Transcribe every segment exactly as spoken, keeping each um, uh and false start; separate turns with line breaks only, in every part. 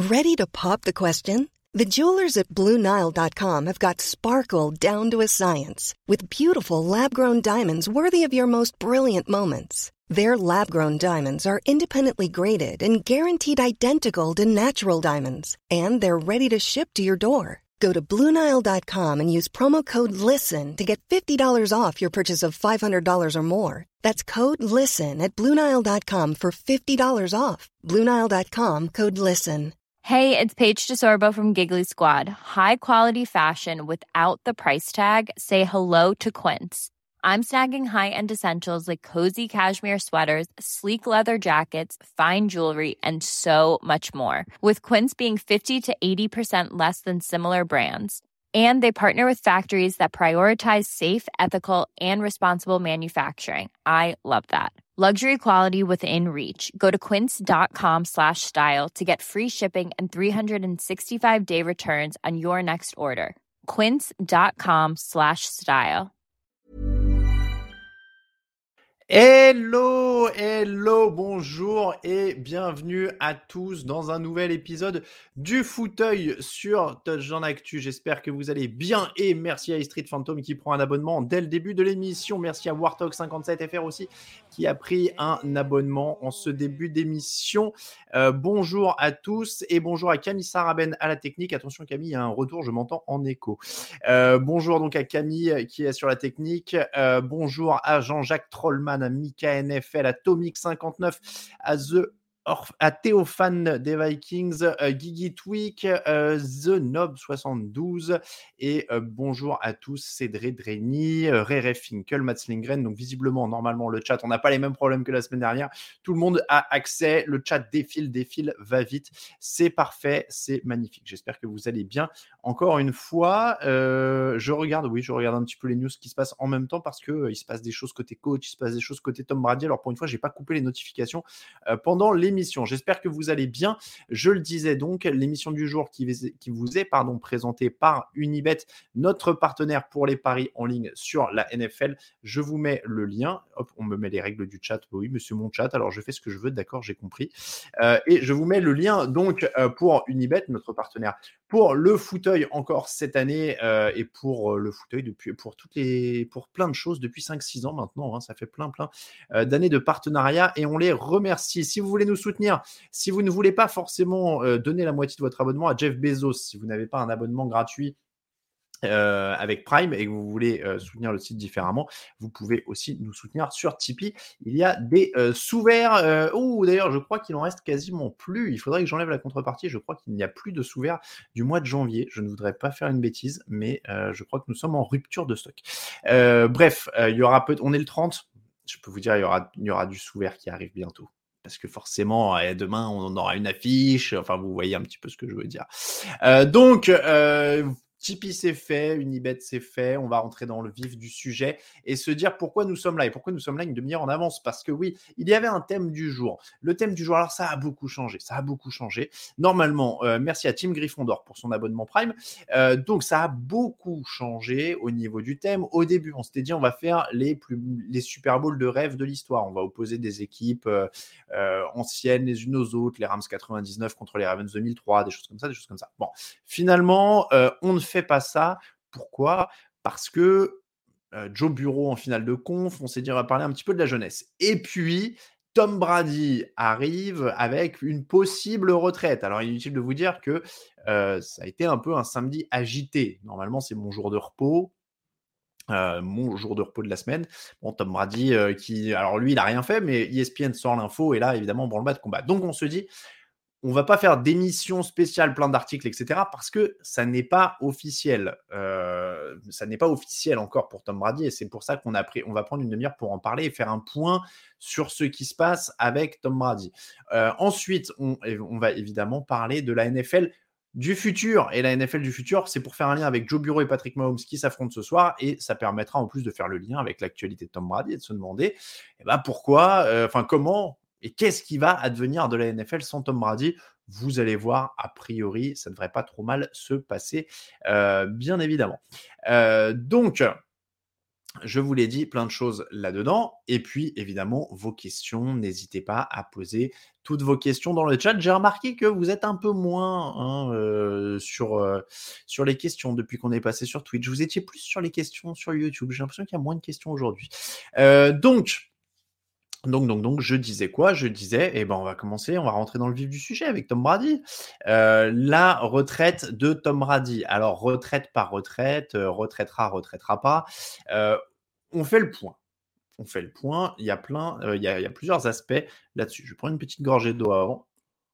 Ready to pop the question? The jewelers at Blue Nile dot com have got sparkle down to a science with beautiful lab-grown diamonds worthy of your most brilliant moments. Their lab-grown diamonds are independently graded and guaranteed identical to natural diamonds, and they're ready to ship to your door. Go to Blue Nile dot com and use promo code LISTEN to get fifty dollars off your purchase of five hundred dollars or more. That's code LISTEN at Blue Nile dot com for fifty dollars off. Blue Nile dot com, code LISTEN.
Hey, it's Paige DeSorbo from Giggly Squad. High quality fashion without the price tag. Say hello to Quince. I'm snagging high-end essentials like cozy cashmere sweaters, sleek leather jackets, fine jewelry, and so much more. With Quince being fifty to eighty percent less than similar brands. And they partner with factories that prioritize safe, ethical, and responsible manufacturing. I love that. Luxury quality within reach. Go to quince.com slash style to get free shipping and three sixty-five day returns on your next order. Quince.com slash style.
Hello, hello, bonjour et bienvenue à tous dans un nouvel épisode du fauteuil sur Touchdown Actu. J'espère que vous allez bien et merci à Street Phantom qui prend un abonnement dès le début de l'émission. Merci à Warthog cinquante-sept F R aussi qui a pris un abonnement en ce début d'émission. Euh, bonjour à tous et bonjour à Camille Saraben à la technique. Attention Camille, il y a un retour, je m'entends en écho. Euh, bonjour donc à Camille qui est sur la technique. Euh, bonjour à Jean-Jacques Trollman, à Mika N F L, à Tomic cinquante-neuf, à The Orf, à Théophane des Vikings, euh, Guigui Tweak, euh, The Nob soixante-douze et euh, bonjour à tous, Cédré Dreni, euh, Rere Finkel, Mats Lindgren. Donc visiblement, normalement, le chat, on n'a pas les mêmes problèmes que la semaine dernière. Tout le monde a accès, le chat défile, défile, va vite. C'est parfait, c'est magnifique. J'espère que vous allez bien. Encore une fois, euh, je regarde, oui, je regarde un petit peu les news qui se passent en même temps parce que euh, il se passe des choses côté coach, il se passe des choses côté Tom Brady. Alors pour une fois, j'ai pas coupé les notifications euh, pendant l'émission. J'espère que vous allez bien. Je le disais donc, l'émission du jour qui, qui vous est pardon, présentée par Unibet, notre partenaire pour les paris en ligne sur la N F L. Je vous mets le lien. Hop, on me met les règles du chat. Oui, mais c'est mon chat, alors je fais ce que je veux. D'accord, j'ai compris. Euh, et je vous mets le lien donc euh, pour Unibet, notre partenaire pour le fauteuil encore cette année euh, et pour euh, le fauteuil depuis pour toutes les pour plein de choses depuis cinq six ans maintenant. Hein, ça fait plein plein euh, d'années de partenariat et on les remercie. Si vous voulez nous soutenir, si vous ne voulez pas forcément euh, donner la moitié de votre abonnement à Jeff Bezos, si vous n'avez pas un abonnement gratuit Euh, avec Prime et que vous voulez euh, soutenir le site différemment, vous pouvez aussi nous soutenir sur Tipeee. Il y a des euh, sous-verts. Euh, oh, d'ailleurs, je crois qu'il en reste quasiment plus. Il faudrait que j'enlève la contrepartie. Je crois qu'il n'y a plus de sous-verts du mois de janvier. Je ne voudrais pas faire une bêtise, mais euh, je crois que nous sommes en rupture de stock. Euh, bref, euh, il y aura peu. On est le trente. Je peux vous dire, il y aura, il y aura du sous-vert qui arrive bientôt. Parce que forcément, euh, demain, on aura une affiche. Enfin, vous voyez un petit peu ce que je veux dire. Euh, donc, euh, Tipeee c'est fait, Unibet c'est fait, on va rentrer dans le vif du sujet et se dire pourquoi nous sommes là et pourquoi nous sommes là une demi-heure en avance, parce que oui, il y avait un thème du jour. Le thème du jour, alors ça a beaucoup changé, ça a beaucoup changé. Normalement, euh, merci à Team Gryffondor pour son abonnement Prime, euh, donc ça a beaucoup changé au niveau du thème. Au début, on s'était dit on va faire les, plus, les Super Bowls de rêve de l'histoire, on va opposer des équipes euh, euh, anciennes les unes aux autres, les Rams quatre-vingt-dix-neuf contre les Ravens deux mille trois, des choses comme ça, des choses comme ça. Bon, finalement, euh, on ne fait pas ça. Pourquoi ? Parce que euh, Joe Bureau en finale de conf, on s'est dit on va parler un petit peu de la jeunesse. Et puis, Tom Brady arrive avec une possible retraite. Alors, il est utile de vous dire que euh, ça a été un peu un samedi agité. Normalement, c'est mon jour de repos. Euh, mon jour de repos de la semaine. Bon, Tom Brady, euh, qui... Alors, lui, il n'a rien fait, mais E S P N sort l'info et là, évidemment, branle-bas de combat. Donc, on se dit... On ne va pas faire d'émissions spéciales, plein d'articles, et cetera, parce que ça n'est pas officiel. Euh, ça n'est pas officiel encore pour Tom Brady, et c'est pour ça qu'on a pris, on va prendre une demi-heure pour en parler et faire un point sur ce qui se passe avec Tom Brady. Euh, ensuite, on, on va évidemment parler de la N F L du futur. Et la N F L du futur, c'est pour faire un lien avec Joe Burrow et Patrick Mahomes qui s'affrontent ce soir, et ça permettra en plus de faire le lien avec l'actualité de Tom Brady et de se demander eh ben, pourquoi, enfin euh, comment... Et qu'est-ce qui va advenir de la N F L sans Tom Brady ? Vous allez voir, a priori, ça ne devrait pas trop mal se passer, euh, bien évidemment. Euh, donc, Je vous l'ai dit, plein de choses là-dedans. Et puis, évidemment, vos questions. N'hésitez pas à poser toutes vos questions dans le chat. J'ai remarqué que vous êtes un peu moins hein, euh, sur, euh, sur les questions depuis qu'on est passé sur Twitch. Vous étiez plus sur les questions sur YouTube. J'ai l'impression qu'il y a moins de questions aujourd'hui. Euh, donc, donc, donc, donc, je disais quoi? Je disais, eh ben, on va commencer, on va rentrer dans le vif du sujet avec Tom Brady. Euh, la retraite de Tom Brady. Alors, retraite par retraite, euh, retraitera, retraitera pas. Euh, on fait le point. On fait le point. Il y a plein, euh, il y a, il y a plusieurs aspects là-dessus. Je vais prendre une petite gorgée d'eau avant.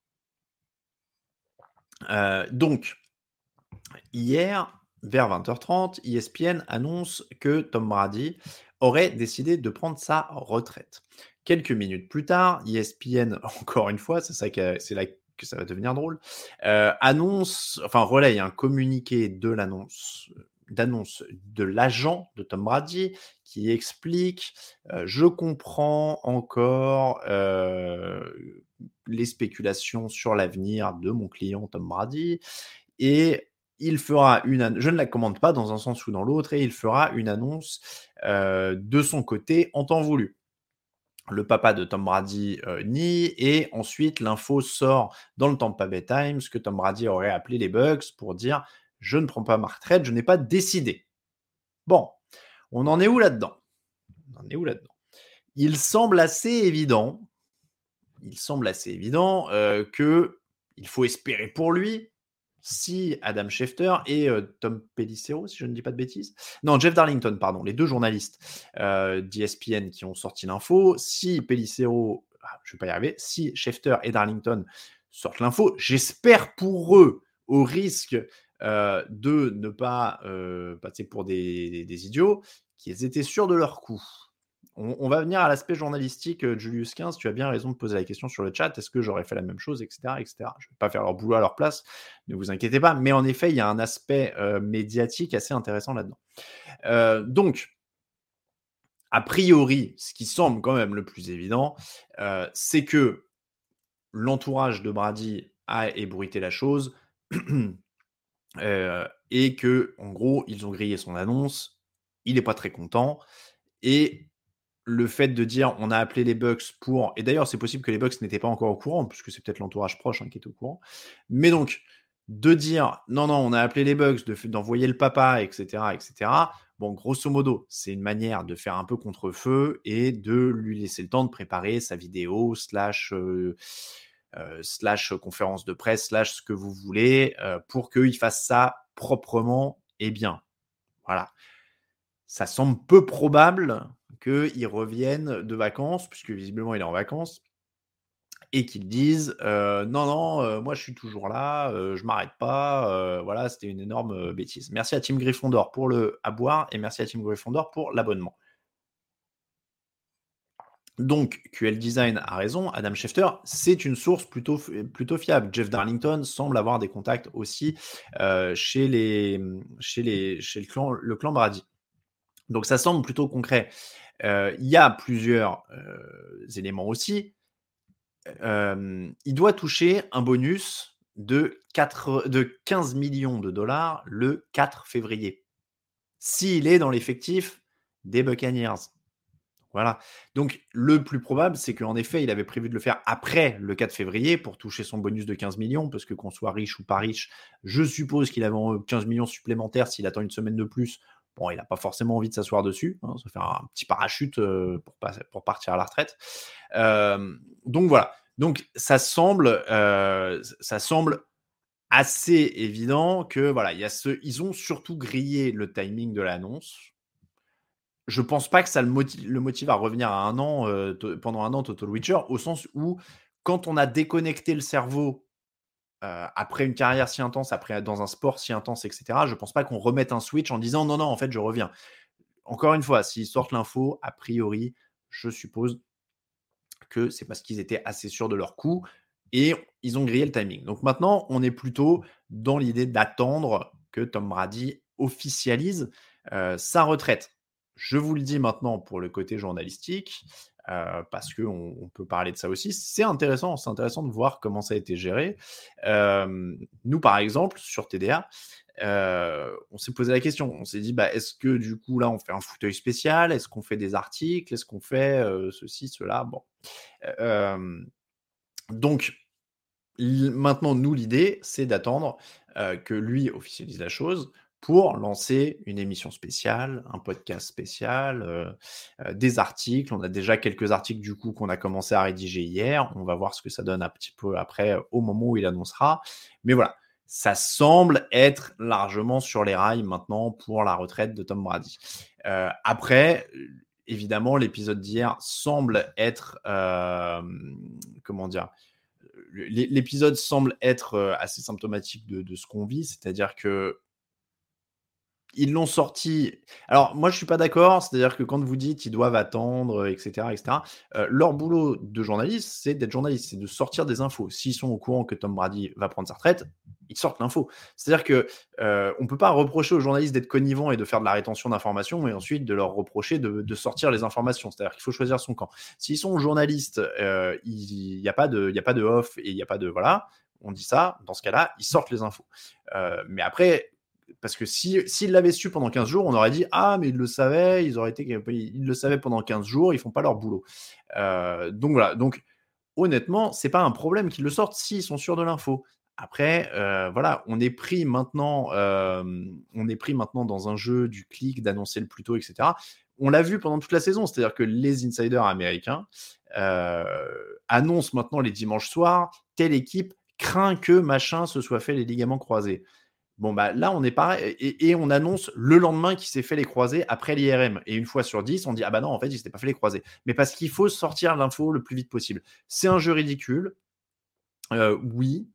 Euh, donc, hier, vers vingt heures trente, E S P N annonce que Tom Brady aurait décidé de prendre sa retraite. Quelques minutes plus tard, E S P N, encore une fois, c'est ça que c'est là que ça va devenir drôle, euh, annonce, enfin relaye un communiqué de l'annonce, d'annonce de l'agent de Tom Brady qui explique euh, je comprends encore euh, les spéculations sur l'avenir de mon client Tom Brady et il fera une an- je ne la commande pas dans un sens ou dans l'autre et il fera une annonce euh, de son côté en temps voulu. Le papa de Tom Brady euh, nie et ensuite l'info sort dans le Tampa Bay Times que Tom Brady aurait appelé les Bucks pour dire je ne prends pas ma retraite, je n'ai pas décidé. Bon, on en est où là-dedans? On en est où là-dedans? Il semble assez évident, il semble assez évident euh, que il faut espérer pour lui si Adam Schefter et euh, Tom Pelissero, si je ne dis pas de bêtises, non, Jeff Darlington, pardon, les deux journalistes euh, d'E S P N qui ont sorti l'info, si Pelissero, ah, je ne vais pas y arriver, si Schefter et Darlington sortent l'info, j'espère pour eux, au risque euh, de ne pas euh, passer pour des, des, des idiots, qu'ils étaient sûrs de leur coup. On, on va venir à l'aspect journalistique, euh, Julius quinze, tu as bien raison de poser la question sur le chat, est-ce que j'aurais fait la même chose, et cetera, et cetera. Je ne vais pas faire leur boulot à leur place, ne vous inquiétez pas, mais en effet, il y a un aspect euh, médiatique assez intéressant là-dedans. Euh, donc, a priori, ce qui semble quand même le plus évident, euh, c'est que l'entourage de Brady a ébruité la chose euh, et que, en gros, ils ont grillé son annonce, il n'est pas très content, et le fait de dire on a appelé les Bucks pour... Et d'ailleurs, c'est possible que les Bucks n'étaient pas encore au courant, puisque c'est peut-être l'entourage proche hein, qui est au courant. Mais donc, de dire non, non, on a appelé les Bucks, de, d'envoyer le papa, et cetera, et cetera. Bon, grosso modo, c'est une manière de faire un peu contre-feu et de lui laisser le temps de préparer sa vidéo, slash, euh, euh, slash conférence de presse, slash ce que vous voulez, euh, pour qu'il fasse ça proprement et bien. Voilà. Ça semble peu probable qu'il revienne de vacances, puisque visiblement il est en vacances, et qu'ils disent euh, non, non, euh, moi je suis toujours là, euh, je m'arrête pas, euh, voilà, c'était une énorme euh, bêtise. Merci à Team Gryffondor pour le à boire, et merci à Team Gryffondor pour l'abonnement. Donc, Q L Design a raison, Adam Schefter, c'est une source plutôt, plutôt fiable. Jeff Darlington semble avoir des contacts aussi euh, chez, les, chez, les, chez le, clan, le clan Brady. Donc, ça semble plutôt concret. Euh, il y a plusieurs euh, éléments aussi. Euh, il doit toucher un bonus de, quatre, de quinze millions de dollars le quatre février, s'il est dans l'effectif des Buccaneers. Voilà. Donc, le plus probable, c'est qu'en effet, il avait prévu de le faire après le quatre février pour toucher son bonus de quinze millions, parce que qu'on soit riche ou pas riche, je suppose qu'il avait quinze millions supplémentaires s'il attend une semaine de plus. Bon, il n'a pas forcément envie de s'asseoir dessus, hein, ça fait un petit parachute euh, pour, pas, pour partir à la retraite. Euh, donc voilà. Donc ça semble, euh, ça semble assez évident que voilà, il y a ce, ils ont surtout grillé le timing de l'annonce. Je pense pas que ça le motive, le motive à revenir à un an euh, to- pendant un an Total Witcher, au sens où quand on a déconnecté le cerveau euh, après une carrière si intense, après dans un sport si intense, et cetera. Je pense pas qu'on remette un switch en disant non non en fait je reviens. Encore une fois, s'ils sortent l'info, a priori, je suppose que c'est parce qu'ils étaient assez sûrs de leur coup et ils ont grillé le timing. Donc maintenant, on est plutôt dans l'idée d'attendre que Tom Brady officialise euh, sa retraite. Je vous le dis maintenant pour le côté journalistique, heu, parce qu'on on peut parler de ça aussi. C'est intéressant, c'est intéressant de voir comment ça a été géré. Hem, nous, par exemple, sur T D A, heu, on s'est posé la question. On s'est dit: «Bah, est-ce que du coup, là, on fait un fauteuil spécial? Est-ce qu'on fait des articles? Est-ce qu'on fait, heu, ceci, cela?» Bon, heu, hem, donc l maintenant, nous, l'idée, c'est d'attendre, heu, que lui officialise la chose pour lancer une émission spéciale, un podcast spécial, heu heu, des articles. On a déjà quelques articles, du coup, qu'on a commencé à rédiger hier. On va voir ce que ça donne un petit peu après, euh, au moment où il annoncera. Mais voilà, ça semble être largement sur les rails maintenant pour la retraite de Tom Brady. Heu, après, heu, évidemment, l'épisode d'hier semble être, hem, comment dire? L'é l'épisode semble être, heu, assez symptomatique de de ce qu'on vit, c'est-à-dire que ils l'ont sorti. Alors moi, je suis pas d'accord, c'est-à-dire que quand vous dites: «Ils doivent attendre», heu, et cetera et cetera, heu, leur boulot de journaliste, c'est d'être journaliste, c'est de sortir des infos. S'ils sont au courant que Tom Brady va prendre sa retraite, ils sortent l'info. C'est-à-dire que, heu, on peut pas reprocher aux journalistes d'être connivents et de faire de la rétention d'informations et ensuite de leur reprocher de de sortir les informations. C'est-à-dire qu'il faut choisir son camp. S'ils sont journalistes, heu, il y a pas de il y a pas de off et il y a pas de voilà, on dit ça, dans ce cas-là, ils sortent les infos. Heu, mais après, parce que si s'ils l'avaient su pendant quinze jours, on aurait dit: «Ah mais ils le savaient, ils auraient été ils le savaient pendant quinze jours, ils font pas leur boulot». Heu, donc voilà, donc honnêtement, c'est pas un problème qu'ils le sortent s'ils sont sûrs de l'info. Après, heu, voilà, on est pris maintenant, hem, on est pris maintenant dans un jeu du clic, d'annoncer le plus tôt et cetera. On l'a vu pendant toute la saison, c'est-à-dire que les insiders américains, heu, annoncent maintenant les dimanches soirs: «Telle équipe craint que machin se soit fait les ligaments croisés». Bon, bah, là, on est pareil et et on annonce le lendemain qu'il s'est fait les croisés après l'I R M et une fois sur dix, on dit: «Ah bah non, en fait, il s'était pas fait les croisés». Mais parce qu'il faut sortir l'info le plus vite possible. C'est un jeu ridicule, heu, oui.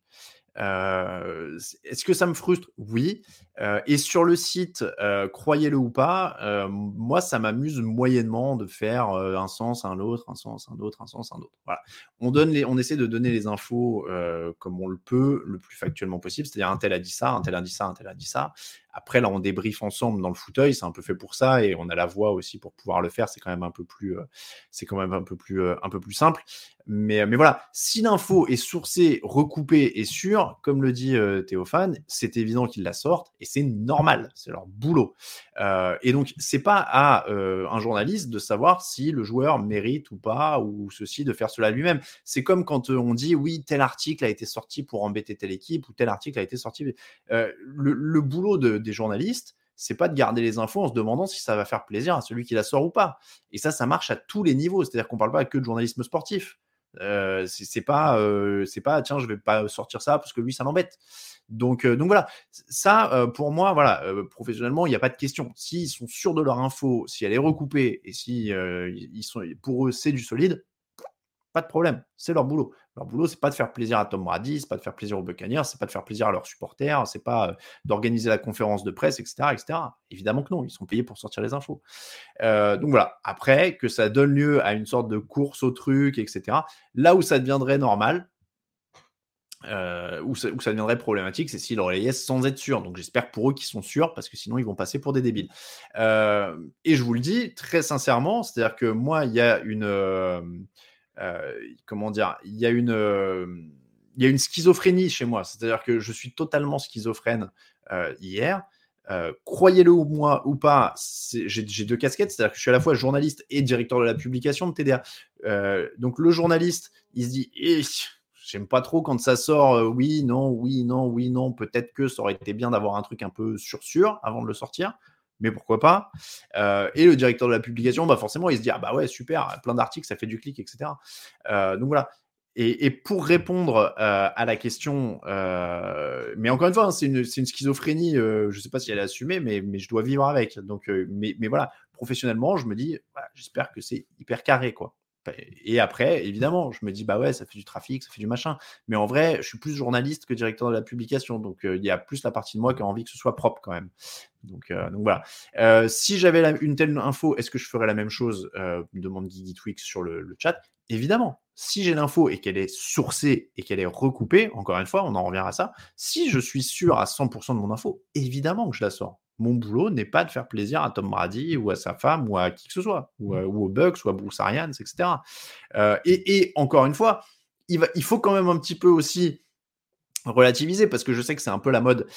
Heu, c est-ce que ça me frustre? Oui, heu et sur le site, heu, croyez-le ou pas, heu, moi, ça m'amuse moyennement de faire, heu, un sens, un autre, un sens, un autre, un sens, un autre. Voilà. On donne les on essaie de donner les infos, heu, comme on le peut, le plus factuellement possible. C'est-à-dire un tel a dit ça, un tel a dit ça, un tel a dit ça. Après là, on débriefe ensemble dans le fauteuil, c'est un peu fait pour ça et on a la voix aussi pour pouvoir le faire. C'est quand même un peu plus, heu, c'est quand même un peu plus, heu, un peu plus simple. Mais, mais voilà, si l'info est sourcée, recoupée et sûre, comme le dit euh, Théophane, c'est évident qu'ils la sortent et c'est normal, c'est leur boulot. Euh, et donc, c'est pas à euh, un journaliste de savoir si le joueur mérite ou pas, ou ceci, de faire cela lui-même. C'est comme quand euh, on dit oui, tel article a été sorti pour embêter telle équipe, ou tel article a été sorti. Euh, le, le boulot de, des journalistes, c'est pas de garder les infos en se demandant si ça va faire plaisir à celui qui la sort ou pas. Et ça, ça marche à tous les niveaux. C'est-à-dire qu'on parle pas que de journalisme sportif. Euh, c'est c'est pas, euh, c'est pas, tiens, je vais pas sortir ça parce que lui, ça l'embête. Donc, euh, donc voilà, ça, euh, pour moi, voilà, euh, professionnellement, il n'y a pas de question. S'ils sont sûrs de leur info, si elle est recoupée et si euh, ils sont, pour eux, c'est du solide, pas de problème, c'est leur boulot. Leur boulot, c'est pas de faire plaisir à Tom Brady, c'est pas de faire plaisir aux Buccaneers, c'est pas de faire plaisir à leurs supporters, c'est pas euh, d'organiser la conférence de presse, et cetera, et cetera. Évidemment que non, ils sont payés pour sortir les infos. Euh, donc voilà. Après, que ça donne lieu à une sorte de course au truc, et cetera. Là où ça deviendrait normal, euh, où, ça, où ça deviendrait problématique, c'est s'ils relayaient sans être sûrs. Donc j'espère pour eux qu'ils sont sûrs, parce que sinon ils vont passer pour des débiles. Euh, et je vous le dis très sincèrement, c'est-à-dire que moi, il y a une... Euh, euh, comment dire, il y a une, euh, il y a une schizophrénie chez moi. C'est-à-dire que je suis totalement schizophrène euh, hier. Euh, croyez-le ou moi ou pas, j'ai, j'ai deux casquettes, c'est-à-dire que je suis à la fois journaliste et directeur de la publication de T D A. Euh, donc le journaliste, il se dit, eh, j'aime pas trop quand ça sort, euh, oui, non, oui, non, oui, non, peut-être que ça aurait été bien d'avoir un truc un peu sûr-sûr avant de le sortir, mais pourquoi pas. Euh, et le directeur de la publication, bah forcément, il se dit, ah bah ouais, super, plein d'articles, ça fait du clic, et cetera. Euh, donc voilà. Et, et pour répondre euh, à la question, euh, mais encore une fois, hein, c'est, une, c'est une schizophrénie, euh, je ne sais pas si elle est assumée, mais, mais je dois vivre avec. Donc, euh, mais, mais voilà, professionnellement, je me dis, voilà, j'espère que c'est hyper carré, quoi. Et après, évidemment, je me dis, bah ouais, ça fait du trafic, ça fait du machin. Mais en vrai, je suis plus journaliste que directeur de la publication. Donc, il euh, y a plus la partie de moi qui a envie que ce soit propre quand même. Donc, euh, donc voilà. Euh, si j'avais la, une telle info, est-ce que je ferais la même chose euh, me demande Guigui Twix sur le, le chat. Évidemment, si j'ai l'info et qu'elle est sourcée et qu'elle est recoupée, encore une fois, on en revient à ça. Si je suis sûr à cent pour cent de mon info, évidemment que je la sors. Mon boulot n'est pas de faire plaisir à Tom Brady ou à sa femme ou à qui que ce soit, ou, à, ou aux Bucks ou à Bruce Arians, et cetera. Euh, et, et encore une fois, il, va, il faut quand même un petit peu aussi relativiser parce que je sais que c'est un peu la mode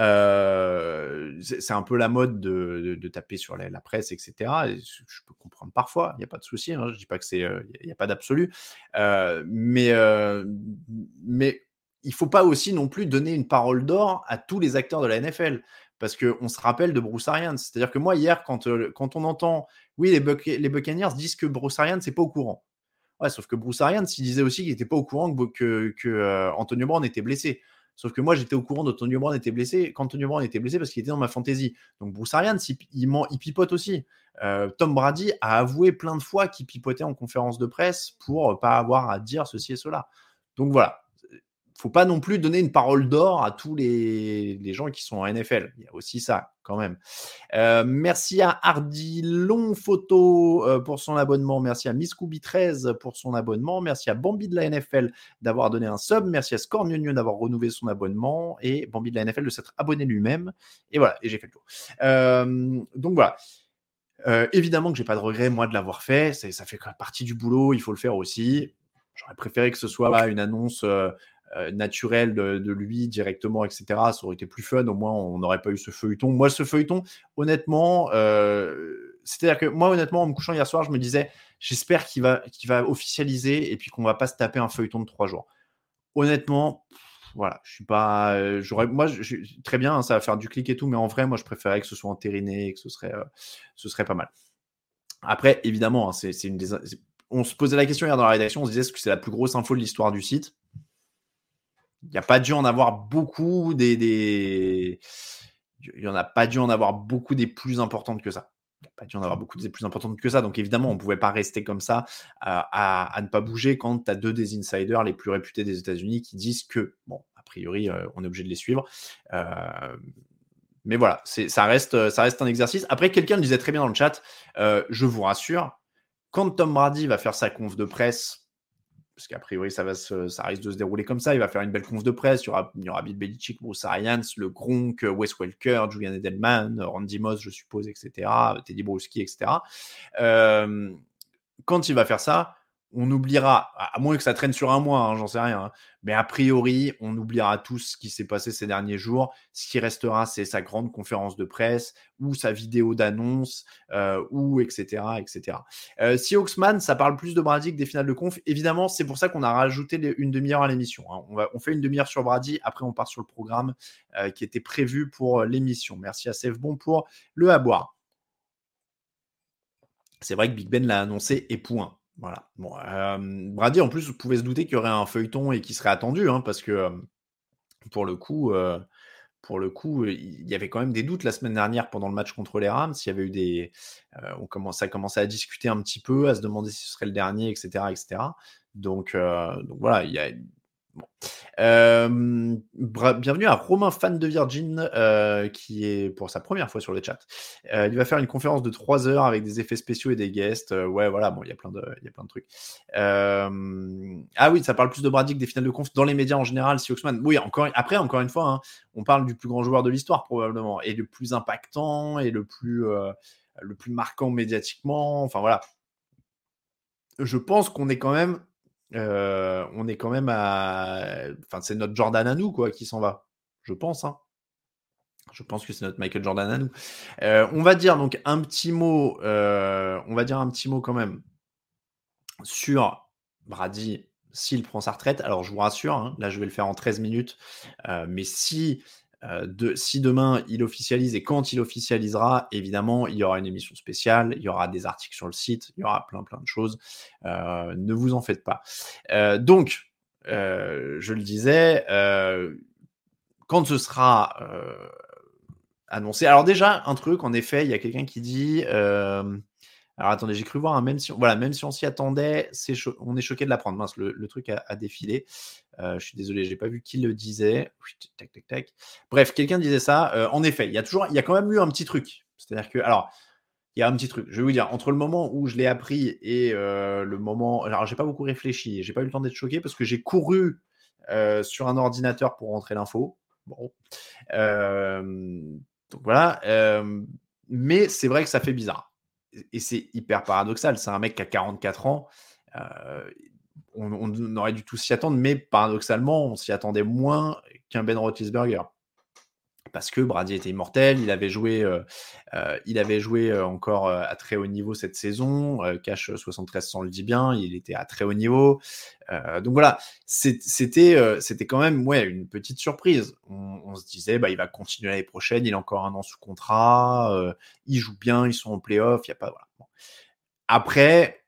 euh, c'est, c'est un peu la mode de, de, de taper sur la, la presse, etc. Et je peux comprendre parfois, il n'y a pas de souci, hein, je dis pas que c'est il euh, n'y a pas d'absolu, euh, mais euh, mais il faut pas aussi non plus donner une parole d'or à tous les acteurs de la N F L parce qu'on se rappelle de Bruce Arians. C'est-à-dire que moi hier quand, euh, quand on entend oui les, Buc- les Buccaneers disent que Bruce Arians c'est pas au courant. Ouais, sauf que Bruce Arians, il disait aussi qu'il n'était pas au courant que, que, que euh, Antonio Brown était blessé. Sauf que moi, j'étais au courant d'Antonio Brown était blessé, qu'Antonio Brown était blessé parce qu'il était dans ma fantasy. Donc Bruce Arians, il, il, il pipote aussi. Euh, Tom Brady a avoué plein de fois qu'il pipotait en conférence de presse pour pas avoir à dire ceci et cela. Donc voilà. Faut pas non plus donner une parole d'or à tous les, les gens qui sont en N F L. Il y a aussi ça, quand même. Euh, merci à Hardy Long Photo euh, pour son abonnement. Merci à Miss Scooby treize pour son abonnement. Merci à Bambi de la N F L d'avoir donné un sub. Merci à Scornionion d'avoir renouvelé son abonnement. Et Bambi de la N F L de s'être abonné lui-même. Et voilà, et j'ai fait le tour. Euh, donc voilà. Euh, évidemment que j'ai pas de regret, moi, de l'avoir fait. C'est, ça fait partie du boulot. Il faut le faire aussi. J'aurais préféré que ce soit une annonce... Euh, Euh, naturel de, de lui directement, et cetera. Ça aurait été plus fun, au moins on n'aurait pas eu ce feuilleton. Moi, ce feuilleton, honnêtement, euh, c'est-à-dire que moi, honnêtement, en me couchant hier soir, je me disais, j'espère qu'il va, qu'il va officialiser et puis qu'on va pas se taper un feuilleton de trois jours. Honnêtement, pff, voilà, je suis pas, euh, j'aurais, moi, je, je, très bien, hein, ça va faire du clic et tout, mais en vrai, moi, je préférais que ce soit entériné et que ce serait, euh, ce serait pas mal. Après, évidemment, hein, c'est, c'est une des, c'est, on se posait la question hier dans la rédaction, on se disait, est-ce que c'est la plus grosse info de l'histoire du site? Il n'y a pas dû en avoir beaucoup des, des... Il n'y en a pas dû en avoir beaucoup des plus importantes que ça. Il n'y a pas dû en avoir beaucoup des plus importantes que ça. Donc évidemment, on ne pouvait pas rester comme ça à, à, à ne pas bouger quand tu as deux des insiders les plus réputés des États-Unis qui disent que, bon, a priori, euh, on est obligé de les suivre. Euh, mais voilà, c'est, ça, reste, ça reste un exercice. Après, quelqu'un le disait très bien dans le chat, euh, je vous rassure, quand Tom Brady va faire sa conf de presse, parce qu'a priori, ça, va se, ça risque de se dérouler comme ça. Il va faire une belle conf de presse. Il y aura, il y aura Bill Belichick, Bruce Arians, le Gronk, Wes Welker, Julian Edelman, Randy Moss, je suppose, et cetera, Teddy Bruschi, et cetera. Euh, quand il va faire ça, on oubliera, à moins que ça traîne sur un mois, hein, j'en sais rien, hein, mais a priori, on oubliera tout ce qui s'est passé ces derniers jours. Ce qui restera, c'est sa grande conférence de presse ou sa vidéo d'annonce, euh, ou et cetera, et cetera. Euh, si Oxman, ça parle plus de Brady que des finales de conf. Évidemment, c'est pour ça qu'on a rajouté les, une demi-heure à l'émission. Hein. On, va, on fait une demi-heure sur Brady, après on part sur le programme euh, qui était prévu pour l'émission. Merci à Sef Bon pour le à boire. C'est vrai que Big Ben l'a annoncé et point. Voilà. Bon, euh, Brady, en plus, vous pouvez se douter qu'il y aurait un feuilleton et qui serait attendu, hein, parce que euh, pour le coup, euh, pour le coup, il y avait quand même des doutes la semaine dernière pendant le match contre les Rams. Il y avait eu des, euh, on commençait à commencer à discuter un petit peu, à se demander si ce serait le dernier, et cetera, et cetera. Donc, euh, donc voilà, il y a. Bon. Euh, bra- bienvenue à Romain, fan de Virgin, euh, qui est pour sa première fois sur le chat. Euh, il va faire une conférence de trois heures avec des effets spéciaux et des guests. Euh, ouais, voilà, bon, il y a plein de, il y a plein de trucs. Euh, ah oui, ça parle plus de Brady que des finales de conf dans les médias en général. Si Oxman, oui, encore, après, encore une fois, hein, on parle du plus grand joueur de l'histoire probablement, et le plus impactant et le plus, euh, le plus marquant médiatiquement. Enfin voilà. Je pense qu'on est quand même euh, on est quand même à... Enfin, c'est notre Jordan à nous, quoi, qui s'en va. Je pense, hein. Je pense que c'est notre Michael Jordan à nous. Euh, on va dire donc un petit mot, euh, on va dire un petit mot quand même sur Brady s'il prend sa retraite. Alors, je vous rassure, hein, là, je vais le faire en treize minutes, euh, mais si... Euh, de, si demain il officialise et quand il officialisera, évidemment, il y aura une émission spéciale, il y aura des articles sur le site, il y aura plein plein de choses. Euh, ne vous en faites pas. Euh, donc, euh, je le disais, euh, quand ce sera euh, annoncé. Alors déjà, un truc, en effet, il y a quelqu'un qui dit... Euh, alors attendez, j'ai cru voir, hein, même si on, voilà, même si on s'y attendait, c'est cho- on est choqué de l'apprendre. Mince, le, le truc a, a défilé. Euh, je suis désolé, j'ai pas vu qui le disait. Tac, tac, tac. Bref, quelqu'un disait ça. Euh, en effet, il y a toujours, il y a quand même eu un petit truc. C'est-à-dire que, alors, il y a un petit truc. Je vais vous dire, entre le moment où je l'ai appris et euh, le moment, alors j'ai pas beaucoup réfléchi, j'ai pas eu le temps d'être choqué parce que j'ai couru euh, sur un ordinateur pour rentrer l'info. Bon. Euh, Donc voilà, euh, mais c'est vrai que ça fait bizarre. Et c'est hyper paradoxal. C'est un mec qui a quarante-quatre ans. Euh, on, on aurait dû tous s'y attendre, mais paradoxalement, on s'y attendait moins qu'un Ben Roethlisberger. Parce que Brady était immortel, il avait joué, euh, euh, il avait joué euh, encore euh, à très haut niveau cette saison. Euh, Cash soixante-treize cents le dit bien, il était à très haut niveau. Euh, donc voilà, c'est, c'était, euh, c'était quand même ouais, une petite surprise. On, on se disait, bah, il va continuer l'année prochaine, il a encore un an sous contrat, euh, il joue bien, ils sont en playoff, il y a pas. Voilà. Bon. Après,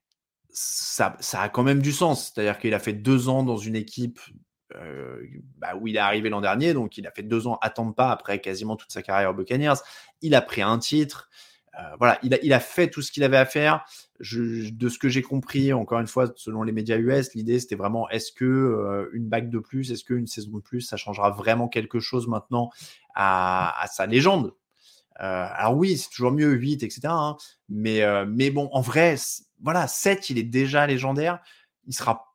ça, ça a quand même du sens. C'est-à-dire qu'il a fait deux ans dans une équipe euh, bah, où il est arrivé l'an dernier, donc il a fait deux ans à Tampa après quasiment toute sa carrière aux Buccaneers. Il a pris un titre. Euh, voilà, il a, il a fait tout ce qu'il avait à faire. Je, de ce que j'ai compris, encore une fois, selon les médias U S, l'idée c'était vraiment est-ce que euh, une bague de plus, est-ce qu'une saison de plus, ça changera vraiment quelque chose maintenant à, à sa légende. Euh, alors oui, c'est toujours mieux huit, et cetera. Hein, mais, euh, mais bon, en vrai, voilà, sept, il est déjà légendaire. Il sera,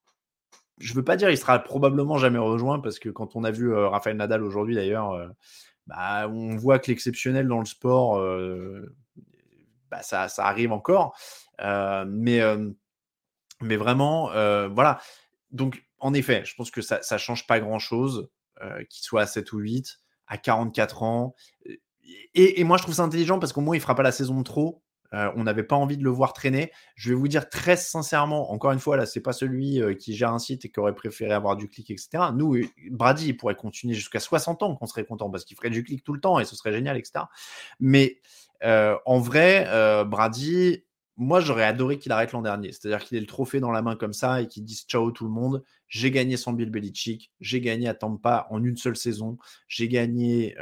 je veux pas dire, il sera probablement jamais rejoint parce que quand on a vu euh, Rafael Nadal aujourd'hui d'ailleurs, euh, bah, on voit que l'exceptionnel dans le sport, euh, bah, ça, ça arrive encore. Euh, mais, euh, mais vraiment, euh, voilà. Donc, en effet, je pense que ça ne change pas grand-chose, euh, qu'il soit à sept ou huit, à quarante-quatre ans. Et, et moi, je trouve ça intelligent parce qu'au moins, il ne fera pas la saison de trop. Euh, on n'avait pas envie de le voir traîner. Je vais vous dire très sincèrement, encore une fois, là, c'est pas celui euh, qui gère un site et qui aurait préféré avoir du clic, et cetera. Nous, Brady, il pourrait continuer jusqu'à soixante ans, qu'on serait content parce qu'il ferait du clic tout le temps et ce serait génial, et cetera. Mais euh, en vrai, euh, Brady, moi, j'aurais adoré qu'il arrête l'an dernier. C'est-à-dire qu'il ait le trophée dans la main comme ça et qu'il dise ciao tout le monde. J'ai gagné sans Bill Belichick. J'ai gagné à Tampa en une seule saison. J'ai gagné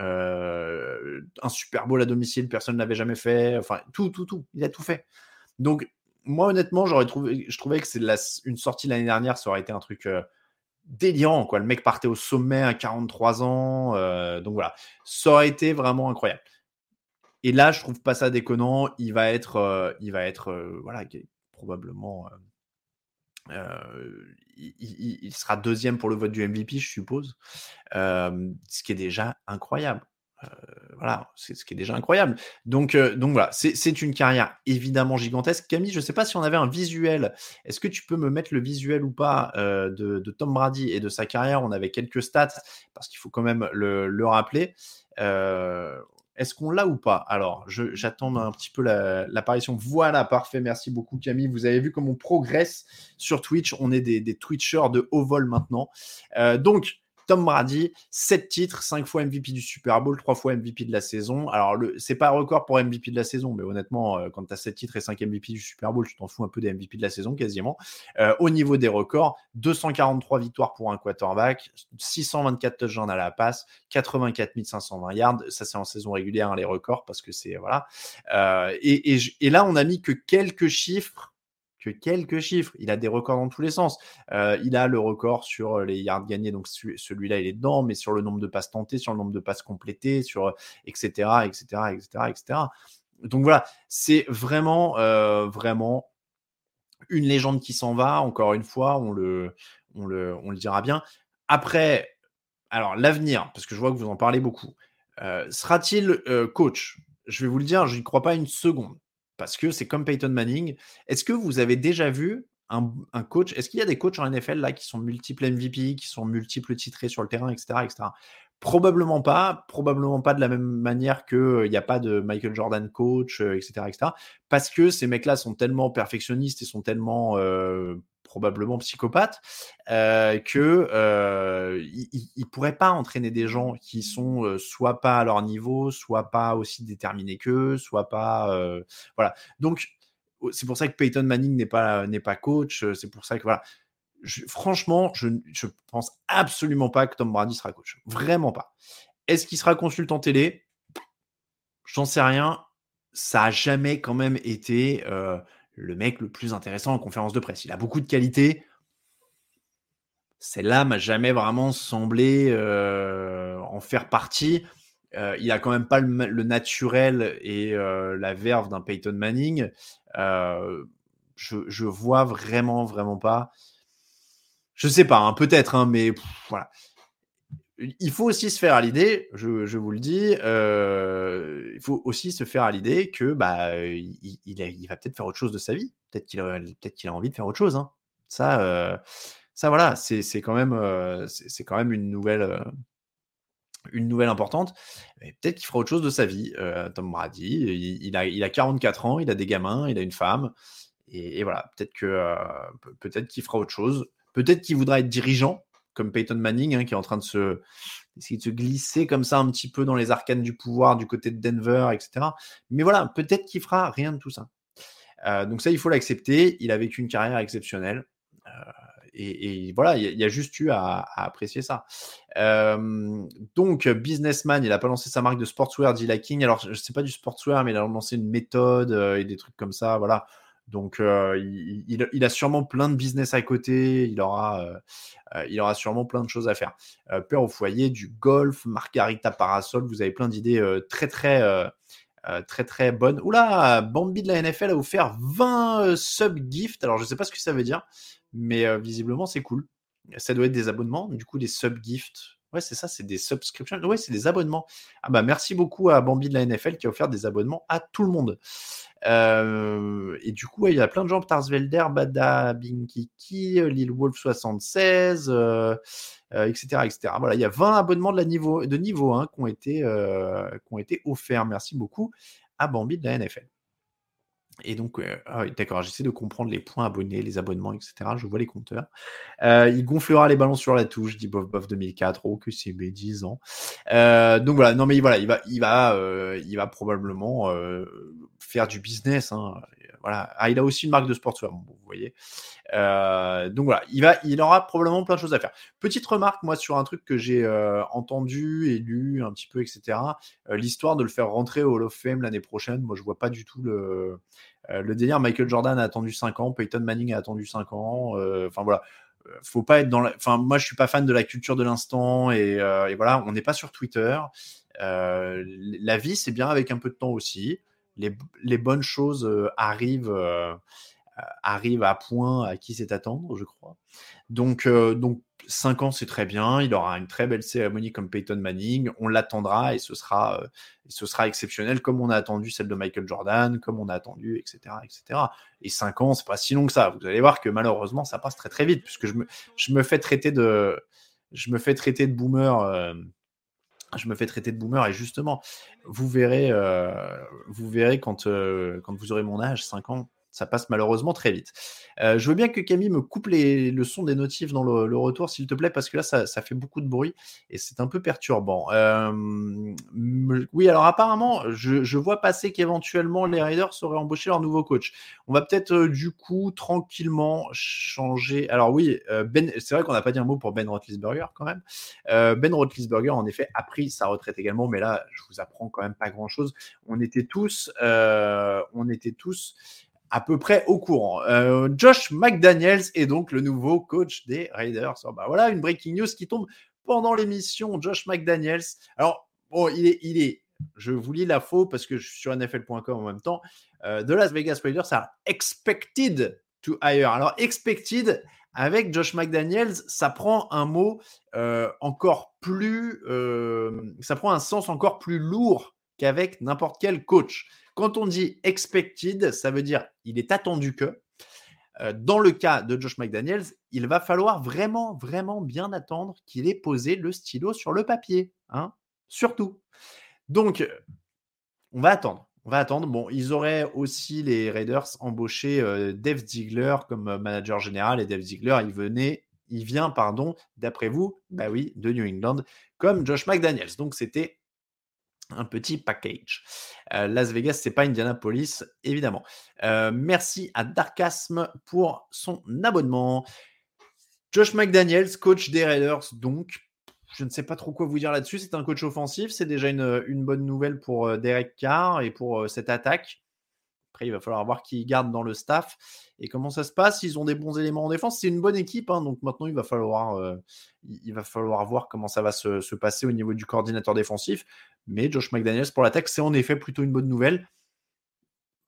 euh, un Super Bowl à domicile. Personne ne l'avait jamais fait. Enfin, tout, tout, tout. Il a tout fait. Donc, moi, honnêtement, j'aurais trouvé, je trouvais que c'est la, une sortie l'année dernière, ça aurait été un truc euh, délirant, quoi. Le mec partait au sommet à quarante-trois ans. Euh, donc voilà. Ça aurait été vraiment incroyable. Et là, je trouve pas ça déconnant. Il va être, euh, il va être, euh, voilà, probablement, euh, euh, il, il, il sera deuxième pour le vote du M V P, je suppose, euh, ce qui est déjà incroyable. Euh, voilà, c'est ce qui est déjà incroyable. Donc, euh, donc voilà, c'est, c'est une carrière évidemment gigantesque. Camille, je ne sais pas si on avait un visuel. Est-ce que tu peux me mettre le visuel ou pas euh, de, de Tom Brady et de sa carrière? On avait quelques stats parce qu'il faut quand même le, le rappeler. Euh, Est-ce qu'on l'a ou pas? Alors, je, j'attends un petit peu la, l'apparition. Voilà, parfait. Merci beaucoup, Camille. Vous avez vu comme on progresse sur Twitch. On est des, des Twitchers de haut vol maintenant. Euh, donc, Tom Brady, sept titres, cinq fois M V P du Super Bowl, trois fois M V P de la saison. Alors, le, c'est pas un record pour M V P de la saison, mais honnêtement, euh, quand tu as sept titres et cinq M V P du Super Bowl, tu t'en fous un peu des M V P de la saison, quasiment. Euh, au niveau des records, deux cent quarante-trois victoires pour un quarterback, six cent vingt-quatre touchdowns à la passe, quatre-vingt-quatre mille cinq cent vingt yards. Ça, c'est en saison régulière, hein, les records, parce que c'est, voilà. Euh, et, et, et là, on a mis que quelques chiffres que quelques chiffres. Il a des records dans tous les sens. Euh, il a le record sur les yards gagnés, donc celui-là, il est dedans, mais sur le nombre de passes tentées, sur le nombre de passes complétées, sur et cetera, et cetera, et cetera, et cetera. Donc voilà, c'est vraiment, euh, vraiment une légende qui s'en va. Encore une fois, on le, on le, on le dira bien. Après, alors l'avenir, parce que je vois que vous en parlez beaucoup, euh, sera-t-il euh, coach? Je vais vous le dire, je n'y crois pas une seconde. Parce que c'est comme Peyton Manning. Est-ce que vous avez déjà vu un, un coach? Est-ce qu'il y a des coachs en N F L là qui sont multiples M V P, qui sont multiples titrés sur le terrain, et cetera, et cetera. Probablement pas. Probablement pas de la même manière qu'il n'y euh, a pas de Michael Jordan coach, euh, et cetera, et cetera. Parce que ces mecs-là sont tellement perfectionnistes et sont tellement euh, probablement psychopathes euh, que euh, ils, ils pourraient pas entraîner des gens qui sont euh, soit pas à leur niveau, soit pas aussi déterminés qu'eux, soit pas euh, voilà. Donc c'est pour ça que Peyton Manning n'est pas n'est pas coach. C'est pour ça que voilà. Je, franchement, je je pense absolument pas que Tom Brady sera coach. Vraiment pas. Est-ce qu'il sera consultant télé? J'en sais rien. Ça a jamais quand même été euh, le mec le plus intéressant en conférence de presse. Il a beaucoup de qualités. Celle-là m'a jamais vraiment semblé euh, en faire partie. Euh, il a quand même pas le, le naturel et euh, la verve d'un Peyton Manning. Euh, je, je vois vraiment, vraiment pas. Je sais pas, hein, peut-être, hein, mais pff, voilà. il faut aussi se faire à l'idée, je, je vous le dis, euh, il faut aussi se faire à l'idée que bah, il, il, a- il va peut-être faire autre chose de sa vie. Peut-être qu'il a, peut-être qu'il a envie de faire autre chose. Hein. Ça, euh, ça, voilà, c'est, c'est quand même, euh, c'est, c'est quand même une nouvelle, euh, une nouvelle importante. Et peut-être qu'il fera autre chose de sa vie. Euh, Tom Brady, il, il a, il a quarante-quatre ans, il a des gamins, il a une femme. Et, et voilà, peut-être que euh, pe- peut-être qu'il fera autre chose. Peut-être qu'il voudra être dirigeant, comme Peyton Manning, hein, qui est en train de se, essayer de se glisser comme ça un petit peu dans les arcanes du pouvoir du côté de Denver, et cetera. Mais voilà, peut-être qu'il fera rien de tout ça. Euh, donc ça, il faut l'accepter. Il a vécu une carrière exceptionnelle. Euh, et, et voilà, il y, a- il y a juste eu à, à apprécier ça. Euh, donc, businessman, il a pas lancé sa marque de sportswear, dit la King. Alors, je sais pas du sportswear, mais il a lancé une méthode euh, et des trucs comme ça. Voilà. Donc, euh, il, il- il a sûrement plein de business à côté. Il aura, euh, euh, il aura sûrement plein de choses à faire. Euh, père au foyer, du golf, Margarita Parasol. Vous avez plein d'idées euh, très, très, euh, euh, très, très bonnes. Oula, Bambi de la N F L a offert vingt euh, sub-gifts. Alors, je sais pas ce que ça veut dire, mais euh, visiblement, c'est cool. Ça doit être des abonnements, du coup, des sub-gifts. Ouais, c'est ça, c'est des subscriptions. Ouais, c'est des abonnements. Ah bah, merci beaucoup à Bambi de la N F L qui a offert des abonnements à tout le monde. Euh, et du coup, ouais, il y a plein de gens, Tarsvelder, Bada, Binkiki, Lil Wolf soixante-seize, euh, euh, et cetera, et cetera. Voilà, il y a vingt abonnements de, la niveau, de niveau un qui ont été, euh, qui ont été offerts. Merci beaucoup à Bambi de la N F L. Et donc, euh, ah oui, d'accord, j'essaie de comprendre les points abonnés, les abonnements, et cetera. Je vois les compteurs. Euh, il gonflera les ballons sur la touche, dit Bof Bof deux mille quatre. Oh, que c'est mes dix ans. Euh, donc voilà, non mais voilà, il va, il va, euh, il va probablement euh, faire du business. Hein. Voilà. Ah, il a aussi une marque de sportswear, bon, vous voyez. Euh, donc voilà, il va, il aura probablement plein de choses à faire. Petite remarque, moi, sur un truc que j'ai euh, entendu et lu un petit peu, et cetera. Euh, l'histoire de le faire rentrer au Hall of Fame l'année prochaine, moi, je vois pas du tout le, euh, le délire. Michael Jordan a attendu cinq ans, Peyton Manning a attendu cinq ans. Enfin voilà, faut pas être dans la... Enfin, moi, je suis pas fan de la culture de l'instant et, euh, et voilà, on n'est pas sur Twitter. Euh, la vie, c'est bien avec un peu de temps aussi. Les, les bonnes choses euh, arrivent, euh, arrivent à point à qui c'est attendre, je crois. Donc, euh, donc cinq ans, c'est très bien. Il aura une très belle cérémonie comme Peyton Manning. On l'attendra et ce sera, euh, ce sera exceptionnel, comme on a attendu celle de Michael Jordan, comme on a attendu, et cetera, et cetera. Et cinq ans, c'est pas si long que ça. Vous allez voir que malheureusement, ça passe très très vite, puisque je me, je me fais traiter de, je me fais traiter de boomer. Euh, je me fais traiter de boomer et justement, vous verrez, euh, vous verrez quand, euh, quand vous aurez mon âge, cinq ans, ça passe malheureusement très vite. Euh, je veux bien que Camille me coupe les, le son des notifs dans le, le retour, s'il te plaît, parce que là, ça, ça fait beaucoup de bruit et c'est un peu perturbant. Euh, oui, alors apparemment, je, je vois passer qu'éventuellement, les Raiders auraient embauché leur nouveau coach. On va peut-être euh, du coup tranquillement changer. Alors oui, euh, Ben, c'est vrai qu'on n'a pas dit un mot pour Ben Roethlisberger quand même. Euh, Ben Roethlisberger, en effet, a pris sa retraite également, mais là, je vous apprends quand même pas grand-chose. On était tous, euh, on était tous à peu près au courant. Euh, Josh McDaniels est donc le nouveau coach des Raiders. Oh, bah voilà, une breaking news qui tombe pendant l'émission. Josh McDaniels. Alors, bon, il est, il est. Je vous lis la faux parce que je suis sur N F L point com en même temps. Euh, de Las Vegas Raiders are expected to hire. Alors, expected, avec Josh McDaniels, ça prend un mot euh, encore plus, euh, ça prend un sens encore plus lourd qu'avec n'importe quel coach. Quand on dit expected, ça veut dire il est attendu que. Euh, dans le cas de Josh McDaniels, il va falloir vraiment, vraiment bien attendre qu'il ait posé le stylo sur le papier. Hein, surtout. Donc, on va attendre. On va attendre. Bon, ils auraient aussi, les Raiders, embauché euh, Dave Ziegler comme euh, manager général. Et Dave Ziegler, il venait, il vient, pardon, d'après vous, bah oui, de New England, comme Josh McDaniels. Donc, c'était un petit package. Euh, Las Vegas, c'est pas Indianapolis, évidemment. Euh, merci à Darkasm pour son abonnement. Josh McDaniels, coach des Raiders, donc. Je ne sais pas trop quoi vous dire là-dessus. C'est un coach offensif. C'est déjà une, une bonne nouvelle pour Derek Carr et pour euh, cette attaque. Après, il va falloir voir qui garde dans le staff et comment ça se passe. Ils ont des bons éléments en défense. C'est une bonne équipe. Hein, donc maintenant, il va, falloir, euh, il va falloir voir comment ça va se, se passer au niveau du coordinateur défensif. Mais Josh McDaniels pour l'attaque, c'est en effet plutôt une bonne nouvelle.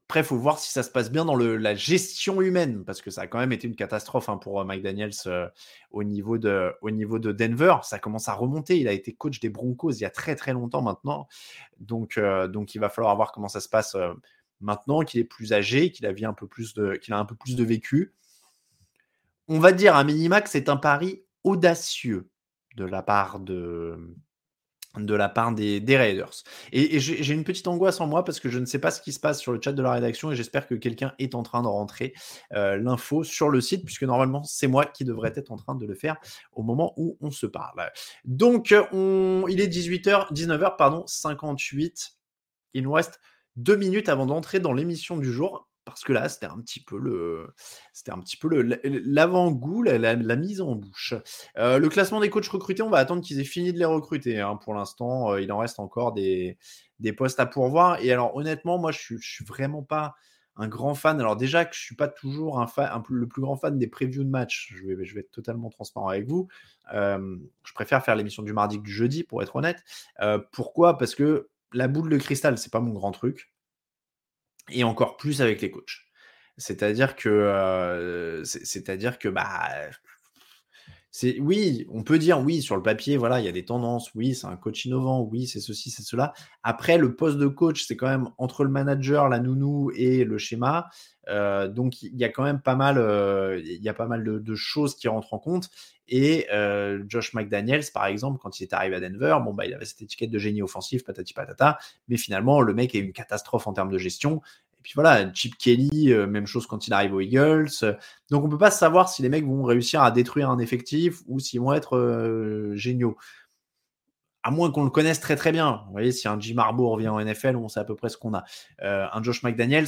Après, il faut voir si ça se passe bien dans le, la gestion humaine, parce que ça a quand même été une catastrophe hein, pour euh, McDaniels euh, au, niveau de, au niveau de Denver. Ça commence à remonter. Il a été coach des Broncos il y a très très longtemps maintenant. Donc, euh, donc il va falloir voir comment ça se passe euh, maintenant qu'il est plus âgé, qu'il a, vu un peu plus de, qu'il a un peu plus de vécu. On va dire à minima que c'est un pari audacieux de la part de, de la part des, des Raiders. Et, et j'ai, j'ai une petite angoisse en moi parce que je ne sais pas ce qui se passe sur le chat de la rédaction et j'espère que quelqu'un est en train de rentrer euh, l'info sur le site puisque normalement c'est moi qui devrais être en train de le faire au moment où on se parle. Donc on, il est dix-huit heures, dix-neuf heures pardon, cinquante-huit. Il nous reste deux minutes avant d'entrer dans l'émission du jour. Parce que là, c'était un petit peu le, c'était un petit peu le, l'avant-goût, la, la, la mise en bouche. Euh, le classement des coachs recrutés, on va attendre qu'ils aient fini de les recruter. Hein. Pour l'instant, euh, il en reste encore des, des postes à pourvoir. Et alors, honnêtement, moi, je suis, je suis vraiment pas un grand fan. Alors déjà que je suis pas toujours un fan, un, le plus grand fan des previews de match. Je vais, je vais être totalement transparent avec vous. Euh, je préfère faire l'émission du mardi que du jeudi, pour être honnête. Euh, pourquoi ? Parce que la boule de cristal, c'est pas mon grand truc. Et encore plus avec les coachs. C'est-à-dire que, euh, c'est, c'est-à-dire que, bah, c'est, oui, on peut dire oui sur le papier, voilà, il y a des tendances, oui, c'est un coach innovant, oui, c'est ceci, c'est cela. Après, le poste de coach, c'est quand même entre le manager, la nounou et le schéma. Euh, donc, il y a quand même pas mal, euh, il y a pas mal de, de choses qui rentrent en compte. Et euh, Josh McDaniels, par exemple, quand il est arrivé à Denver, bon, bah, il avait cette étiquette de génie offensif, patati patata, mais finalement, le mec est une catastrophe en termes de gestion. Et puis voilà, Chip Kelly, euh, même chose quand il arrive aux Eagles. Donc on peut pas savoir si les mecs vont réussir à détruire un effectif ou s'ils vont être euh, géniaux. À moins qu'on le connaisse très très bien. Vous voyez, si un Jim Harbaugh revient en N F L, on sait à peu près ce qu'on a. Euh, un Josh McDaniels,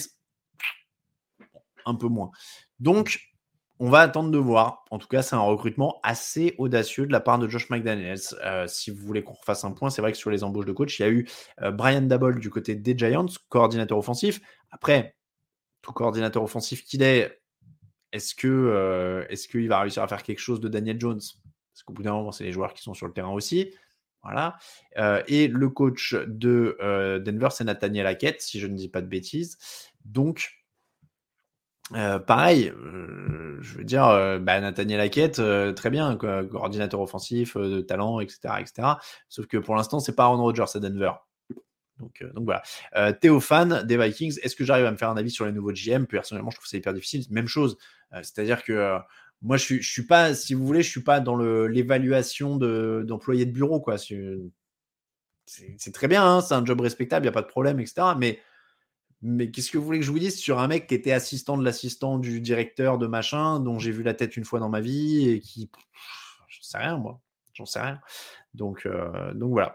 un peu moins. Donc, on va attendre de voir. En tout cas, c'est un recrutement assez audacieux de la part de Josh McDaniels. Euh, si vous voulez qu'on refasse un point, c'est vrai que sur les embauches de coach, il y a eu euh, Brian Daboll du côté des Giants, coordinateur offensif. Après, tout coordinateur offensif qu'il est, est-ce que euh, est-ce qu'il va réussir à faire quelque chose de Daniel Jones ? Parce qu'au bout d'un moment, c'est les joueurs qui sont sur le terrain aussi. Voilà. Euh, et le coach de euh, Denver, c'est Nathaniel Hackett, si je ne dis pas de bêtises. Donc, Euh, pareil, euh, je veux dire, euh, bah, Nathaniel Hackett, euh, très bien, quoi, coordinateur offensif, euh, de talent, et cetera, et cetera. Sauf que pour l'instant, c'est pas Aaron Rodgers à Denver. Donc, euh, donc voilà. Euh, Théo fan des Vikings, est-ce que j'arrive à me faire un avis sur les nouveaux G M ? Personnellement, je trouve ça hyper difficile. Même chose, euh, c'est-à-dire que euh, moi, je suis, je suis pas, si vous voulez, je suis pas dans le, l'évaluation de, d'employés de bureau, quoi. C'est, c'est, c'est très bien, hein, c'est un job respectable, il y a pas de problème, et cetera. Mais mais qu'est-ce que vous voulez que je vous dise sur un mec qui était assistant de l'assistant du directeur de machin, dont j'ai vu la tête une fois dans ma vie et qui, pff, j'en sais rien moi, j'en sais rien. Donc, euh, donc voilà.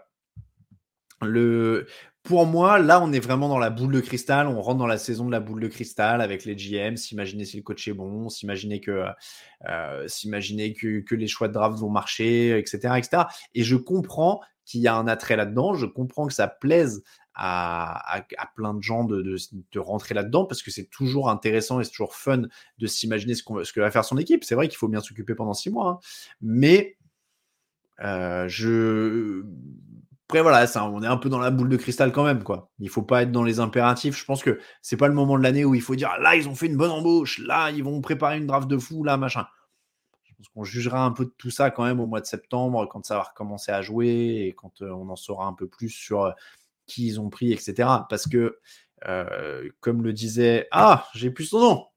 Le, pour moi, là, on est vraiment dans la boule de cristal. On rentre dans la saison de la boule de cristal avec les G M. S'imaginer si le coach est bon, s'imaginer que, euh, s'imaginer que, que les choix de draft vont marcher, et cetera, et cetera. Et je comprends qu'il y a un attrait là-dedans. Je comprends que ça plaise à, à, à plein de gens de, de, de rentrer là-dedans parce que c'est toujours intéressant et c'est toujours fun de s'imaginer ce, qu'on, ce que va faire son équipe. C'est vrai qu'il faut bien s'occuper pendant six mois, hein. Mais euh, je... Après, voilà, ça, on est un peu dans la boule de cristal quand même, quoi. Il faut pas être dans les impératifs. Je pense que c'est pas le moment de l'année où il faut dire là, ils ont fait une bonne embauche, là, ils vont préparer une draft de fou, là, machin. Je pense qu'on jugera un peu de tout ça quand même au mois de septembre, quand ça va recommencer à jouer et quand euh, on en saura un peu plus sur euh, qui ils ont pris, et cetera. Parce que, euh, comme le disait... Ah, j'ai plus son nom.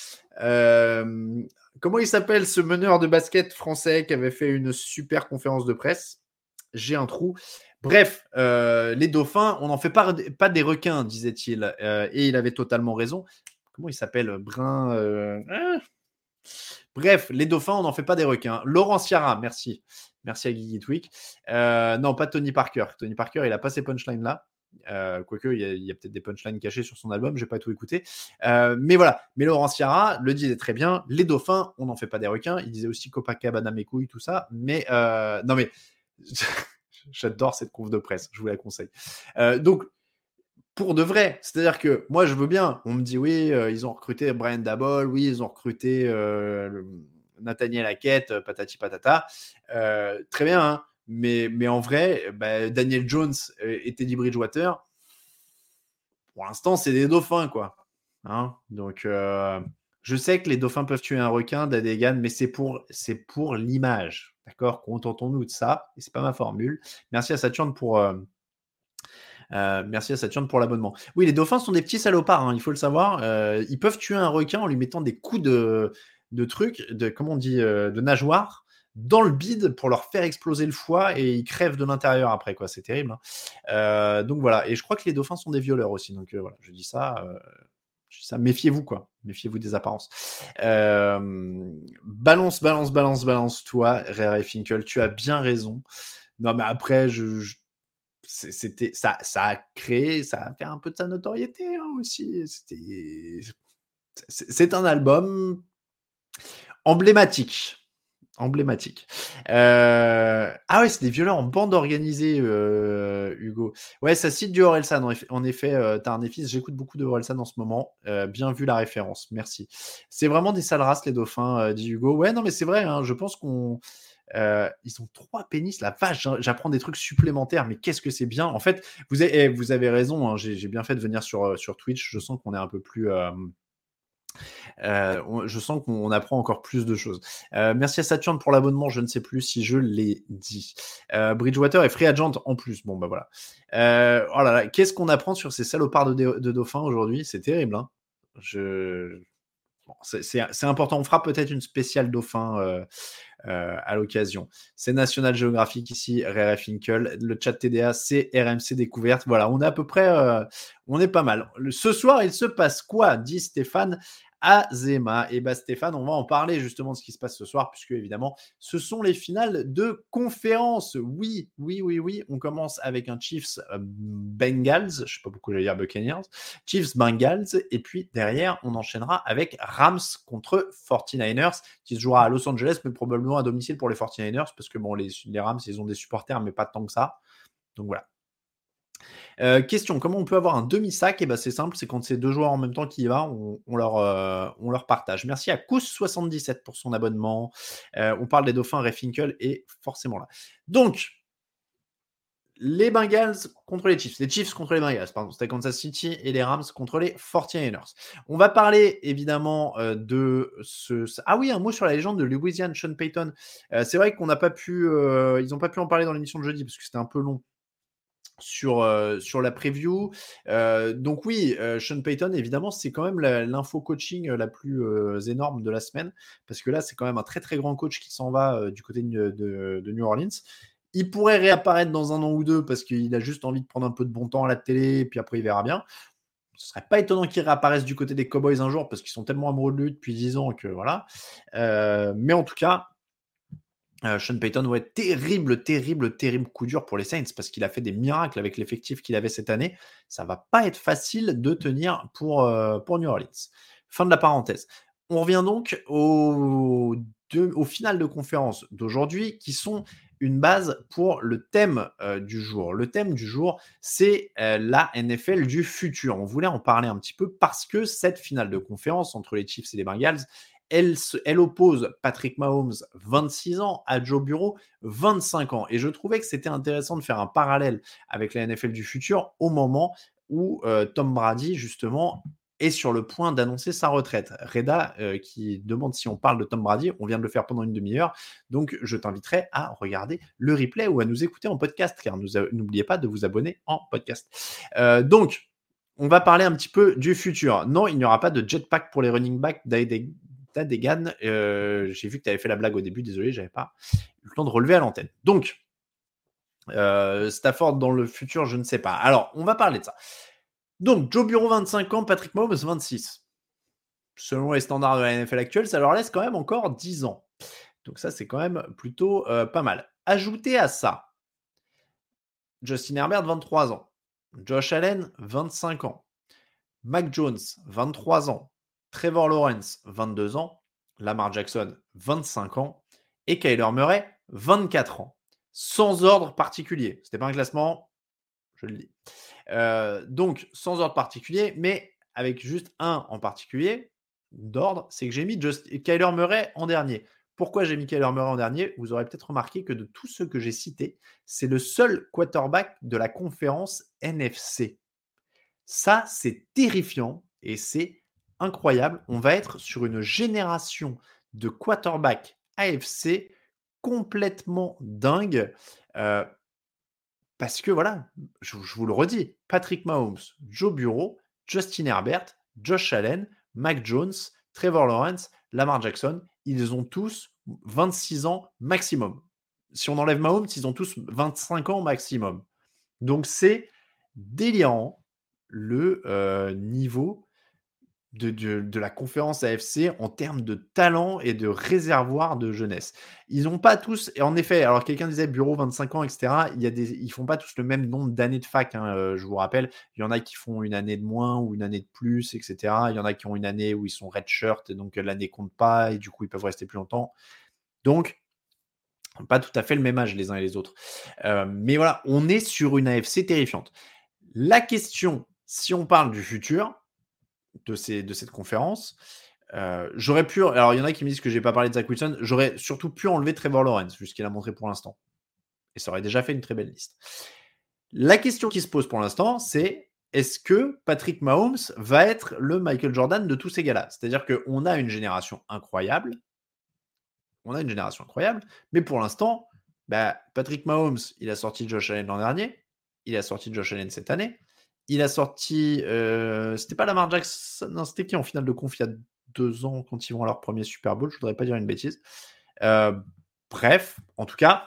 Euh, comment il s'appelle ce meneur de basket français qui avait fait une super conférence de presse ? J'ai un trou. Bref, euh, les dauphins, on n'en fait pas, pas des requins, disait-il. Euh, et il avait totalement raison. Comment il s'appelle ? Brun... Euh... Ah Bref, les dauphins, on n'en fait pas des requins. Laurent Ciara, merci. Merci à Guigui Tweak. Euh, non, pas Tony Parker. Tony Parker, il n'a pas ces punchlines-là. Euh, quoique, il y a, il y a peut-être des punchlines cachées sur son album, je n'ai pas tout écouté. Euh, mais voilà. Mais Laurent Ciara le disait très bien. Les dauphins, on n'en fait pas des requins. Il disait aussi Copacabana mes couilles, tout ça. Mais euh, non, mais j'adore cette conf de presse. Je vous la conseille. Euh, donc, pour de vrai, c'est-à-dire que moi je veux bien, on me dit oui, euh, ils ont recruté Brian Daboll, oui, ils ont recruté euh, le, Nathaniel Hackett, patati patata, euh, très bien, hein, mais, mais en vrai, bah, Daniel Jones et Teddy Bridgewater, pour l'instant c'est des dauphins, quoi. Hein. Donc, euh, je sais que les dauphins peuvent tuer un requin, Dadegan, mais c'est pour, c'est pour l'image. D'accord? Contentons-nous de ça. Et c'est pas ma formule. Merci à Saturne pour, euh, euh, merci à Saturne pour l'abonnement. Oui, les dauphins sont des petits salopards, hein, il faut le savoir. Euh, ils peuvent tuer un requin en lui mettant des coups de, de trucs, de, comment on dit, euh, de nageoires dans le bide pour leur faire exploser le foie et ils crèvent de l'intérieur après, quoi. C'est terrible. Hein. Euh, donc voilà. Et je crois que les dauphins sont des violeurs aussi. Donc euh, voilà, je dis ça. Euh, je dis ça. Méfiez-vous, quoi. Méfiez-vous des apparences. Euh, balance, balance, balance, balance, toi, Rare et Finkel. Tu as bien raison. Non, mais après, je, je c'était ça, ça a créé, ça a fait un peu de sa notoriété hein, aussi. C'était, c'est, c'est un album emblématique. Emblématique. Euh... Ah ouais, c'est des violeurs en bande organisée, euh, Hugo. Ouais, ça cite du Orelsan. En effet, en effet euh, t'as un Néphis. J'écoute beaucoup de Orelsan en ce moment. Euh, bien vu la référence. Merci. C'est vraiment des sales races, les dauphins, euh, dit Hugo. Ouais, non, mais c'est vrai. Hein, je pense qu'on. Euh, ils ont trois pénis, la vache, hein, j'apprends des trucs supplémentaires, mais qu'est-ce que c'est bien. En fait, vous avez, eh, vous avez raison, hein, j'ai, j'ai bien fait de venir sur, sur Twitch, je sens qu'on est un peu plus... Euh, euh, on, je sens qu'on apprend encore plus de choses. Euh, merci à Saturne pour l'abonnement, je ne sais plus si je l'ai dit. Euh, Bridgewater est free agent en plus, bon bah voilà. Euh, oh là là, qu'est-ce qu'on apprend sur ces salopards de, de dauphins aujourd'hui, c'est terrible, hein. Je... Bon, c'est, c'est, c'est important, on fera peut-être une spéciale dauphin euh, euh, à l'occasion. C'est National Geographic ici, Rare Finkel. Le chat T D A, c'est R M C Découverte. Voilà, on est à peu près, euh, on est pas mal. Le, ce soir, il se passe quoi, dit Stéphane Azema. Et bah Stéphane, on va en parler justement de ce qui se passe ce soir, puisque évidemment, ce sont les finales de conférence. Oui, oui, oui, oui. On commence avec un Chiefs euh, Bengals. Je sais pas pourquoi j'allais dire Buccaneers. Chiefs Bengals. Et puis derrière, on enchaînera avec Rams contre forty-niners, qui se jouera à Los Angeles, mais probablement à domicile pour les forty-niners, parce que bon, les, les Rams, ils ont des supporters, mais pas tant que ça. Donc voilà. Euh, question, comment on peut avoir un demi-sac? Et ben c'est simple, c'est quand c'est deux joueurs en même temps qui y va, on, on, leur, euh, on leur partage. Merci à Kous soixante-dix-sept pour son abonnement. Euh, on parle des dauphins, Ray Finkel est forcément là. Donc, les Bengals contre les Chiefs. Les Chiefs contre les Bengals, pardon. C'était Kansas City et les Rams contre les forty-niners. On va parler évidemment euh, de ce... Ah oui, un mot sur la légende de Louisiane, Sean Payton. Euh, c'est vrai qu'on n'a pas pu... Euh, ils n'ont pas pu en parler dans l'émission de jeudi parce que c'était un peu long sur, euh, sur la preview. Euh, donc oui, euh, Sean Payton, évidemment, c'est quand même la, l'info coaching la plus euh, énorme de la semaine, parce que là, c'est quand même un très très grand coach qui s'en va euh, du côté de, de, de New Orleans. Il pourrait réapparaître dans un an ou deux parce qu'il a juste envie de prendre un peu de bon temps à la télé, et puis après il verra bien. Ce serait pas étonnant qu'il réapparaisse du côté des Cowboys un jour parce qu'ils sont tellement amoureux de lui depuis dix ans que voilà. Euh, mais en tout cas, Euh, Sean Payton, ouais, terrible, terrible, terrible coup dur pour les Saints parce qu'il a fait des miracles avec l'effectif qu'il avait cette année. Ça va pas être facile de tenir pour, euh, pour New Orleans. Fin de la parenthèse. On revient donc aux, deux, aux finales de conférence d'aujourd'hui qui sont une base pour le thème euh, du jour. Le thème du jour, c'est euh, la N F L du futur. On voulait en parler un petit peu parce que cette finale de conférence entre les Chiefs et les Bengals, Elle, se, elle oppose Patrick Mahomes, vingt-six ans, à Joe Burrow, vingt-cinq ans. Et je trouvais que c'était intéressant de faire un parallèle avec la N F L du futur au moment où euh, Tom Brady, justement, est sur le point d'annoncer sa retraite. Reda, euh, qui demande si on parle de Tom Brady, on vient de le faire pendant une demi-heure, donc je t'inviterai à regarder le replay ou à nous écouter en podcast, car nous a... n'oubliez pas de vous abonner en podcast. Euh, donc, on va parler un petit peu du futur. Non, il n'y aura pas de jetpack pour les running backs Dadegan. Euh, j'ai vu que tu avais fait la blague au début, désolé, j'avais pas eu le temps de relever à l'antenne. Donc, euh, Stafford dans le futur, je ne sais pas. Alors, on va parler de ça. Donc, Joe Burrow, vingt-cinq ans, Patrick Mahomes, vingt-six. Selon les standards de la N F L actuelle, ça leur laisse quand même encore dix ans. Donc ça, c'est quand même plutôt euh, pas mal. Ajoutez à ça Justin Herbert, vingt-trois ans. Josh Allen, vingt-cinq ans. Mac Jones, vingt-trois ans. Trevor Lawrence, vingt-deux ans. Lamar Jackson, vingt-cinq ans. Et Kyler Murray, vingt-quatre ans. Sans ordre particulier. C'était pas un classement, je le dis. Euh, donc, sans ordre particulier, mais avec juste un en particulier d'ordre, c'est que j'ai mis Just... Kyler Murray en dernier. Pourquoi j'ai mis Kyler Murray en dernier? Vous aurez peut-être remarqué que de tous ceux que j'ai cités, c'est le seul quarterback de la conférence N F C. Ça, c'est terrifiant et c'est incroyable. On va être sur une génération de quarterbacks A F C complètement dingue. Euh, parce que voilà, je, je vous le redis, Patrick Mahomes, Joe Burrow, Justin Herbert, Josh Allen, Mac Jones, Trevor Lawrence, Lamar Jackson, ils ont tous vingt-six ans maximum. Si on enlève Mahomes, ils ont tous vingt-cinq ans maximum. Donc c'est délirant le euh, niveau de, de, de la conférence A F C en termes de talent et de réservoir de jeunesse. Ils n'ont pas tous, et en effet, alors quelqu'un disait bureau vingt-cinq ans, et cetera. Il y a des, ils font pas tous le même nombre d'années de fac. Hein, euh, je vous rappelle, il y en a qui font une année de moins ou une année de plus, et cetera. Il y en a qui ont une année où ils sont redshirt et donc l'année compte pas et du coup ils peuvent rester plus longtemps. Donc pas tout à fait le même âge les uns et les autres. Euh, mais voilà, on est sur une A F C terrifiante. La question, si on parle du futur, de, ces, de cette conférence. Euh, j'aurais pu... Alors, il y en a qui me disent que je n'ai pas parlé de Zach Wilson. J'aurais surtout pu enlever Trevor Lawrence, vu ce qu'il a montré pour l'instant. Et ça aurait déjà fait une très belle liste. La question qui se pose pour l'instant, c'est est-ce que Patrick Mahomes va être le Michael Jordan de tous ces gars-là? C'est-à-dire qu'on a une génération incroyable. On a une génération incroyable. Mais pour l'instant, bah, Patrick Mahomes, il a sorti Josh Allen l'an dernier. Il a sorti Josh Allen cette année. Il a sorti, euh, c'était pas Lamar Jackson, non, c'était qui en finale de conf il y a deux ans quand ils vont à leur premier Super Bowl, je voudrais pas dire une bêtise. Euh, bref, en tout cas,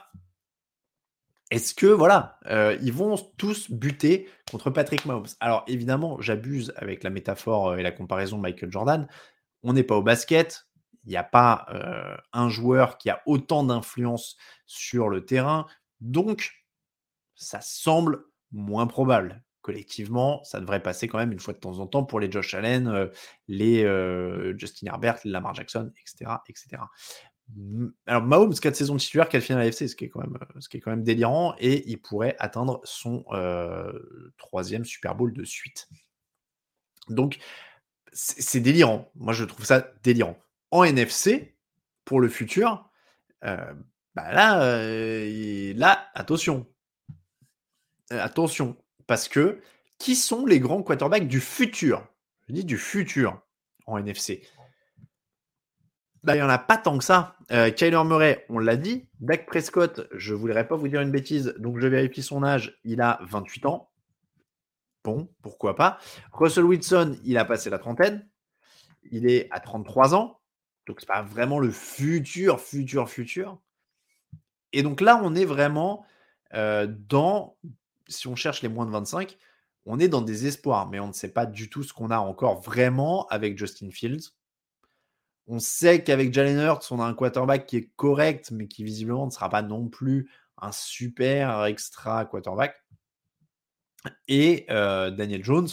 est-ce que, voilà, euh, ils vont tous buter contre Patrick Mahomes? Alors, évidemment, j'abuse avec la métaphore et la comparaison de Michael Jordan. On n'est pas au basket. Il n'y a pas euh, un joueur qui a autant d'influence sur le terrain. Donc, ça semble moins probable. Collectivement, ça devrait passer quand même une fois de temps en temps pour les Josh Allen, euh, les euh, Justin Herbert, les Lamar Jackson, et cetera, et cetera. Alors Mahomes, quatre saisons titulaires, quatre finales A F C, ce qui est quand même, ce qui est quand même délirant, et il pourrait atteindre son euh, troisième Super Bowl de suite. Donc, c'est, c'est délirant. Moi, je trouve ça délirant. En N F C, pour le futur, euh, bah là, euh, là, attention. Euh, attention, parce que qui sont les grands quarterbacks du futur? Je dis du futur en N F C. Bah, il n'y en a pas tant que ça. Euh, Kyler Murray, on l'a dit. Dak Prescott, je ne voudrais pas vous dire une bêtise, donc je vérifie son âge. Il a vingt-huit ans. Bon, pourquoi pas. Russell Wilson, il a passé la trentaine. Il est à trente-trois ans. Donc, ce n'est pas vraiment le futur, futur, futur. Et donc là, on est vraiment euh, dans... Si on cherche les moins de vingt-cinq, on est dans des espoirs, mais on ne sait pas du tout ce qu'on a encore vraiment avec Justin Fields. On sait qu'avec Jalen Hurts, on a un quarterback qui est correct, mais qui visiblement ne sera pas non plus un super extra quarterback. Et euh, Daniel Jones,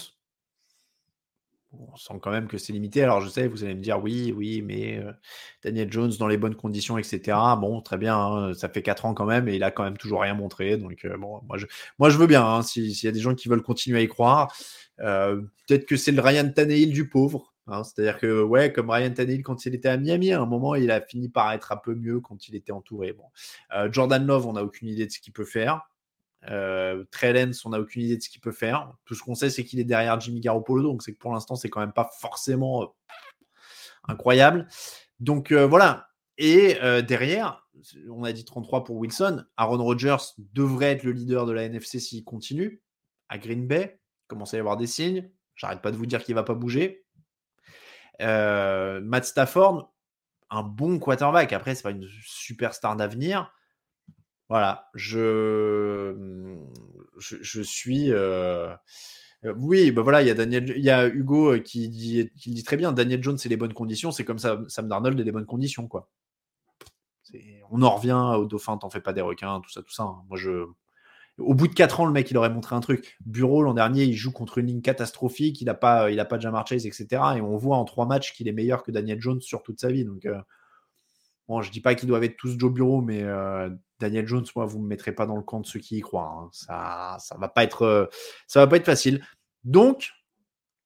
on sent quand même que c'est limité. Alors je sais, vous allez me dire oui, oui, mais euh, Daniel Jones dans les bonnes conditions, et cetera. Bon, très bien, hein, ça fait quatre ans quand même, et il a quand même toujours rien montré. Donc euh, bon, moi je, moi je veux bien, hein, s'il si y a des gens qui veulent continuer à y croire. Euh, peut-être que c'est le Ryan Tannehill du pauvre. Hein, c'est-à-dire que, ouais, comme Ryan Tannehill quand il était à Miami, à un moment, il a fini par être un peu mieux quand il était entouré. Bon. Euh, Jordan Love, on n'a aucune idée de ce qu'il peut faire. Euh, Trey Lance, on n'a aucune idée de ce qu'il peut faire. Tout ce qu'on sait, c'est qu'il est derrière Jimmy Garoppolo, donc c'est que pour l'instant, c'est quand même pas forcément euh, incroyable. Donc euh, voilà. Et euh, derrière, on a dit trente-trois pour Wilson. Aaron Rodgers devrait être le leader de la N F C s'il continue. À Green Bay, il commence à y avoir des signes. J'arrête pas de vous dire qu'il va pas bouger. Euh, Matt Stafford, un bon quarterback. Après, c'est pas une superstar d'avenir. Voilà, je, je, je suis. Euh... Oui, ben voilà, il y a Daniel, il y a Hugo qui dit, qui dit très bien. Daniel Jones, c'est les bonnes conditions. C'est comme ça, Sam Darnold est les bonnes conditions, quoi. C'est... On en revient au dauphin, t'en fais pas des requins, tout ça, tout ça. Hein. Moi, je. Au bout de quatre ans, le mec, il aurait montré un truc. Bureau, l'an dernier, il joue contre une ligne catastrophique. Il n'a pas, il a pas Jamar Chase, et cetera. Et on voit en trois matchs qu'il est meilleur que Daniel Jones sur toute sa vie. Donc, euh... bon, je dis pas qu'ils doivent être tous Joe Bureau, mais euh, Daniel Jones, moi, vous me mettrez pas dans le camp de ceux qui y croient. Hein. Ça, ça va pas être, euh, ça va pas être facile. Donc,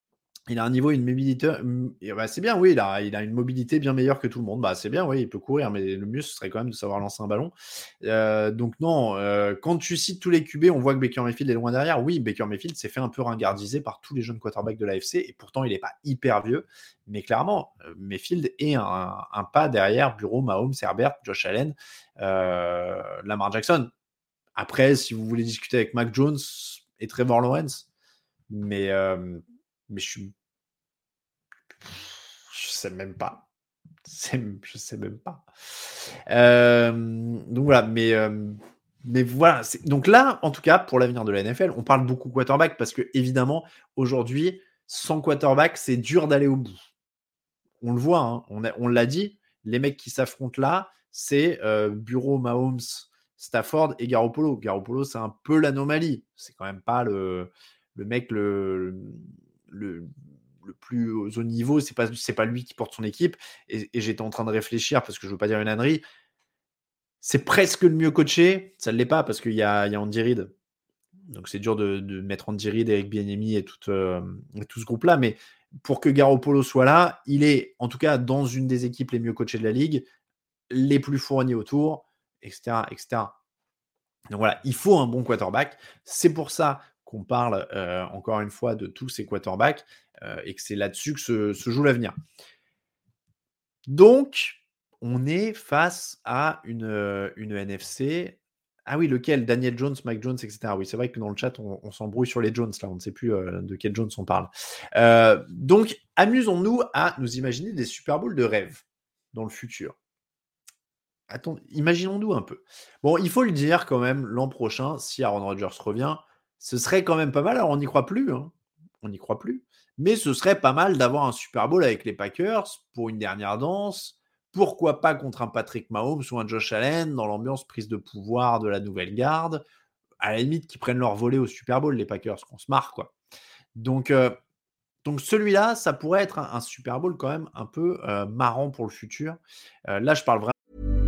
Il a un niveau, une mobilité, mmh, et bah, c'est bien, oui, il a il a une mobilité bien meilleure que tout le monde. Bah, c'est bien, oui, il peut courir, mais le mieux, ce serait quand même de savoir lancer un ballon. Heu, donc non, heu, quand tu cites tous les Q B, on voit que Baker Mayfield est loin derrière. Oui, Baker Mayfield s'est fait un peu ringardiser par tous les jeunes quarterbacks de l'A F C et pourtant il est pas hyper vieux. Mais clairement, heu, Mayfield est un un pas derrière Burrow, Mahomes, Herbert, Josh Allen, heu, Lamar Jackson. Après, si vous voulez discuter avec Mac Jones et Trevor Lawrence, mais hem, mais je suis je sais même pas. C'est je sais même pas. Hem, donc voilà, mais hem, mais voilà, c'est donc là, en tout cas, pour l'avenir de la N F L, on parle beaucoup quarterback parce qu'évidemment, aujourd'hui, sans quarterback, c'est dur d'aller au bout. On le voit, hein, on a on l'a dit, les mecs qui s'affrontent là, c'est, heu, Burrow, Mahomes, Stafford et Garoppolo. Garoppolo, c'est un peu l'anomalie. C'est quand même pas le le mec le le le plus haut niveau, c'est pas c'est pas lui qui porte son équipe et et j'étais en train de réfléchir parce que je veux pas dire une ânerie. C'est presque le mieux coaché, ça ne l'est pas parce qu'il y a il y a Andy Reid. Donc c'est dur de de mettre Andy Reid, Eric Bieniemy et tout, hem, et tout ce groupe-là, mais pour que Garoppolo soit là, il est en tout cas dans une des équipes les mieux coachées de la ligue, les plus fournis autour, et cetera, et cetera. Donc voilà, il faut un bon quarterback. C'est pour ça qu'on parle, heu, encore une fois de tous ces quarterbacks, heu, et que c'est là-dessus que se se joue l'avenir. Donc, on est face à une, heu, une N F C. Ah oui, lequel? Daniel Jones, Mike Jones, et cetera. Oui, c'est vrai que dans le chat, on on s'embrouille sur les Jones là, on ne sait plus, heu, de quel Jones on parle. Heu, donc amusons-nous à nous imaginer des Super Bowls de rêve dans le futur. Attends, imaginons-nous un peu. Bon, il faut le dire quand même, l'an prochain, si Aaron Rodgers revient, ce serait quand même pas mal. Alors on n'y croit plus, hein, on n'y croit plus, mais ce serait pas mal d'avoir un Super Bowl avec les Packers pour une dernière danse. Pourquoi pas contre un Patrick Mahomes ou un Josh Allen dans l'ambiance prise de pouvoir de la nouvelle garde. À la limite, qu'ils prennent leur volet au Super Bowl, les Packers, qu'on se marre, quoi. Donc, euh, donc celui-là, ça pourrait être un, un Super Bowl quand même un peu euh, marrant pour le futur. Euh, là, je parle vraiment.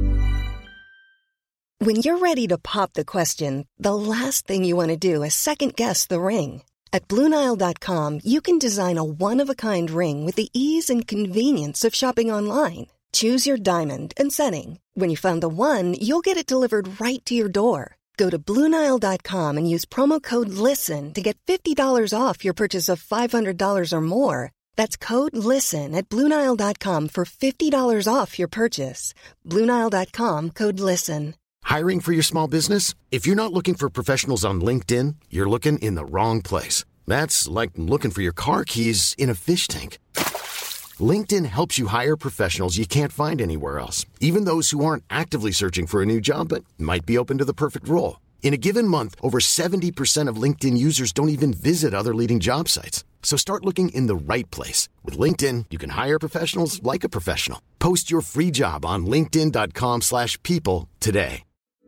When you're ready to pop the question, the last thing you want to do is second-guess the ring. At Blue Nile dot com, you can design a one-of-a-kind ring with the ease and convenience of shopping online. Choose your diamond and setting. When you find the one, you'll get it delivered right to your door. Go to Blue Nile dot com and use promo code LISTEN to get fifty dollars off your purchase of five hundred dollars or more. That's code LISTEN at Blue Nile dot com for fifty dollars off your purchase. Blue Nile dot com, code LISTEN.
Hiring for your small business? If you're not looking for professionals on LinkedIn, you're looking in the wrong place. That's like looking for your car keys in a fish tank. LinkedIn helps you hire professionals you can't find anywhere else, even those who aren't actively searching for a new job but might be open to the perfect role. In a given month, over seventy percent of LinkedIn users don't even visit other leading job sites. So start looking in the right place. With LinkedIn, you can hire professionals like a professional. Post your free job on linkedin dot com slash people today.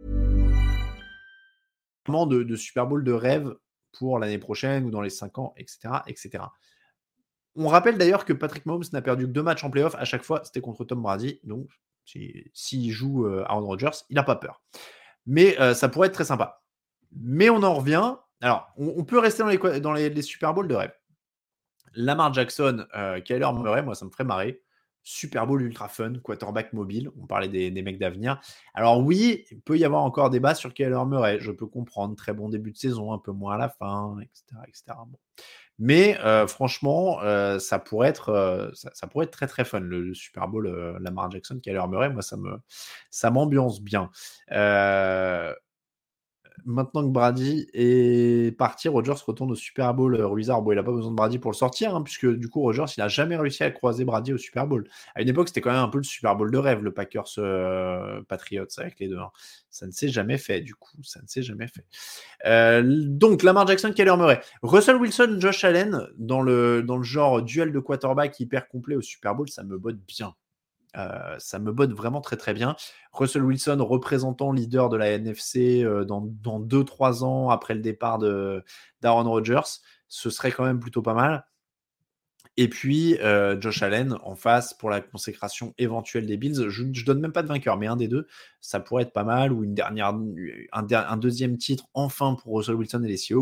De, de Super Bowl de rêve pour l'année prochaine ou dans les cinq ans, et cetera, et cetera. On rappelle d'ailleurs que Patrick Mahomes n'a perdu que deux matchs en playoff. À chaque fois, c'était contre Tom Brady. Donc, s'il si, joue euh, Aaron Rodgers, il n'a pas peur. Mais euh, ça pourrait être très sympa. Mais on en revient. Alors, on, on peut rester dans les, dans les, les Super Bowls de rêve. Lamar Jackson, euh, Kyler Murray, moi, ça me ferait marrer. Super Bowl ultra fun, quarterback mobile. On parlait des, des mecs d'avenir. Alors oui, il peut y avoir encore débat sur Kyler Murray. Je peux comprendre. Très bon début de saison, un peu moins à la fin, et cetera, et cetera. Bon. Mais euh, franchement, euh, ça pourrait être, euh, ça, ça pourrait être très très fun le, le Super Bowl euh, Lamar Jackson, Kyler Murray. Moi, ça me, ça m'ambiance bien. Euh, Maintenant que Brady est parti, Rodgers retourne au Super Bowl. Euh, Wizard, bon, il n'a pas besoin de Brady pour le sortir, hein, puisque du coup, Rodgers, il n'a jamais réussi à croiser Brady au Super Bowl. À une époque, c'était quand même un peu le Super Bowl de rêve, le Packers euh, Patriots avec les deux. Hein. Ça ne s'est jamais fait, du coup. Ça ne s'est jamais fait. Euh, donc, Lamar Jackson, Kyler Murray. Russell Wilson, Josh Allen, dans le, dans le genre duel de quarterback hyper complet au Super Bowl, ça me botte bien. Euh, ça me botte vraiment très très bien. Russell Wilson, représentant leader de la N F C euh, dans, dans deux trois ans après le départ de, d'Aaron Rodgers, ce serait quand même plutôt pas mal. Et puis euh, Josh Allen en face pour la consécration éventuelle des Bills. Je ne donne même pas de vainqueur, mais un des deux, ça pourrait être pas mal. Ou une dernière, un, un deuxième titre enfin pour Russell Wilson et les Seahawks.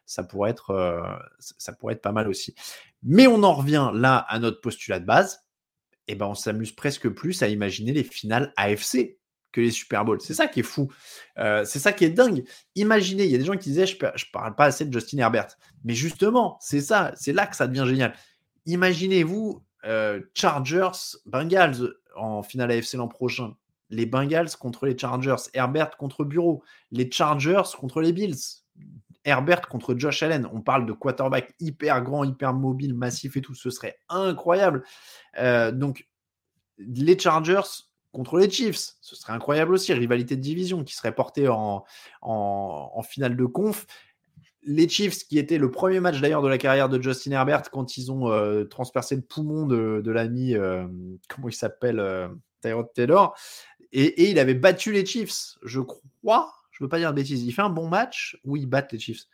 ça pourrait être, euh, ça pourrait être pas mal aussi. Mais on en revient là à notre postulat de base. Et ben on s'amuse presque plus à imaginer les finales A F C que les Super Bowls. C'est ça qui est fou. Euh, c'est ça qui est dingue. Imaginez, il y a des gens qui disaient je, je parle pas assez de Justin Herbert. Mais justement, c'est ça, c'est là que ça devient génial. Imaginez-vous euh, Chargers, Bengals en finale A F C l'an prochain. Les Bengals contre les Chargers, Herbert contre Bureau, les Chargers contre les Bills, Herbert contre Josh Allen. On parle de quarterback hyper grand, hyper mobile, massif et tout. Ce serait incroyable. Euh, donc, les Chargers contre les Chiefs, ce serait incroyable aussi. Rivalité de division qui serait portée en, en, en finale de conf. Les Chiefs, qui était le premier match d'ailleurs de la carrière de Justin Herbert quand ils ont euh, transpercé le poumon de, de l'ami, euh, comment il s'appelle, euh, Tyrod Taylor, et, et il avait battu les Chiefs, je crois, je ne veux pas dire de bêtises, il fait un bon match où ils battent les Chiefs.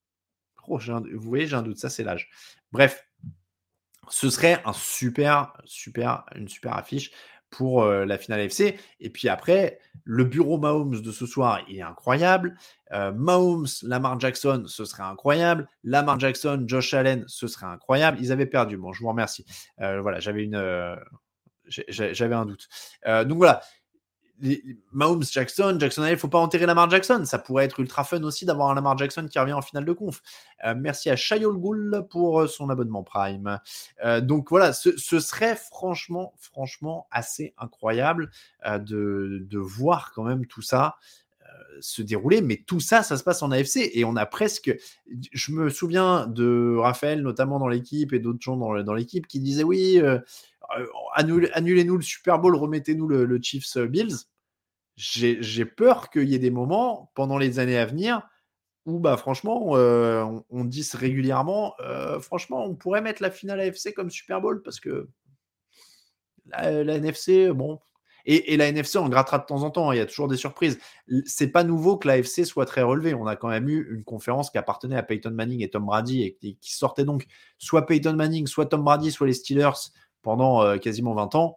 Oh, j'ai un, vous voyez, j'ai un doute, ça c'est l'âge. Bref, ce serait un super, super, une super affiche pour euh, la finale F C. Et puis après, le bureau Mahomes de ce soir, il est incroyable. Euh, Mahomes, Lamar Jackson, ce serait incroyable. Lamar Jackson, Josh Allen, ce serait incroyable. Ils avaient perdu. Bon, je vous remercie. Euh, voilà, j'avais une, euh, j'avais un doute. Euh, donc voilà. Les, Mahomes, Jackson, Jackson Allen, il ne faut pas enterrer Lamar Jackson. Ça pourrait être ultra fun aussi d'avoir un Lamar Jackson qui revient en finale de conf. Euh, merci à Chayol Ghoul pour son abonnement Prime. Euh, donc voilà, ce, ce serait franchement, franchement assez incroyable euh, de, de voir quand même tout ça euh, se dérouler. Mais tout ça, ça se passe en A F C et on a presque. Je me souviens de Raphaël, notamment dans l'équipe et d'autres gens dans, dans l'équipe qui disaient oui. Euh, annulez-nous le Super Bowl, remettez-nous le, le Chiefs Bills. J'ai, j'ai peur qu'il y ait des moments pendant les années à venir où bah, franchement, euh, on, on dit régulièrement, euh, franchement, on pourrait mettre la finale A F C comme Super Bowl parce que la, la N F C, bon. Et, et la N F C, on grattera de temps en temps, il y a toujours des surprises. C'est pas nouveau que la F C soit très relevée. On a quand même eu une conférence qui appartenait à Peyton Manning et Tom Brady et qui, qui sortait donc soit Peyton Manning, soit Tom Brady, soit les Steelers pendant euh, quasiment vingt ans.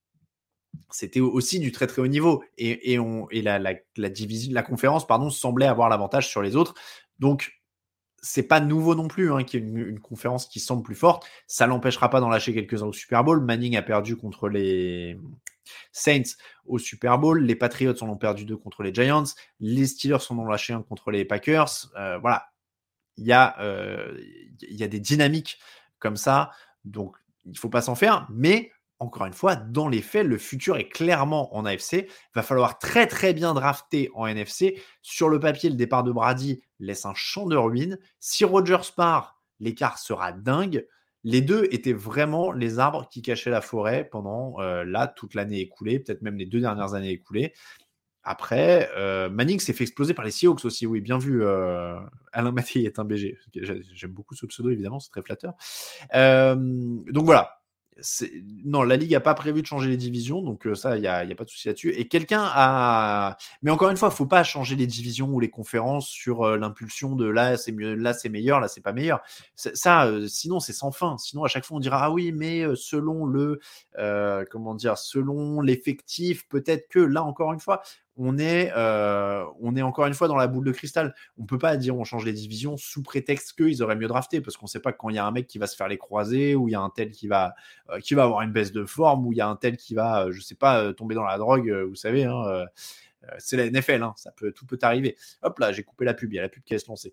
C'était aussi du très très haut niveau et, et, on, et la, la, la, division, la conférence pardon, semblait avoir l'avantage sur les autres. Donc, c'est pas nouveau non plus hein, qu'il y ait une, une conférence qui semble plus forte. Ça l'empêchera pas d'en lâcher quelques-uns au Super Bowl. Manning a perdu contre les Saints au Super Bowl. Les Patriots en ont perdu deux contre les Giants. Les Steelers en ont lâché un contre les Packers. Euh, voilà. Il y, euh, y a des dynamiques comme ça. Donc, il ne faut pas s'en faire. Mais encore une fois, dans les faits, le futur est clairement en A F C. Il va falloir très très bien drafter en N F C. Sur le papier, le départ de Brady laisse un champ de ruines. Si Rodgers part, l'écart sera dingue. Les deux étaient vraiment les arbres qui cachaient la forêt pendant euh, là toute l'année écoulée, peut-être même les deux dernières années écoulées. Après, euh, Manning s'est fait exploser par les Seahawks aussi. Oui, bien vu. Euh, Alain Mattei est un B G. J'aime beaucoup ce pseudo, évidemment, c'est très flatteur. Euh, donc voilà. C'est... Non, la Ligue n'a pas prévu de changer les divisions, donc euh, ça, il n'y a, y a pas de souci là-dessus. Et quelqu'un a... Mais encore une fois, il ne faut pas changer les divisions ou les conférences sur euh, l'impulsion de là, c'est mieux, là, c'est meilleur, là, c'est pas meilleur. C'est, ça, euh, sinon, c'est sans fin. Sinon, à chaque fois, on dira, ah oui, mais euh, selon le... Euh, comment dire, selon l'effectif, peut-être que, là, encore une fois, on est, euh, on est encore une fois dans la boule de cristal. On ne peut pas dire on change les divisions sous prétexte qu'ils auraient mieux drafté, parce qu'on ne sait pas quand il y a un mec qui va se faire les croisés, ou il y a un tel qui va, euh, qui va avoir une baisse de forme, ou il y a un tel qui va, euh, je ne sais pas, euh, tomber dans la drogue, euh, vous savez, hein, euh, c'est la N F L, hein, ça peut, tout peut arriver. Hop là, j'ai coupé la pub, il y a la pub qui va se lancer.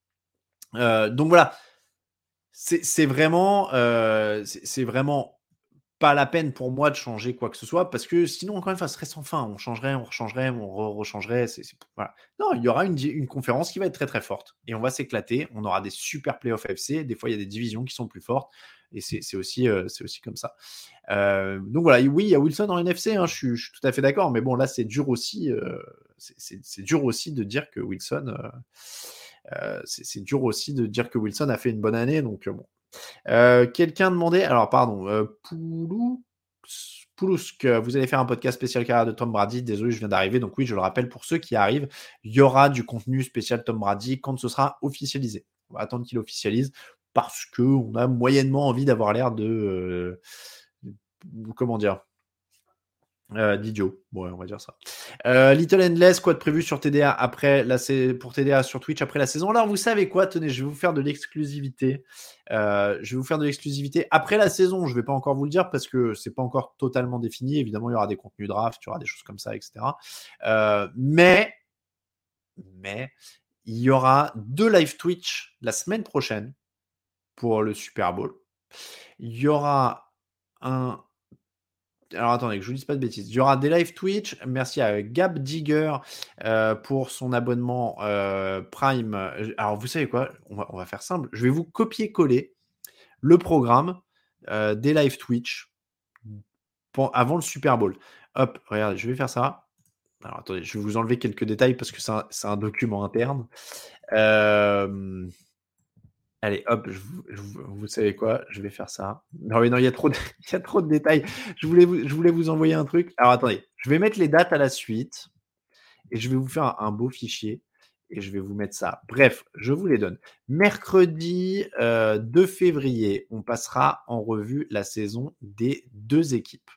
Euh, donc voilà, c'est, c'est vraiment, euh, c'est, c'est vraiment pas la peine pour moi de changer quoi que ce soit, parce que sinon, encore une fois, ce serait sans fin. On changerait, on rechangerait, on rechangerait. C'est, c'est, voilà. Non, il y aura une, une conférence qui va être très très forte et on va s'éclater. On aura des super playoffs F C. Des fois, il y a des divisions qui sont plus fortes et c'est, c'est, aussi, euh, c'est aussi comme ça. Euh, donc voilà, oui, il y a Wilson en N F C, hein, je, suis, je suis tout à fait d'accord, mais bon, là, c'est dur aussi, euh, c'est, c'est, c'est dur aussi de dire que Wilson, euh, euh, c'est, c'est dur aussi de dire que Wilson a fait une bonne année, donc euh, bon. Euh, quelqu'un demandait, alors pardon, euh, Poulou, Poulousk, vous allez faire un podcast spécial carrière de Tom Brady. Désolé, je viens d'arriver. Donc oui, je le rappelle pour ceux qui arrivent, il y aura du contenu spécial Tom Brady quand ce sera officialisé. On va attendre qu'il officialise parce qu'on a moyennement envie d'avoir l'air de... Euh, comment dire Euh, d'idiot, ouais, on va dire ça. Euh, Little Endless, quoi de prévu sur T D A après la sa- pour T D A sur Twitch après la saison. Alors vous savez quoi, tenez, je vais vous faire de l'exclusivité. Euh, je vais vous faire de l'exclusivité après la saison. Je vais pas encore vous le dire parce que c'est pas encore totalement défini. Évidemment, il y aura des contenus draft, il y aura des choses comme ça, et cetera. Euh, mais, mais il y aura deux live Twitch la semaine prochaine pour le Super Bowl. Il y aura un Alors attendez, que je vous dise pas de bêtises. Il y aura des live Twitch. Merci à Gab Digger euh, pour son abonnement euh, Prime. Alors vous savez quoi, on va, on va faire simple. Je vais vous copier-coller le programme euh, des live Twitch pour, avant le Super Bowl. Hop, regardez, je vais faire ça. Alors attendez, je vais vous enlever quelques détails parce que c'est un, c'est un document interne. Euh, Allez, hop, je vous, je vous, vous savez quoi, je vais faire ça. Non, mais non, il y a trop de, il y a trop de détails. Je voulais, vous, je voulais vous envoyer un truc. Alors attendez, je vais mettre les dates à la suite et je vais vous faire un, un beau fichier et je vais vous mettre ça. Bref, je vous les donne. Mercredi euh, deux février, on passera en revue la saison des deux équipes.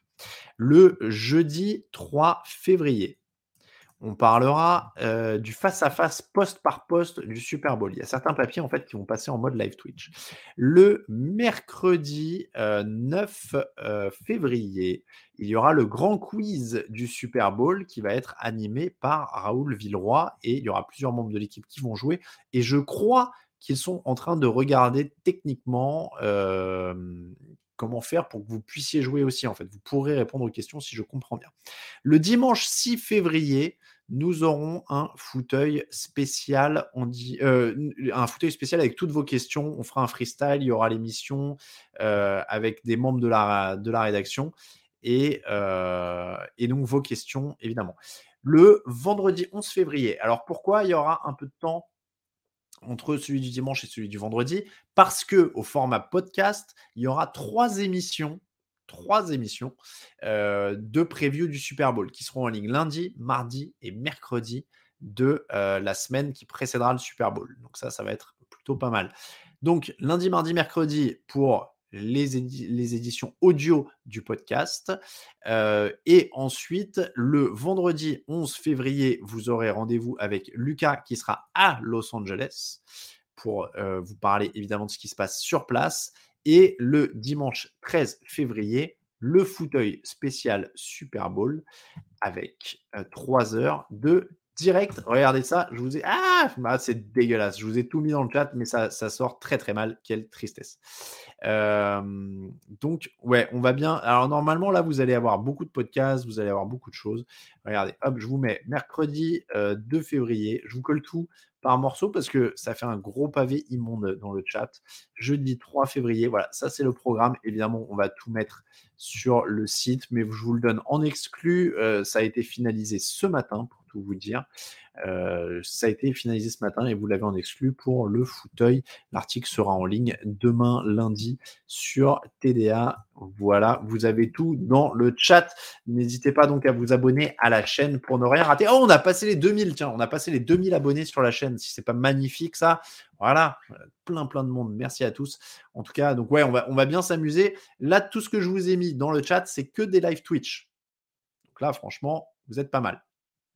Le jeudi trois février, on parlera euh, du face-à-face poste par poste du Super Bowl. Il y a certains papiers en fait qui vont passer en mode live Twitch. Le mercredi euh, neuf euh, février, il y aura le grand quiz du Super Bowl qui va être animé par Raoul Villeroy et il y aura plusieurs membres de l'équipe qui vont jouer. Et je crois qu'ils sont en train de regarder techniquement euh, comment faire pour que vous puissiez jouer aussi. En fait, vous pourrez répondre aux questions si je comprends bien. Le dimanche six février, nous aurons un fauteuil spécial, on dit, euh, un fauteuil spécial avec toutes vos questions. On fera un freestyle, il y aura l'émission euh, avec des membres de la, de la rédaction et, euh, et donc vos questions, évidemment. Le vendredi onze février, alors pourquoi il y aura un peu de temps entre celui du dimanche et celui du vendredi? Parce que au format podcast, il y aura trois émissions trois émissions euh, de preview du Super Bowl qui seront en ligne lundi, mardi et mercredi de euh, la semaine qui précédera le Super Bowl. Donc ça, ça va être plutôt pas mal. Donc lundi, mardi, mercredi pour les, édi- les éditions audio du podcast. Euh, et ensuite, le vendredi onze février, vous aurez rendez-vous avec Lucas qui sera à Los Angeles pour euh, vous parler évidemment de ce qui se passe sur place. Et le dimanche treize février, le fauteuil spécial Super Bowl avec euh, trois heures de direct. Regardez ça, je vous ai... Ah, bah, c'est dégueulasse. Je vous ai tout mis dans le chat, mais ça, ça sort très très mal. Quelle tristesse. Euh, donc, ouais, on va bien. Alors, normalement, là, vous allez avoir beaucoup de podcasts, vous allez avoir beaucoup de choses. Regardez, hop, je vous mets mercredi euh, deux février. Je vous colle tout par morceau parce que ça fait un gros pavé immonde dans le chat. Jeudi trois février, voilà, ça c'est le programme. Évidemment, on va tout mettre sur le site, mais je vous le donne en exclu. Euh, ça a été finalisé ce matin, pour tout vous dire. Euh, ça a été finalisé ce matin et vous l'avez en exclu pour le fauteuil. L'article sera en ligne demain lundi sur T D A. Voilà, vous avez tout dans le chat. N'hésitez pas donc à vous abonner à la chaîne pour ne rien rater. Oh, on a passé les deux mille, tiens, on a passé les deux mille abonnés sur la chaîne. Si c'est pas magnifique ça, voilà, plein plein de monde. Merci à tous. En tout cas, donc ouais, on va, on va bien s'amuser. Là, tout ce que je vous ai mis dans le chat, c'est que des live Twitch. Donc là, franchement, vous êtes pas mal.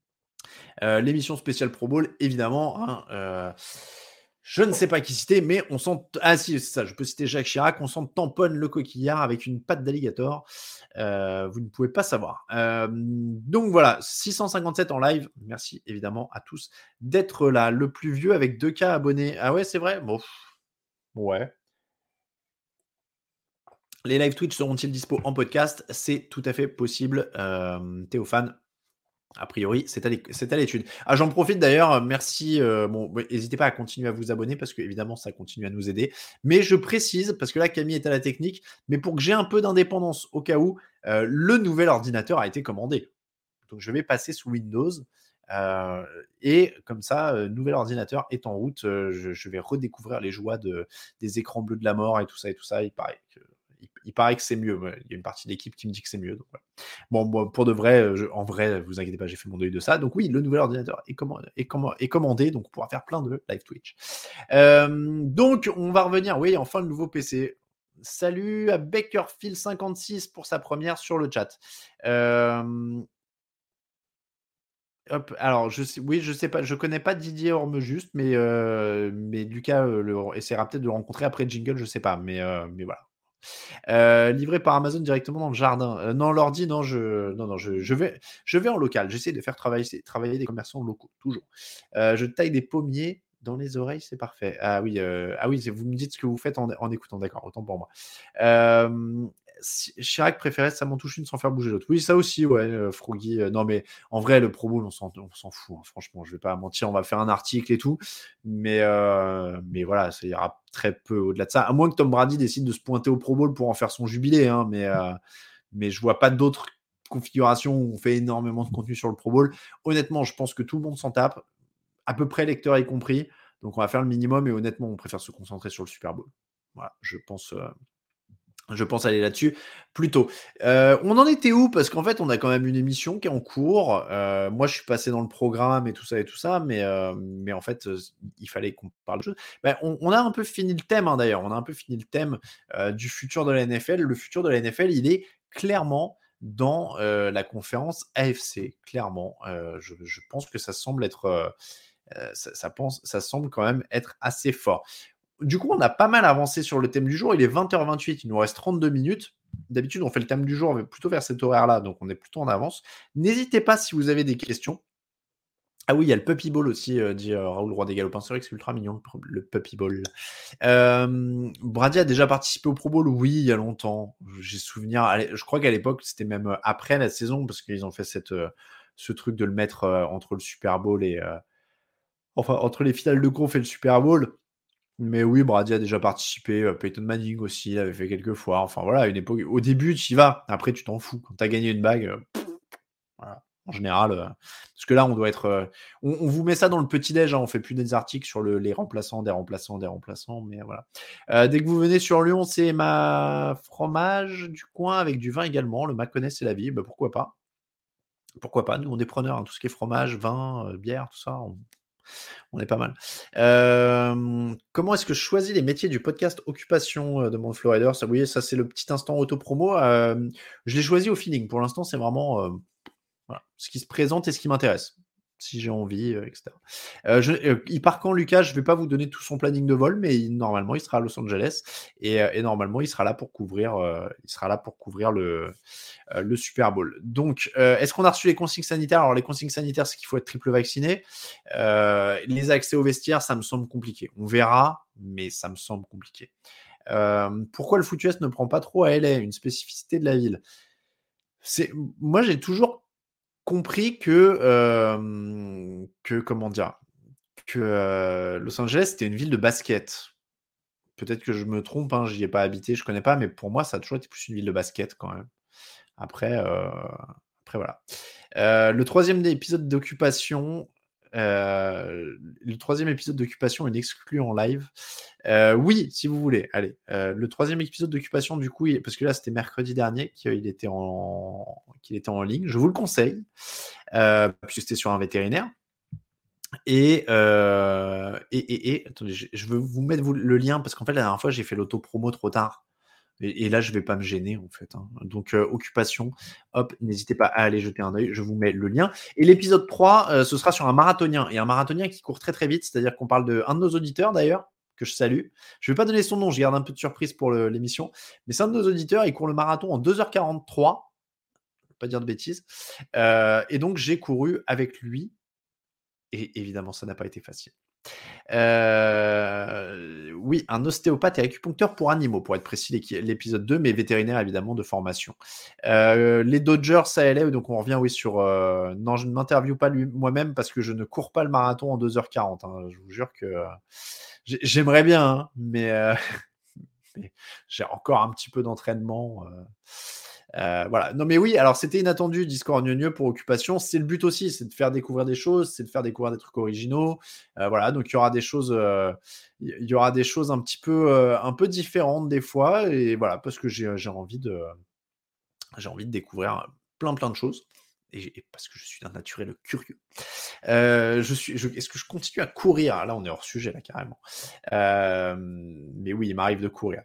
Euh, l'émission spéciale Pro Bowl, évidemment. Hein, euh, je ne sais pas qui citer, mais on sent... Ah si, c'est ça, je peux citer Jacques Chirac. On sent tamponne le coquillard avec une patte d'alligator. Euh, vous ne pouvez pas savoir. Euh, donc voilà, six cent cinquante-sept en live. Merci évidemment à tous d'être là. Le plus vieux avec deux K abonnés. Ah ouais, c'est vrai? Bon, ouais. Les live Twitch seront-ils dispo en podcast? C'est tout à fait possible. Euh, Théophane, a priori, c'est à, c'est à l'étude. Ah, j'en profite d'ailleurs, merci. Euh, bon, n'hésitez pas à continuer à vous abonner parce que évidemment, ça continue à nous aider. Mais je précise, parce que là, Camille est à la technique, mais pour que j'ai un peu d'indépendance au cas où, euh, le nouvel ordinateur a été commandé. Donc, je vais passer sous Windows. Euh, et comme ça, euh, nouvel ordinateur est en route. Euh, je, je vais redécouvrir les joies de, des écrans bleus de la mort et tout ça et tout ça. Il paraît que Il, il paraît que c'est mieux. Il y a une partie de l'équipe qui me dit que c'est mieux. Donc voilà. Bon, bon, pour de vrai, je, en vrai, vous inquiétez pas, j'ai fait mon deuil de ça. Donc oui, le nouvel ordinateur est, commandé, est, commandé, est commandé, donc on pourra faire plein de live Twitch. Euh, donc on va revenir. Oui, enfin le nouveau P C. Salut à Bakerfield cinquante-six pour sa première sur le chat. Euh... Hop, alors je sais, oui, je sais pas, je connais pas Didier Ormejuste, mais euh, mais Lucas euh, le, essaiera peut-être de le rencontrer après Jingle, je sais pas, mais euh, mais voilà. Euh, livré par Amazon directement dans le jardin. Euh, non, l'ordi, non, je, non, non, je, je vais, je vais en local. J'essaie de faire travailler, travailler des commerçants locaux, toujours. Euh, je taille des pommiers dans les oreilles, c'est parfait. Ah oui, euh, ah oui, vous me dites ce que vous faites en, en écoutant, d'accord, autant pour moi. Euh, Chirac préférait ça m'en touche une sans faire bouger l'autre. Oui, ça aussi, ouais, euh, Froggy. Euh, non, mais en vrai, le Pro Bowl, on s'en, on s'en fout. Hein, franchement, je vais pas mentir, on va faire un article et tout. Mais, euh, mais voilà, ça ira très peu au-delà de ça. À moins que Tom Brady décide de se pointer au Pro Bowl pour en faire son jubilé. Hein, mais, euh, mais je vois pas d'autres configurations où on fait énormément de contenu sur le Pro Bowl. Honnêtement, je pense que tout le monde s'en tape, à peu près lecteurs y compris. Donc, on va faire le minimum et honnêtement, on préfère se concentrer sur le Super Bowl. Voilà, je pense. Euh, Je pense aller là-dessus plutôt. Euh, on en était où? Parce qu'en fait, on a quand même une émission qui est en cours. Euh, moi, je suis passé dans le programme et tout ça et tout ça, mais, euh, mais en fait, euh, il fallait qu'on parle de choses. Ben, on, on a un peu fini le thème, hein, d'ailleurs. On a un peu fini le thème euh, du futur de la N F L. Le futur de la N F L, il est clairement dans euh, la conférence A F C. Clairement, euh, je, je pense que ça semble être, euh, ça, ça, pense, ça semble quand même être assez fort. Du coup, on a pas mal avancé sur le thème du jour. Il est vingt heures vingt-huit, il nous reste trente-deux minutes. D'habitude, on fait le thème du jour mais plutôt vers cet horaire-là, donc on est plutôt en avance. N'hésitez pas si vous avez des questions. Ah oui, il y a le Puppy Ball aussi, euh, dit euh, Raoul Roi des Galopins. C'est vrai que c'est ultra mignon, le Puppy Ball. Euh, Brady a déjà participé au Pro Bowl? Oui, il y a longtemps. J'ai souvenir, je crois qu'à l'époque, c'était même après la saison, parce qu'ils ont fait cette, euh, ce truc de le mettre euh, entre le Super Bowl et... Euh, enfin, entre les finales de conf et le Super Bowl. Mais oui, Brady a déjà participé, euh, Peyton Manning aussi, il avait fait quelques fois. Enfin voilà, à une époque, au début, tu y vas, après tu t'en fous. Quand tu as gagné une bague, euh, pff, voilà, en général. Euh, parce que là, on doit être. Euh, on, on vous met ça dans le petit-déj, hein, on fait plus des articles sur le, les remplaçants, des remplaçants, des remplaçants, mais voilà. Euh, dès que vous venez sur Lyon, c'est ma fromage du coin avec du vin également. Le Mâconnais, c'est la vie, bah, pourquoi pas. Pourquoi pas, nous on est preneurs, hein, tout ce qui est fromage, vin, euh, bière, tout ça. On... On est pas mal. Euh, comment est-ce que je choisis les métiers du podcast Occupation euh, de mon Florider? Ça, vous voyez, ça c'est le petit instant auto-promo. Euh, je l'ai choisi au feeling. Pour l'instant, c'est vraiment euh, voilà, ce qui se présente et ce qui m'intéresse. Si j'ai envie, euh, et cetera. Euh, je, euh, il part quand, Lucas? Je ne vais pas vous donner tout son planning de vol, mais il, normalement, il sera à Los Angeles et, euh, et normalement, il sera là pour couvrir, euh, il sera là pour couvrir le, euh, le Super Bowl. Donc, euh, est-ce qu'on a reçu les consignes sanitaires? Alors, les consignes sanitaires, c'est qu'il faut être triple vacciné. Euh, les accès aux vestiaires, ça me semble compliqué. On verra, mais ça me semble compliqué. Euh, pourquoi le Foot U S ne prend pas trop à L A? Une spécificité de la ville. C'est, moi, j'ai toujours compris que, euh, que comment dire, que euh, Los Angeles, c'était une ville de basket. Peut-être que je me trompe, hein, j'y ai pas habité, je connais pas, mais pour moi, ça a toujours été plus une ville de basket quand même. Après, euh, après voilà. Euh, le troisième épisode d'occupation, euh, le troisième épisode d'occupation est exclu en live. Euh, oui, si vous voulez. Allez, euh, le troisième épisode d'occupation, du coup, il, parce que là, c'était mercredi dernier qu'il était en, qu'il était en ligne. Je vous le conseille, euh, puisque c'était sur un vétérinaire. Et, euh, et, et, et attendez, je, je veux vous mettre vous, le lien parce qu'en fait, la dernière fois, j'ai fait l'auto-promo trop tard. Et, et là, je vais pas me gêner, en fait. Hein. Donc, euh, occupation, hop, n'hésitez pas à aller jeter un œil. Je vous mets le lien. Et l'épisode trois, euh, ce sera sur un marathonien. Et un marathonien qui court très, très vite. C'est-à-dire qu'on parle de un de nos auditeurs, d'ailleurs, que je salue. Je vais pas donner son nom, je garde un peu de surprise pour le, l'émission. Mais c'est un de nos auditeurs, il court le marathon en deux heures quarante-trois. Je vais pas dire de bêtises. Euh, et donc, j'ai couru avec lui. Et évidemment, ça n'a pas été facile. Euh, oui, un ostéopathe et acupuncteur pour animaux, pour être précis, l'épisode deux, mais vétérinaire évidemment de formation. Euh, les Dodgers à L A, donc on revient oui sur... Euh, non, je ne m'interviewe pas lui, moi-même parce que je ne cours pas le marathon en deux heures quarante. Hein, je vous jure que euh, j'aimerais bien, hein, mais, euh, mais j'ai encore un petit peu d'entraînement. Euh, Euh, voilà. Non mais oui, alors c'était inattendu, Discord gneugneux pour Occupation. C'est le but aussi, c'est de faire découvrir des choses, c'est de faire découvrir des trucs originaux. Euh, voilà, donc il y aura des choses, euh, il y aura des choses un petit peu, euh, un peu différentes des fois, et voilà, parce que j'ai, j'ai envie de, j'ai envie de découvrir plein plein de choses. Et, et parce que je suis un naturel curieux. Euh, je suis, je, est-ce que je continue à courir? Là, on est hors sujet là carrément. Euh, mais oui, il m'arrive de courir.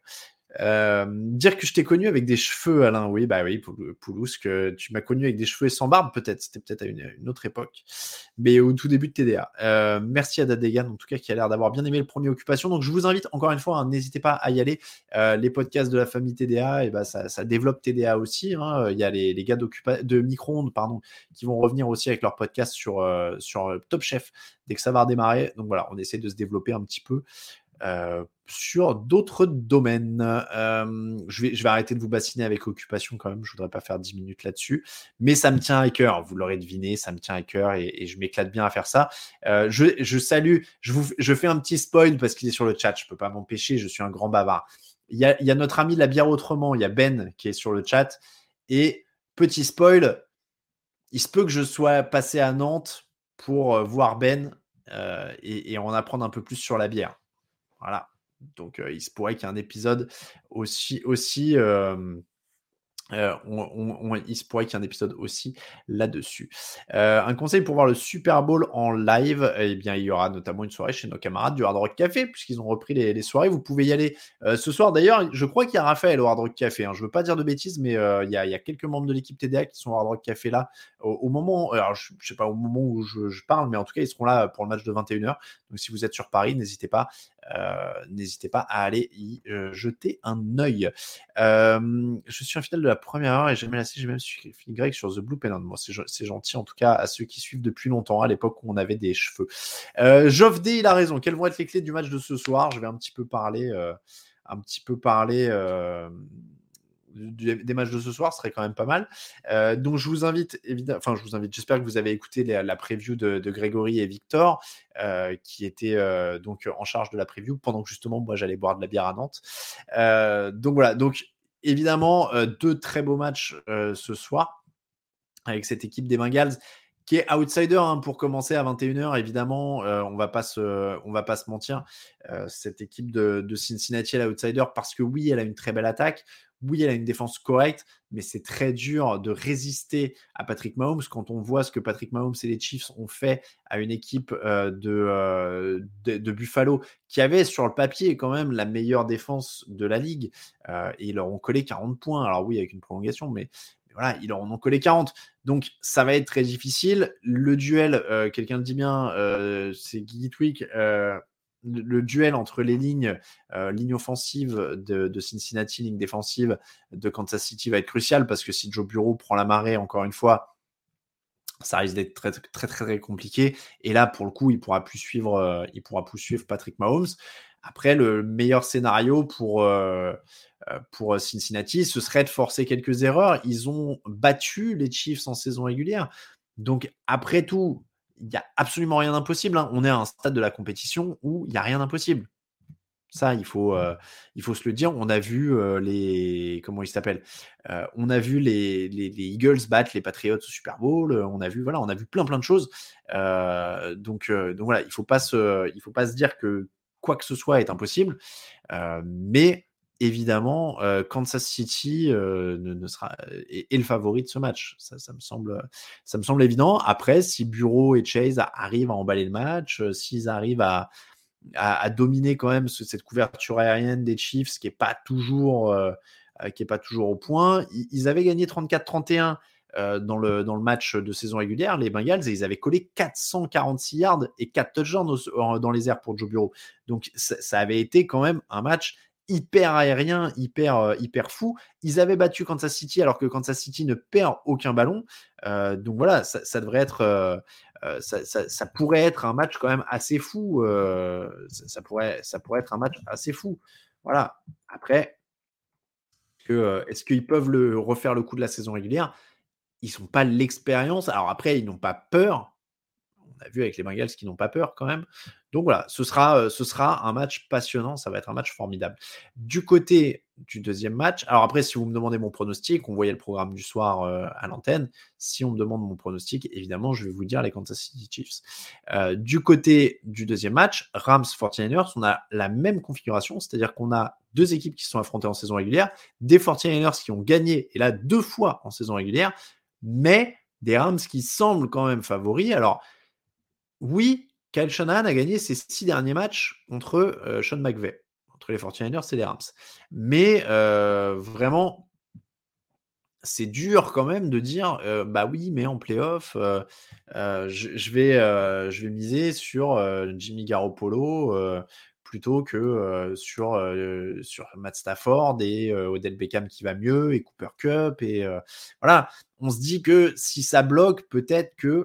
Euh, dire que je t'ai connu avec des cheveux, Alain. Oui, bah oui, Pou- Poulouse, que tu m'as connu avec des cheveux et sans barbe, peut-être. C'était peut-être à une, une autre époque. Mais au tout début de T D A. Euh, merci à Dadegan, en tout cas, qui a l'air d'avoir bien aimé le premier Occupation. Donc, je vous invite encore une fois, hein, n'hésitez pas à y aller. Euh, les podcasts de la famille T D A, et bah, ça, ça développe T D A aussi. Hein. Il y a les, les gars d'Occupa- de Micro-ondes, pardon, qui vont revenir aussi avec leur podcast sur, euh, sur euh, Top Chef dès que ça va redémarrer. Donc voilà, on essaie de se développer un petit peu. Euh, sur d'autres domaines. Euh, je, vais, je vais arrêter de vous bassiner avec Occupation quand même, je voudrais pas faire dix minutes là-dessus, mais ça me tient à cœur, vous l'aurez deviné, ça me tient à cœur et, et je m'éclate bien à faire ça. Euh, je, je salue, je, vous, je fais un petit spoil parce qu'il est sur le chat, je peux pas m'empêcher, je suis un grand bavard. Il y a, il y a notre ami de la bière autrement, il y a Ben qui est sur le chat, et petit spoil, il se peut que je sois passé à Nantes pour voir Ben euh, et, et en apprendre un peu plus sur la bière. Voilà. Donc, euh, il se pourrait qu'il y ait un épisode aussi, aussi euh, euh, on, on, on, il se pourrait qu'il y ait un épisode aussi là-dessus. Euh, un conseil pour voir le Super Bowl en live, eh bien, il y aura notamment une soirée chez nos camarades du Hard Rock Café, puisqu'ils ont repris les, les soirées. Vous pouvez y aller euh, ce soir. D'ailleurs, je crois qu'il y a Raphaël au Hard Rock Café. Hein. Je ne veux pas dire de bêtises, mais euh, il, y a, il y a quelques membres de l'équipe T D A qui sont au Hard Rock Café là. Au, au moment, alors je ne sais pas au moment où je, je parle, mais en tout cas, ils seront là pour le match de vingt et une heures. Donc, si vous êtes sur Paris, n'hésitez pas. Euh, n'hésitez pas à aller y euh, jeter un œil. Euh, je suis un fidèle de la première heure et j'ai jamais lassé, j'ai même suivi Greg sur The Blue Pennon. Moi, c'est, c'est gentil en tout cas à ceux qui suivent depuis longtemps, à l'époque où on avait des cheveux. Euh, Geoff D, il a raison. Quelles vont être les clés du match de ce soir? Je vais un petit peu parler, euh, un petit peu parler. Euh, des matchs de ce soir, ce serait quand même pas mal. Euh, donc je vous invite, évidemment, enfin je vous invite, j'espère que vous avez écouté la, la preview de, de Grégory et Victor, euh, qui étaient euh, donc en charge de la preview pendant que justement moi j'allais boire de la bière à Nantes. Euh, donc voilà, donc évidemment euh, deux très beaux matchs euh, ce soir avec cette équipe des Bengals qui est outsider hein, pour commencer à vingt et une heures, évidemment, euh, on va pas se, on va pas se mentir. Euh, cette équipe de, de Cincinnati, elle est outsider parce que oui, elle a une très belle attaque, oui, elle a une défense correcte, mais c'est très dur de résister à Patrick Mahomes quand on voit ce que Patrick Mahomes et les Chiefs ont fait à une équipe euh, de, euh, de, de Buffalo qui avait sur le papier quand même la meilleure défense de la ligue euh, et ils leur ont collé quarante points. Alors oui, avec une prolongation, mais voilà, ils leur en ont collé quarante. Donc, ça va être très difficile. Le duel, euh, quelqu'un le dit bien, euh, c'est Guy Twick, euh, le, le duel entre les lignes, euh, ligne offensive de, de Cincinnati, ligne défensive de Kansas City va être crucial parce que si Joe Burrow prend la marée, encore une fois, ça risque d'être très, très, très, très compliqué. Et là, pour le coup, il pourra plus suivre, euh, il pourra plus suivre Patrick Mahomes. Après, le meilleur scénario pour, euh, pour Cincinnati, ce serait de forcer quelques erreurs. Ils ont battu les Chiefs en saison régulière. Donc, après tout, il n'y a absolument rien d'impossible. Hein. On est à un stade de la compétition où il n'y a rien d'impossible. Ça, il faut, euh, il faut se le dire. On a vu euh, les, comment ils s'appellent euh, On a vu les, les, les Eagles battre les Patriots au Super Bowl. On a vu, voilà, on a vu plein plein de choses. Euh, donc, euh, donc voilà, il faut pas se, il faut pas se dire que quoi que ce soit est impossible. Euh, mais évidemment, euh, Kansas City euh, ne, ne sera est, est le favori de ce match. Ça, ça me semble, ça me semble évident. Après, si Burrow et Chase arrivent à emballer le match, euh, s'ils arrivent à À, à dominer quand même ce, cette couverture aérienne des Chiefs qui est pas toujours euh, qui est pas toujours au point. Ils, ils avaient gagné trente-quatre trente et un euh, dans le dans le match de saison régulière, les Bengals, et ils avaient collé quatre cent quarante-six yards et quatre touchdowns au, dans les airs pour Joe Burrow. Donc ça, ça avait été quand même un match hyper aérien, hyper euh, hyper fou. Ils avaient battu Kansas City alors que Kansas City ne perd aucun ballon. Euh, donc voilà, ça, ça devrait être euh, Euh, ça, ça, ça pourrait être un match quand même assez fou. Euh, ça, ça, pourrait, ça pourrait être un match assez fou. Voilà. Après, que, euh, est-ce qu'ils peuvent le, refaire le coup de la saison régulière? Ils n'ont pas l'expérience. Alors après, ils n'ont pas peur. On a vu avec les Bengals qu'ils n'ont pas peur quand même. Donc voilà, ce sera, ce sera un match passionnant, ça va être un match formidable. Du côté du deuxième match, alors après, si vous me demandez mon pronostic, on voyait le programme du soir euh, à l'antenne. Si on me demande mon pronostic, évidemment, je vais vous dire les Kansas City Chiefs. Euh, du côté du deuxième match, Rams forty-niners, on a la même configuration, c'est-à-dire qu'on a deux équipes qui se sont affrontées en saison régulière, des forty-niners qui ont gagné, et là, deux fois en saison régulière, mais des Rams qui semblent quand même favoris. Alors, oui, Kyle Shanahan a gagné ses six derniers matchs contre euh, Sean McVay, entre entre les forty-niners et les Rams. Mais euh, vraiment, c'est dur quand même de dire, euh, bah oui, mais en playoff, euh, euh, je, je vais, euh, je vais miser sur euh, Jimmy Garoppolo euh, plutôt que euh, sur, euh, sur Matt Stafford et euh, Odell Beckham qui va mieux et Cooper Kupp. Et euh, voilà, on se dit que si ça bloque, peut-être que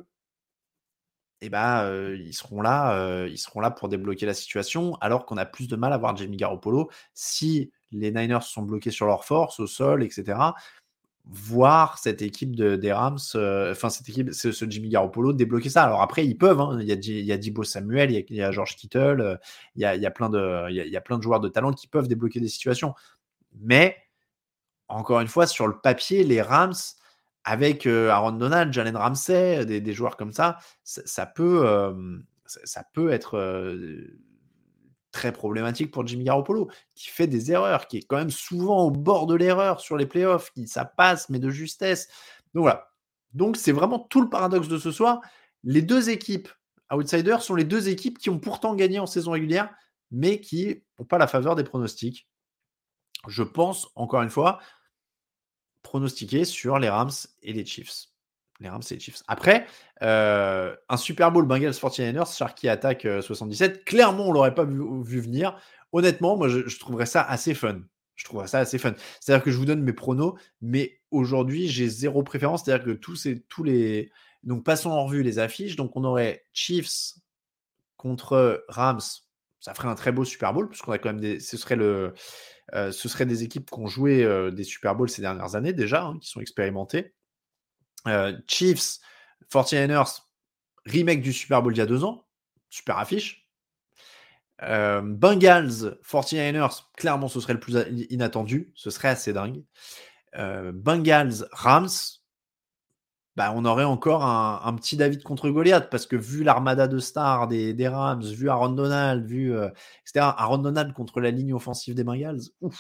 eh ben, euh, ils seront là, euh, ils seront là pour débloquer la situation, alors qu'on a plus de mal à voir Jimmy Garoppolo si les Niners sont bloqués sur leur force, au sol, et cetera. Voir cette équipe de, des Rams, euh, enfin cette équipe, ce, ce Jimmy Garoppolo débloquer ça. Alors après, ils peuvent. Hein. Il y a, il y a Deebo Samuel, il y a, il y a George Kittle, euh, il, y a, il y a plein de, il y a, il y a plein de joueurs de talent qui peuvent débloquer des situations. Mais encore une fois, sur le papier, les Rams, avec euh, Aaron Donald, Jalen Ramsey, des, des joueurs comme ça, ça, ça peut, euh, ça, ça peut être euh, très problématique pour Jimmy Garoppolo, qui fait des erreurs, qui est quand même souvent au bord de l'erreur sur les playoffs, qui ça passe, mais de justesse. Donc voilà. Donc c'est vraiment tout le paradoxe de ce soir. Les deux équipes outsiders sont les deux équipes qui ont pourtant gagné en saison régulière, mais qui n'ont pas la faveur des pronostics. Je pense, encore une fois, pronostiquer sur les Rams et les Chiefs. Les Rams et les Chiefs. Après, euh, un Super Bowl Bengals forty-niners, Sharky attaque euh, soixante-dix-sept, clairement, on l'aurait pas vu, vu venir. Honnêtement, moi, je, je trouverais ça assez fun. Je trouverais ça assez fun. C'est-à-dire que je vous donne mes pronos, mais aujourd'hui, j'ai zéro préférence. C'est-à-dire que tous, ces, tous les... Donc, passons en revue les affiches. Donc, on aurait Chiefs contre Rams. Ça ferait un très beau Super Bowl, puisqu'on a quand même des... Ce serait le... Euh, ce seraient des équipes qui ont joué euh, des Super Bowls ces dernières années déjà, hein, qui sont expérimentées. Euh, Chiefs, forty-niners, remake du Super Bowl d'il y a deux ans, super affiche. Euh, Bengals, forty-niners, clairement ce serait le plus inattendu, ce serait assez dingue. Euh, Bengals, Rams, bah, on aurait encore un, un petit David contre Goliath, parce que vu l'armada de stars des, des Rams, vu Aaron Donald, vu euh, et cetera, Aaron Donald contre la ligne offensive des Bengals, ouf,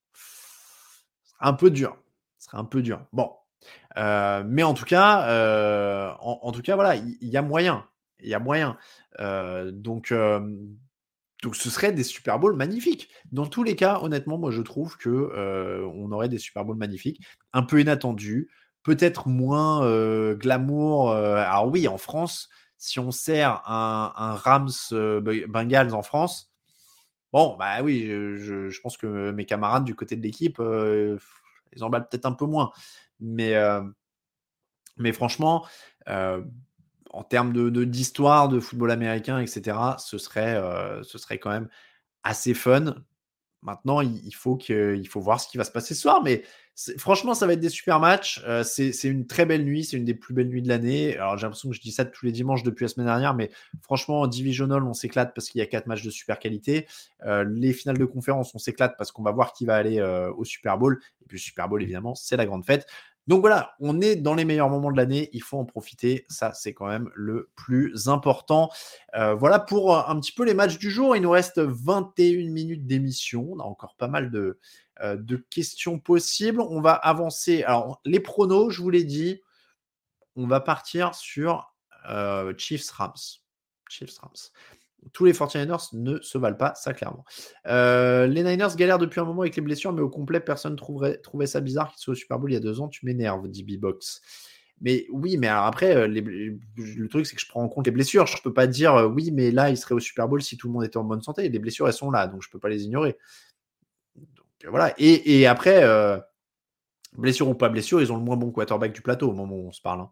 un peu dur. Ce serait un peu dur. Bon. Euh, mais en tout cas, euh, en, en, tout cas, voilà, il y, y a moyen. Il y a moyen. Euh, donc, euh, donc, ce serait des Super Bowls magnifiques. Dans tous les cas, honnêtement, moi, je trouve que euh, on aurait des Super Bowls magnifiques, un peu inattendus, peut-être moins euh, glamour. Euh, alors oui, en France, si on sert un, un Rams euh, Bengals en France, bon, bah oui, je, je, je pense que mes camarades du côté de l'équipe, euh, ils emballent peut-être un peu moins. Mais, euh, mais franchement, euh, en termes de, de, d'histoire de football américain, et cetera, ce serait, euh, ce serait quand même assez fun. Maintenant, il, il, faut que, il faut voir ce qui va se passer ce soir. Mais franchement, ça va être des super matchs. Euh, c'est, c'est une très belle nuit. C'est une des plus belles nuits de l'année. Alors, j'ai l'impression que je dis ça tous les dimanches depuis la semaine dernière. Mais franchement, en Divisional, on s'éclate parce qu'il y a quatre matchs de super qualité. Euh, les finales de conférence, on s'éclate parce qu'on va voir qui va aller euh, au Super Bowl. Et puis, le Super Bowl, évidemment, c'est la grande fête. Donc voilà, on est dans les meilleurs moments de l'année, il faut en profiter, ça c'est quand même le plus important. Euh, voilà pour un petit peu les matchs du jour, il nous reste vingt et une minutes d'émission, on a encore pas mal de, euh, de questions possibles, on va avancer. Alors les pronos, je vous l'ai dit, on va partir sur euh, Chiefs-Rams. Chiefs-Rams. Tous les forty-niners ne se valent pas, ça clairement. Euh, les Niners galèrent depuis un moment avec les blessures, mais au complet, personne trouverait, trouvait ça bizarre qu'ils soient au Super Bowl il y a deux ans. Tu m'énerves, dit B-Box. Mais oui, mais alors après, les, le truc, c'est que je prends en compte les blessures. Je ne peux pas dire, euh, oui, mais là, il serait au Super Bowl si tout le monde était en bonne santé. Les blessures, elles sont là, donc je ne peux pas les ignorer. Donc voilà. Et, et après, euh, blessure ou pas blessure, ils ont le moins bon quarterback du plateau au moment où on se parle. Hein.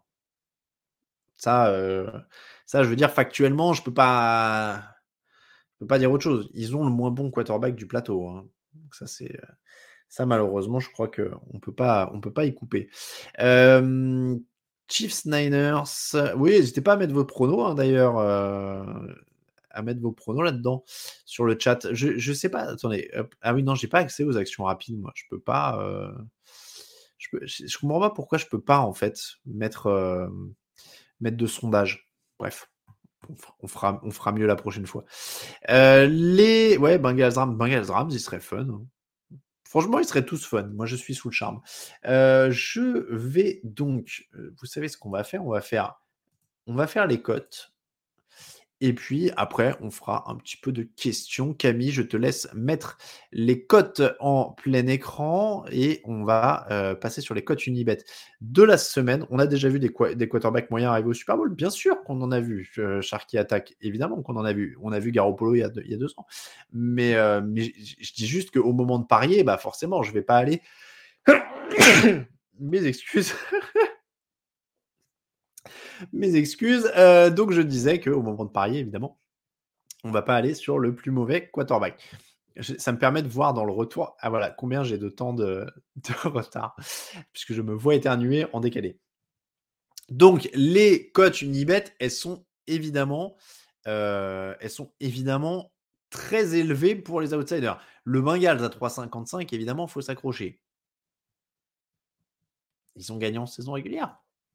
Ça, euh, ça, je veux dire, factuellement, je peux pas, je peux pas dire autre chose. Ils ont le moins bon quarterback du plateau. Hein. Donc ça, c'est, ça malheureusement, je crois que on peut pas, on peut pas y couper. Euh, Chiefs Niners, oui, n'hésitez pas à mettre vos pronos hein, d'ailleurs, euh, à mettre vos pronos là-dedans sur le chat. Je, je sais pas. Attendez, hop. Ah oui, non, j'ai pas accès aux actions rapides. Moi, je peux pas. Euh, je, peux, je, je comprends pas pourquoi je peux pas en fait mettre. Euh, mettre de sondage. Bref, on fera, on fera mieux la prochaine fois. Euh, les ouais, Bengals Rams, Bengals Rams, ils seraient fun. Hein. Franchement, ils seraient tous fun. Moi, je suis sous le charme. Euh, je vais donc, vous savez ce qu'on va faire On va faire, on va faire les cotes Et puis après, on fera un petit peu de questions. Camille, je te laisse mettre les cotes en plein écran et on va euh, passer sur les cotes Unibet de la semaine. On a déjà vu des, qua- des quarterbacks moyens arriver au Super Bowl. Bien sûr qu'on en a vu. Euh, Sharky Attack, évidemment qu'on en a vu. On a vu Garoppolo il y a deux, il y a deux ans. Mais, euh, mais je, je dis juste qu'au moment de parier, bah forcément, je ne vais pas aller... Mes excuses. Mes excuses. Euh, donc, je disais qu'au moment de parier, évidemment, on va pas aller sur le plus mauvais quarterback. Je- ça me permet de voir dans le retour, ah voilà, combien j'ai de temps de, de retard, puisque je me vois éternuer en décalé. Donc, les cotes Unibet, elles sont évidemment, euh, elles sont évidemment très élevées pour les outsiders. Le Bengals à trois virgule cinquante-cinq, évidemment, il faut s'accrocher. Ils sont gagnants en saison régulière.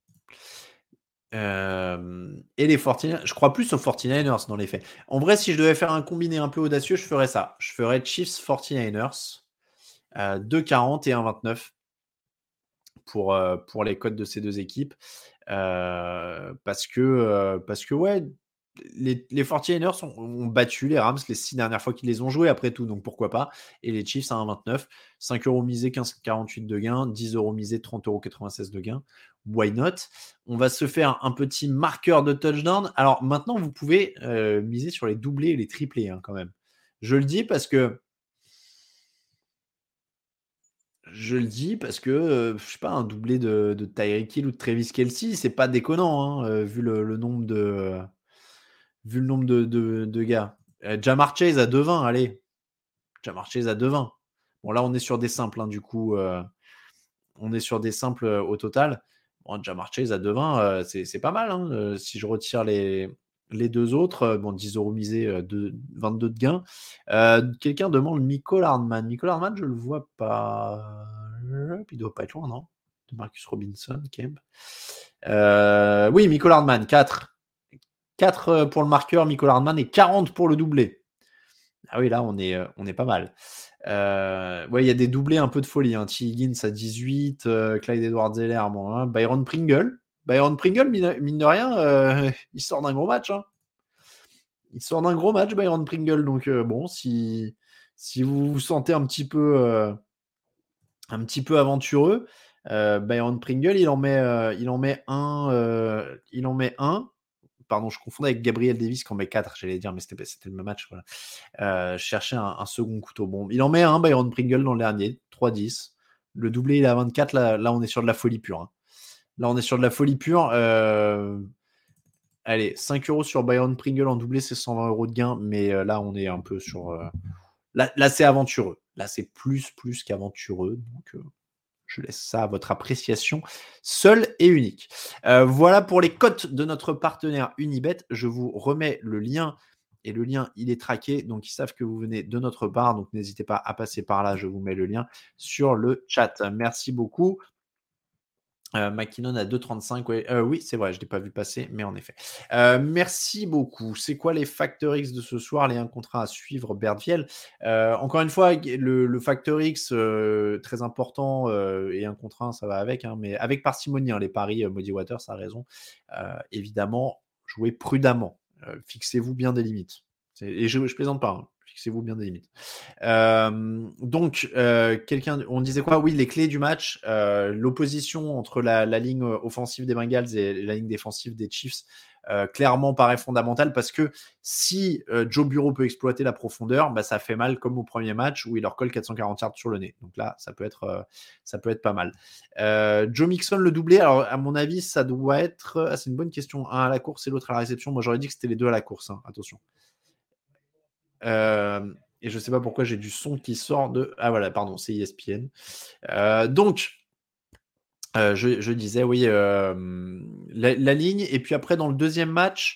Euh, et les quarante-neuf ers, je crois plus aux quarante-neuf ers dans les faits. En vrai, si je devais faire un combiné un peu audacieux, je ferais ça. Je ferais Chiefs quarante-neuf ers, euh, deux virgule quarante et un virgule vingt-neuf pour, euh, pour les cotes de ces deux équipes. Euh, parce que, euh, parce que ouais, les, les quarante-neuf ers ont, ont battu les Rams les six dernières fois qu'ils les ont joués, après tout, donc pourquoi pas. Et les Chiefs à un virgule vingt-neuf, cinq euros misés, quinze virgule quarante-huit de gain, dix euros misés, trente euros quatre-vingt-seize de gain. Why not? On va se faire un petit marqueur de touchdown. Alors maintenant, vous pouvez euh, miser sur les doublés et les triplés hein, quand même. Je le dis parce que Je le dis parce que, euh, je sais pas, un doublé de, de Tyreek Hill ou de Travis Kelce, c'est pas déconnant, hein, euh, vu le, le nombre de, euh, vu le nombre de, de, de gars. Euh, Jamar Chase à deux virgule vingt, allez. Jamar Chase à deux virgule vingt. Bon, là, on est sur des simples, hein, du coup. Euh, on est sur des simples euh, au total. Bon, Jamar Chase à deux virgule vingt, euh, c'est, c'est pas mal. Hein, euh, si je retire les, les deux autres, euh, bon, dix euros misés, euh, de, vingt-deux de gains. Euh, quelqu'un demande Mecole Hardman. Mecole Hardman, je le vois pas. Il doit pas être loin, non? De Marcus Robinson, Kemp. Euh, oui, Mecole Hardman, quatre. quatre pour le marqueur, Mecole Hardman, et quarante pour le doublé. Ah oui, là, on est, on est pas mal. Euh, ouais, il y a des doublés un peu de folie. Hein. T. Higgins à dix-huit, euh, Clyde Edwards-Helaire, bon, hein. Byron Pringle. Byron Pringle, mine, mine de rien, euh, il sort d'un gros match. Hein. Il sort d'un gros match, Byron Pringle. Donc, euh, bon, si, si vous vous sentez un petit peu, euh, un petit peu aventureux, euh, Byron Pringle, il en met, euh, il en met un. Euh, il en met un. Pardon, je confondais avec Gabriel Davis qui en met quatre, j'allais dire, mais c'était, c'était le même match. Voilà. Euh, je cherchais un, un second couteau. Bon, il en met un, Byron Pringle, dans le dernier, trois dix. Le doublé, il est à vingt-quatre. Là, là, on est sur de la folie pure. Hein. Là, on est sur de la folie pure. Euh... Allez, cinq euros sur Byron Pringle en doublé, c'est cent vingt euros de gain. Mais euh, là, on est un peu sur... Euh... Là, là, c'est aventureux. Là, c'est plus, plus qu'aventureux. Donc... Euh... Je laisse ça à votre appréciation seule et unique. Euh, voilà pour les cotes de notre partenaire Unibet. Je vous remets le lien et le lien, il est traqué. Donc, ils savent que vous venez de notre part. Donc, n'hésitez pas à passer par là. Je vous mets le lien sur le chat. Merci beaucoup. Euh, McKinnon à deux trente-cinq, ouais. euh, oui, c'est vrai, je ne l'ai pas vu passer, mais en effet. Euh, merci beaucoup. C'est quoi les Factor X de ce soir? Les un contrat à suivre, Berthiel. Euh, encore une fois, le, le Factor X, euh, très important, euh, et un contrat, ça va avec, hein, mais avec parcimonie, hein, les paris, euh, Muddy Waters a raison. Euh, évidemment, jouez prudemment. Euh, fixez-vous bien des limites. C'est, et je ne plaisante pas, hein. Fixez-vous bien des limites. Euh, donc, euh, quelqu'un, on disait quoi? Oui, les clés du match, euh, l'opposition entre la, la ligne offensive des Bengals et la ligne défensive des Chiefs, euh, clairement paraît fondamentale parce que si euh, Joe Burrow peut exploiter la profondeur, bah, ça fait mal comme au premier match où il leur colle quatre cent quarante yards sur le nez. Donc là, ça peut être, euh, ça peut être pas mal. Euh, Joe Mixon, le doublé, alors à mon avis, ça doit être, ah, c'est une bonne question, un à la course et l'autre à la réception. Moi, j'aurais dit que c'était les deux à la course, hein, attention. Euh, et je sais pas pourquoi j'ai du son qui sort de... Ah voilà, pardon, c'est E S P N. Euh, donc, euh, je, je disais, oui, euh, la, la ligne. Et puis après, dans le deuxième match,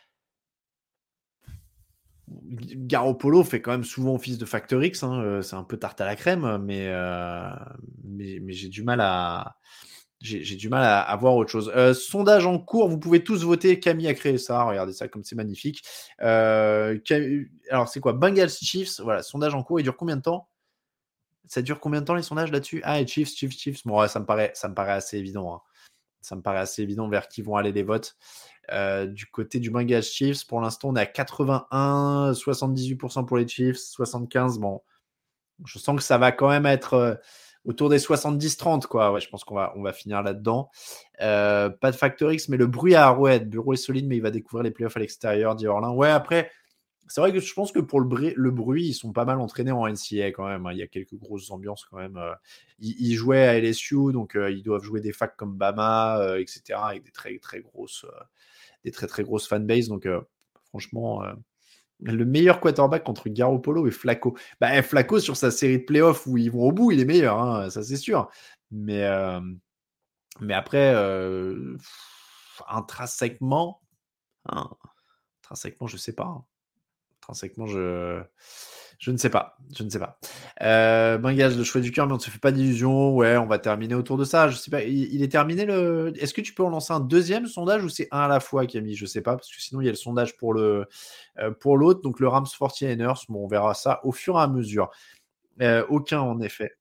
Garoppolo fait quand même souvent office de Factor X. Hein, c'est un peu tarte à la crème, mais, euh, mais, mais j'ai du mal à... J'ai, j'ai du mal à, à voir autre chose. Euh, sondage en cours, vous pouvez tous voter. Camille a créé ça. Regardez ça comme c'est magnifique. Euh, Camille, alors, c'est quoi? Bengals Chiefs. Voilà, sondage en cours. Il dure combien de temps? Ça dure combien de temps les sondages là-dessus? Ah, et Chiefs, Chiefs, Chiefs. Bon, ouais, ça me paraît, ça me paraît assez évident. Hein. Ça me paraît assez évident vers qui vont aller les votes. Euh, du côté du Bengals Chiefs, pour l'instant, on est à quatre-vingt-un, soixante-dix-huit pour cent pour les Chiefs, soixante-quinze. Bon, je sens que ça va quand même être euh, autour des soixante-dix trente, quoi. Ouais, je pense qu'on va, on va finir là-dedans. Euh, pas de Factor X, mais le bruit à Arrowhead. Bureau est solide, mais il va découvrir les playoffs à l'extérieur, dit Orlin. Ouais, après, c'est vrai que je pense que pour le, br- le bruit, ils sont pas mal entraînés en N C A A quand même. Hein. Il y a quelques grosses ambiances quand même. Euh, ils, ils jouaient à L S U, donc euh, ils doivent jouer des facs comme Bama, euh, et cetera, avec des très, très grosses, euh, des très, très grosses fanbases. Donc, euh, franchement, euh, le meilleur quarterback contre Garoppolo et Flacco. Bah, Flacco, sur sa série de playoffs où ils vont au bout, il est meilleur, hein, ça c'est sûr. Mais, euh, mais après, euh, pff, intrinsèquement, hein, intrinsèquement, je sais pas. Hein. Intrinsèquement, je... je ne sais pas. Je ne sais pas. Euh, Bengals, le choix du cœur, mais on ne se fait pas d'illusions. Ouais, on va terminer autour de ça. Je sais pas. Il, il est terminé le. Est-ce que tu peux en lancer un deuxième sondage ou c'est un à la fois, Camille? Je sais pas, parce que sinon, il y a le sondage pour le euh, pour l'autre. Donc, le Rams forty-niners. Bon, on verra ça au fur et à mesure. Euh, aucun, en effet.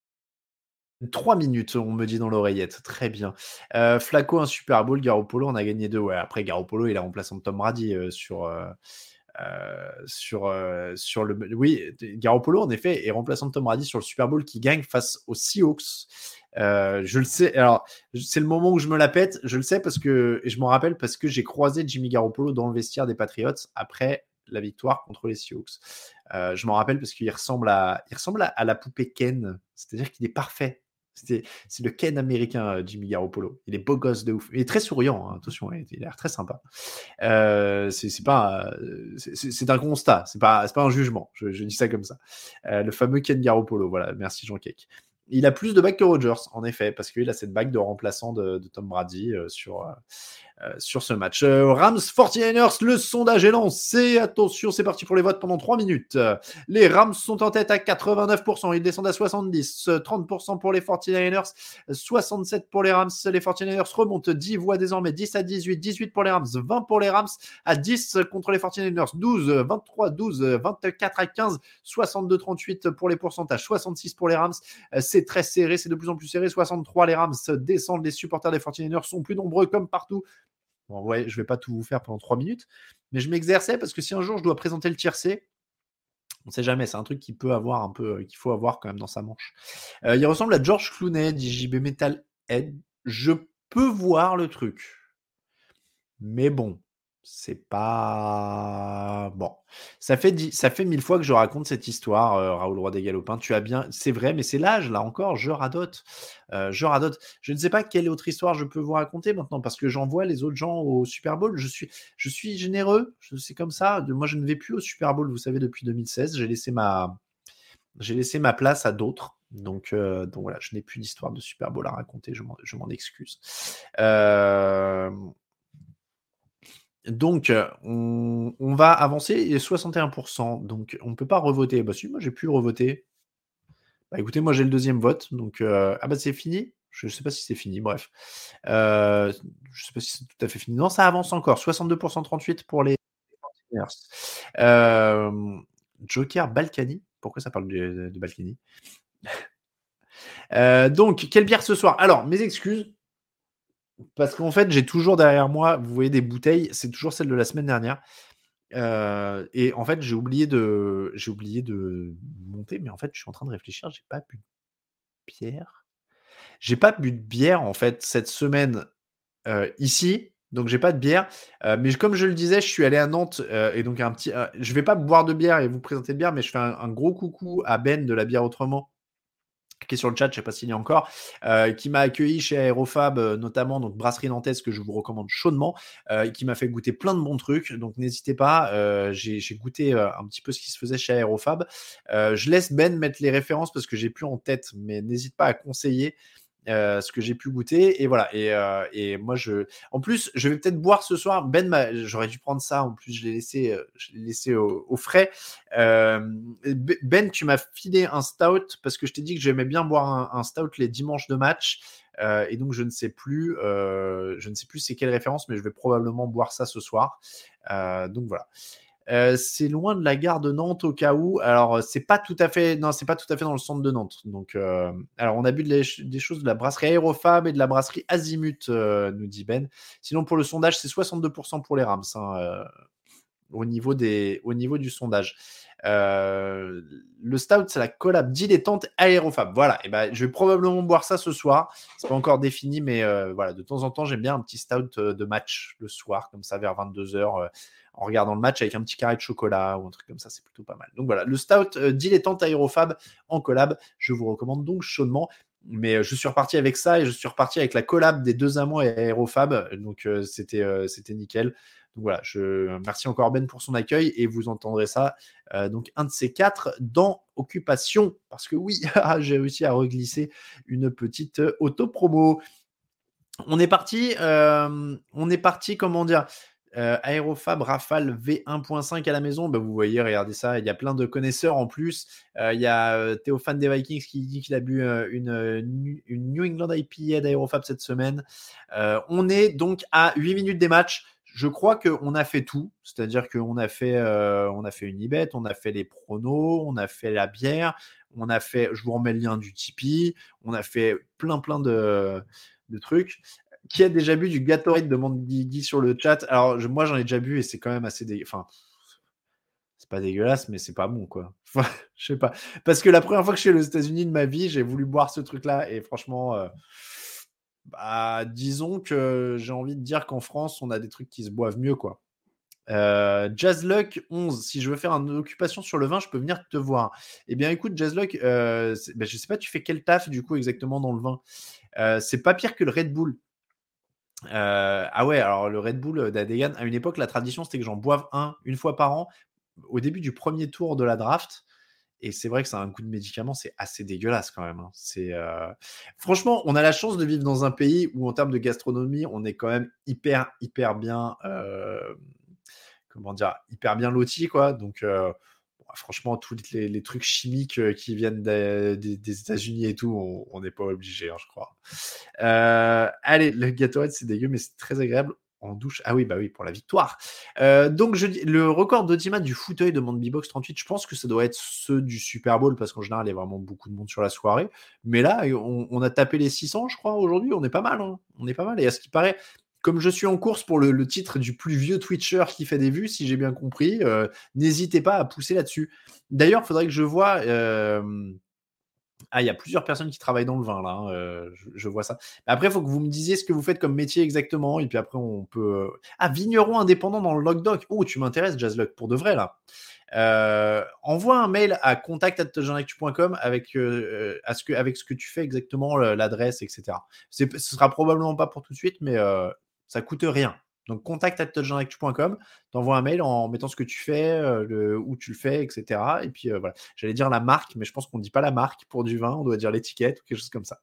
Trois minutes, on me dit dans l'oreillette. Très bien. Euh, Flacco, un Super Bowl. Garoppolo, on a gagné deux. Ouais, après, Garoppolo, il est remplaçant de Tom Brady euh, sur. Euh, Euh, sur, euh, sur le. Oui, Garoppolo, en effet, est remplaçant de Tom Brady sur le Super Bowl qui gagne face aux Seahawks. Euh, je le sais. Alors, c'est le moment où je me la pète. Je le sais parce que. Et je m'en rappelle parce que j'ai croisé Jimmy Garoppolo dans le vestiaire des Patriots après la victoire contre les Seahawks. Euh, je m'en rappelle parce qu'il ressemble à, il ressemble à, à la poupée Ken. C'est-à-dire qu'il est parfait. C'est, c'est le Ken américain, Jimmy Garoppolo. Il est beau gosse de ouf. Il est très souriant, hein, attention, il a l'air très sympa. Euh, c'est, c'est pas, c'est, c'est un constat, c'est pas, c'est pas un jugement. Je, je dis ça comme ça. Euh, le fameux Ken Garoppolo, voilà. Merci Jean Cake. Il a plus de bagues que Rodgers, en effet, parce qu'il a cette bague de remplaçant de, de Tom Brady euh, sur, euh, sur ce match. Euh, Rams forty-niners, le sondage est lancé. Attention, c'est parti pour les votes pendant trois minutes. Les Rams sont en tête à quatre-vingt-neuf pour cent, ils descendent à soixante-dix. trente pour cent pour les forty-niners, soixante-sept pour les Rams. Les forty-niners remontent dix voix désormais, dix à dix-huit, dix-huit pour les Rams, vingt pour les Rams, à dix contre les forty-niners, douze, vingt-trois, douze, vingt-quatre à quinze, soixante-deux trente-huit pour les pourcentages, soixante-six pour les Rams. C'est très serré, c'est de plus en plus serré. soixante-trois, les Rams descendent, les supporters des forty-niners sont plus nombreux comme partout. Bon, ouais, je vais pas tout vous faire pendant trois minutes, mais je m'exerçais parce que si un jour je dois présenter le tiercé, on sait jamais, c'est un truc qu'il peut avoir un peu, qu'il faut avoir quand même dans sa manche. Euh, il ressemble à George Clooney, dit J B Metalhead. Je peux voir le truc, mais bon, c'est pas bon. Ça fait dix, ça fait mille fois que je raconte cette histoire, euh, Raoul Roi des Galopins. Tu as bien, c'est vrai, mais c'est l'âge là encore. Je radote, euh, je radote. Je ne sais pas quelle autre histoire je peux vous raconter maintenant parce que j'envoie les autres gens au Super Bowl. Je suis, je suis généreux. Je, c'est comme ça. Moi, je ne vais plus au Super Bowl. Vous savez, depuis deux mille seize, j'ai laissé ma, j'ai laissé ma place à d'autres. Donc, euh, donc voilà, je n'ai plus d'histoire de Super Bowl à raconter. Je m'en, je m'en excuse. Euh... Donc, on, on va avancer, il est soixante et un pour cent, donc on ne peut pas revoter. Bah si, moi j'ai pu le revoter. Bah écoutez, moi j'ai le deuxième vote, donc... Euh, ah bah c'est fini. Je ne sais pas si c'est fini, bref. Euh, je ne sais pas si c'est tout à fait fini. Non, ça avance encore, soixante-deux pour cent trente-huit pour les... Euh, Joker Balkany. Pourquoi ça parle de, de Balkany? euh, Donc, quelle bière ce soir? Alors, mes excuses. Parce qu'en fait, j'ai toujours derrière moi, vous voyez, des bouteilles. C'est toujours celle de la semaine dernière. Euh, et en fait, j'ai oublié de, j'ai oublié de monter. Mais en fait, je suis en train de réfléchir. J'ai pas bu de bière. J'ai pas bu de bière en fait cette semaine euh, ici. Donc j'ai pas de bière. Euh, mais comme je le disais, je suis allé à Nantes euh, et donc un petit. Euh, je vais pas boire de bière et vous présenter de bière, mais je fais un, un gros coucou à Ben de la bière autrement, qui est sur le chat, je ne sais pas s'il y a encore, euh, qui m'a accueilli chez Aérofab, euh, notamment, donc brasserie nantaise que je vous recommande chaudement, euh, qui m'a fait goûter plein de bons trucs. Donc n'hésitez pas, euh, j'ai, j'ai goûté euh, un petit peu ce qui se faisait chez Aérofab. Euh, je laisse Ben mettre les références parce que j'ai plus en tête, mais n'hésite pas à conseiller. Euh, ce que j'ai pu goûter et voilà et, euh, et moi je en plus je vais peut-être boire ce soir. Ben m'a... j'aurais dû prendre ça, en plus je l'ai laissé euh, je l'ai laissé au, au frais. euh, Ben, tu m'as filé un stout parce que je t'ai dit que j'aimais bien boire un, un stout les dimanches de match euh, et donc je ne sais plus euh, je ne sais plus c'est quelle référence, mais je vais probablement boire ça ce soir. Euh, donc voilà. Euh, c'est loin de la gare de Nantes au cas où. Alors, c'est pas tout à fait, non, c'est pas tout à fait dans le centre de Nantes. Donc, euh, alors, on a bu de la- des choses de la brasserie Aérofab et de la brasserie Azimut, euh, nous dit Ben. Sinon, pour le sondage, c'est soixante-deux pour cent pour les Rams, hein, euh, au niveau des, au niveau du sondage. Euh, le stout, c'est la collab dilettante Aérofab. Voilà. Et ben, je vais probablement boire ça ce soir. C'est pas encore défini, mais euh, voilà. De temps en temps, j'aime bien un petit stout euh, de match le soir, comme ça, vers vingt-deux heures, euh, en regardant le match avec un petit carré de chocolat ou un truc comme ça. C'est plutôt pas mal. Donc voilà, le stout euh, dilettante Aérofab en collab. Je vous recommande donc chaudement. Mais euh, je suis reparti avec ça et je suis reparti avec la collab des deux amants et Aérofab. Donc euh, c'était, euh, c'était nickel. Donc voilà, je merci encore Ben pour son accueil et vous entendrez ça. Euh, donc un de ces quatre dans Occupation, parce que oui, j'ai réussi à reglisser une petite euh, auto-promo. On est parti, euh, on est parti, comment dire, euh, Aérofab Rafale V un point cinq à la maison. Bah, vous voyez, regardez ça, il y a plein de connaisseurs en plus. Euh, il y a euh, Théophane des Vikings qui dit qu'il a bu euh, une, une New England I P A d'Aérofab cette semaine. Euh, on est donc à huit minutes des matchs. Je crois qu'on a fait tout, c'est-à-dire qu'on a fait, euh, on a fait une ibet, on a fait les pronos, on a fait la bière, on a fait, je vous remets le lien du Tipeee, on a fait plein plein de, de trucs. Qui a déjà bu du Gatorade, demande Guigui sur le chat. Alors je, moi j'en ai déjà bu et c'est quand même assez dégueu. Enfin, c'est pas dégueulasse, mais c'est pas bon quoi. Enfin, je sais pas. Parce que la première fois que je suis allé aux États-Unis de ma vie, j'ai voulu boire ce truc-là et franchement. Euh, Bah, disons que j'ai envie de dire qu'en France, on a des trucs qui se boivent mieux, quoi. Euh, Jazzluck onze, si je veux faire une occupation sur le vin, je peux venir te voir. Eh bien, écoute, Jazzluck, euh, ben, je sais pas, tu fais quel taf du coup exactement dans le vin. Euh, c'est pas pire que le Red Bull. Euh, ah ouais, alors le Red Bull d'Adegan, à une époque, la tradition c'était que j'en boive un une fois par an au début du premier tour de la draft. Et c'est vrai que ça a un goût de médicament, c'est assez dégueulasse quand même. Hein. C'est, euh... Franchement, on a la chance de vivre dans un pays où, en termes de gastronomie, on est quand même hyper, hyper bien, euh... comment dire, hyper bien loti, quoi. Donc, euh... bon, franchement, tous les, les trucs chimiques qui viennent des, des, des États-Unis et tout, on n'est pas obligé, hein, je crois. Euh... Allez, le Gatorade, c'est dégueu, mais c'est très agréable. En douche. Ah oui, bah oui, pour la victoire. Euh, donc, je dis, le record d'audimat du fauteuil demande B-Box trente-huit, je pense que ça doit être ceux du Super Bowl, parce qu'en général, il y a vraiment beaucoup de monde sur la soirée. Mais là, on, on a tapé les six cents, je crois, aujourd'hui. On est pas mal. Hein. On est pas mal. Et à ce qui paraît, comme je suis en course pour le, le titre du plus vieux Twitcher qui fait des vues, si j'ai bien compris, euh, n'hésitez pas à pousser là-dessus. D'ailleurs, il faudrait que je vois... Euh, Ah, il y a plusieurs personnes qui travaillent dans le vin, là. Hein, euh, je, je vois ça. Mais après, il faut que vous me disiez ce que vous faites comme métier exactement. Et puis après, on peut. Ah, vigneron indépendant dans le Logdoc. Oh, tu m'intéresses, Jazzluck, pour de vrai, là. Euh, envoie un mail à contact arobase jean actu point com avec, euh, à ce que, avec ce que tu fais exactement, l'adresse, et cetera. C'est, ce sera probablement pas pour tout de suite, mais euh, ça coûte rien. Donc, contact arobase jean actu point com, t'envoies un mail en mettant ce que tu fais, euh, le, où tu le fais, et cetera. Et puis, euh, voilà. J'allais dire la marque, mais je pense qu'on ne dit pas la marque pour du vin, on doit dire l'étiquette ou quelque chose comme ça.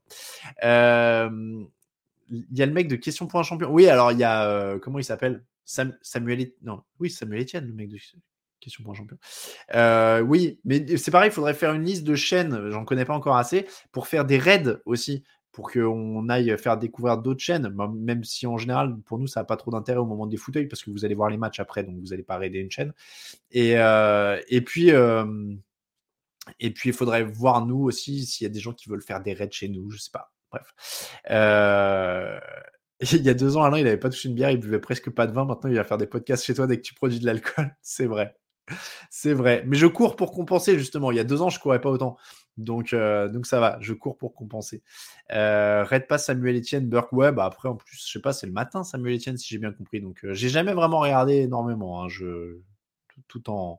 Euh, Il y a le mec de Question pour un champion. Oui, alors il y a, euh, comment il s'appelle Sam, Samuel, Et... non, oui, Samuel Etienne, le mec de Question pour un champion. Euh, oui, mais c'est pareil, il faudrait faire une liste de chaînes, j'en connais pas encore assez, pour faire des raids aussi, pour qu'on aille faire découvrir d'autres chaînes, même si en général, pour nous, ça n'a pas trop d'intérêt au moment des fauteuils, parce que vous allez voir les matchs après, donc vous n'allez pas raider une chaîne. Et, euh, et puis, euh, et puis, il faudrait voir nous aussi s'il y a des gens qui veulent faire des raids chez nous, je sais pas. Bref. Euh... Il y a deux ans, Alain, il n'avait pas touché une bière, il buvait presque pas de vin. Maintenant, il va faire des podcasts chez toi dès que tu produis de l'alcool. C'est vrai. C'est vrai. Mais je cours pour compenser, justement. Il y a deux ans, je courais pas autant. Donc, euh, donc ça va. Je cours pour compenser. Euh, Red Pass, Samuel Etienne, Burke. Ouais, bah après, en plus, je sais pas, c'est le matin, Samuel Etienne, si j'ai bien compris. Donc, euh, j'ai jamais vraiment regardé énormément. Hein, je... tout, tout en.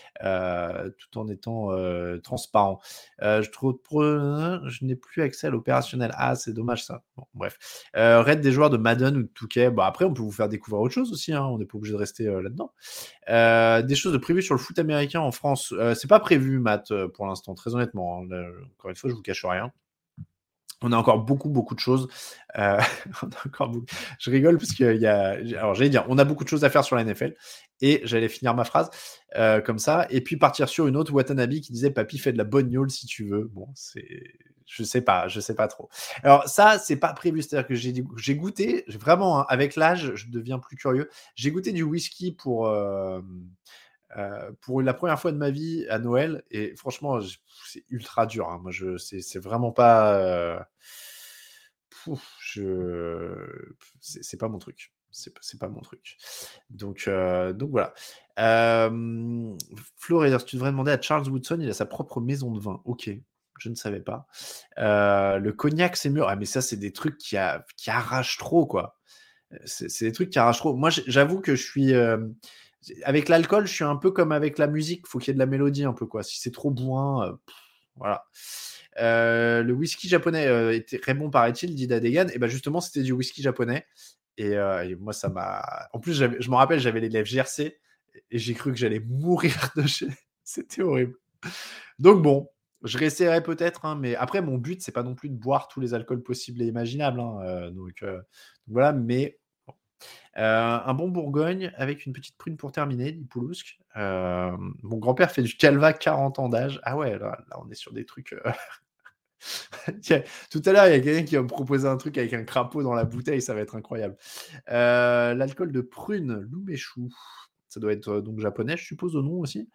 Euh, tout en étant euh, transparent. Euh, je trouve pour... je n'ai plus accès à l'opérationnel. Ah, c'est dommage ça. Bon, bref. Euh, raid des joueurs de Madden ou de deux K. Bah, après, on peut vous faire découvrir autre chose aussi. Hein. On n'est pas obligé de rester euh, là-dedans. Euh, des choses de prévues sur le foot américain en France. Euh, c'est pas prévu, Matt, pour l'instant, très honnêtement. Hein. Là, encore une fois, je vous cache rien. On a encore beaucoup, beaucoup de choses. Euh, on a encore beaucoup... Je rigole parce qu'il y a... Alors, j'allais dire, on a beaucoup de choses à faire sur la N F L. Et j'allais finir ma phrase euh, comme ça. Et puis partir sur une autre, Watanabe qui disait « Papy, fais de la bonne gnôle si tu veux ». Bon, c'est... Je sais pas, je sais pas trop. Alors ça, c'est pas prévu. C'est-à-dire que j'ai, j'ai goûté, vraiment, hein, avec l'âge, je deviens plus curieux. J'ai goûté du whisky pour... Euh... euh, pour la première fois de ma vie à Noël. Et franchement, je, c'est ultra dur. Hein. Moi, je, c'est, c'est vraiment pas. Euh, pouf, je, c'est, c'est pas mon truc. C'est, c'est pas mon truc. Donc, euh, donc voilà. Euh, Flo Raiders, tu devrais demander à Charles Woodson, il a sa propre maison de vin. Ok, je ne savais pas. Euh, le cognac, c'est mieux. Ah, mais ça, c'est des trucs qui, a, qui arrachent trop, quoi. C'est, c'est des trucs qui arrachent trop. Moi, j'avoue que je suis. Euh, avec l'alcool, je suis un peu comme avec la musique. Il faut qu'il y ait de la mélodie, un peu, quoi. Si c'est trop bourrin, euh, pff, voilà. Euh, le whisky japonais euh, était très bon, paraît-il, dit Dadegan. Et ben justement, c'était du whisky japonais. Et, euh, et moi, ça m'a. En plus, j'avais, je me rappelle, j'avais les lèvres gercées et j'ai cru que j'allais mourir de chez. C'était horrible. Donc bon, je réessayerai peut-être, hein, mais après, mon but, c'est pas non plus de boire tous les alcools possibles et imaginables. Hein, euh, donc, euh, donc voilà, mais bon. Euh, un bon Bourgogne avec une petite prune pour terminer, dit Poulousque. Euh, mon grand-père fait du Calva, quarante ans d'âge. Ah ouais, là, là on est sur des trucs. Euh... Tiens, tout à l'heure, il y a quelqu'un qui va me proposer un truc avec un crapaud dans la bouteille, ça va être incroyable. Euh, l'alcool de prune, Lumeshu, ça doit être euh, donc japonais, je suppose, au nom aussi.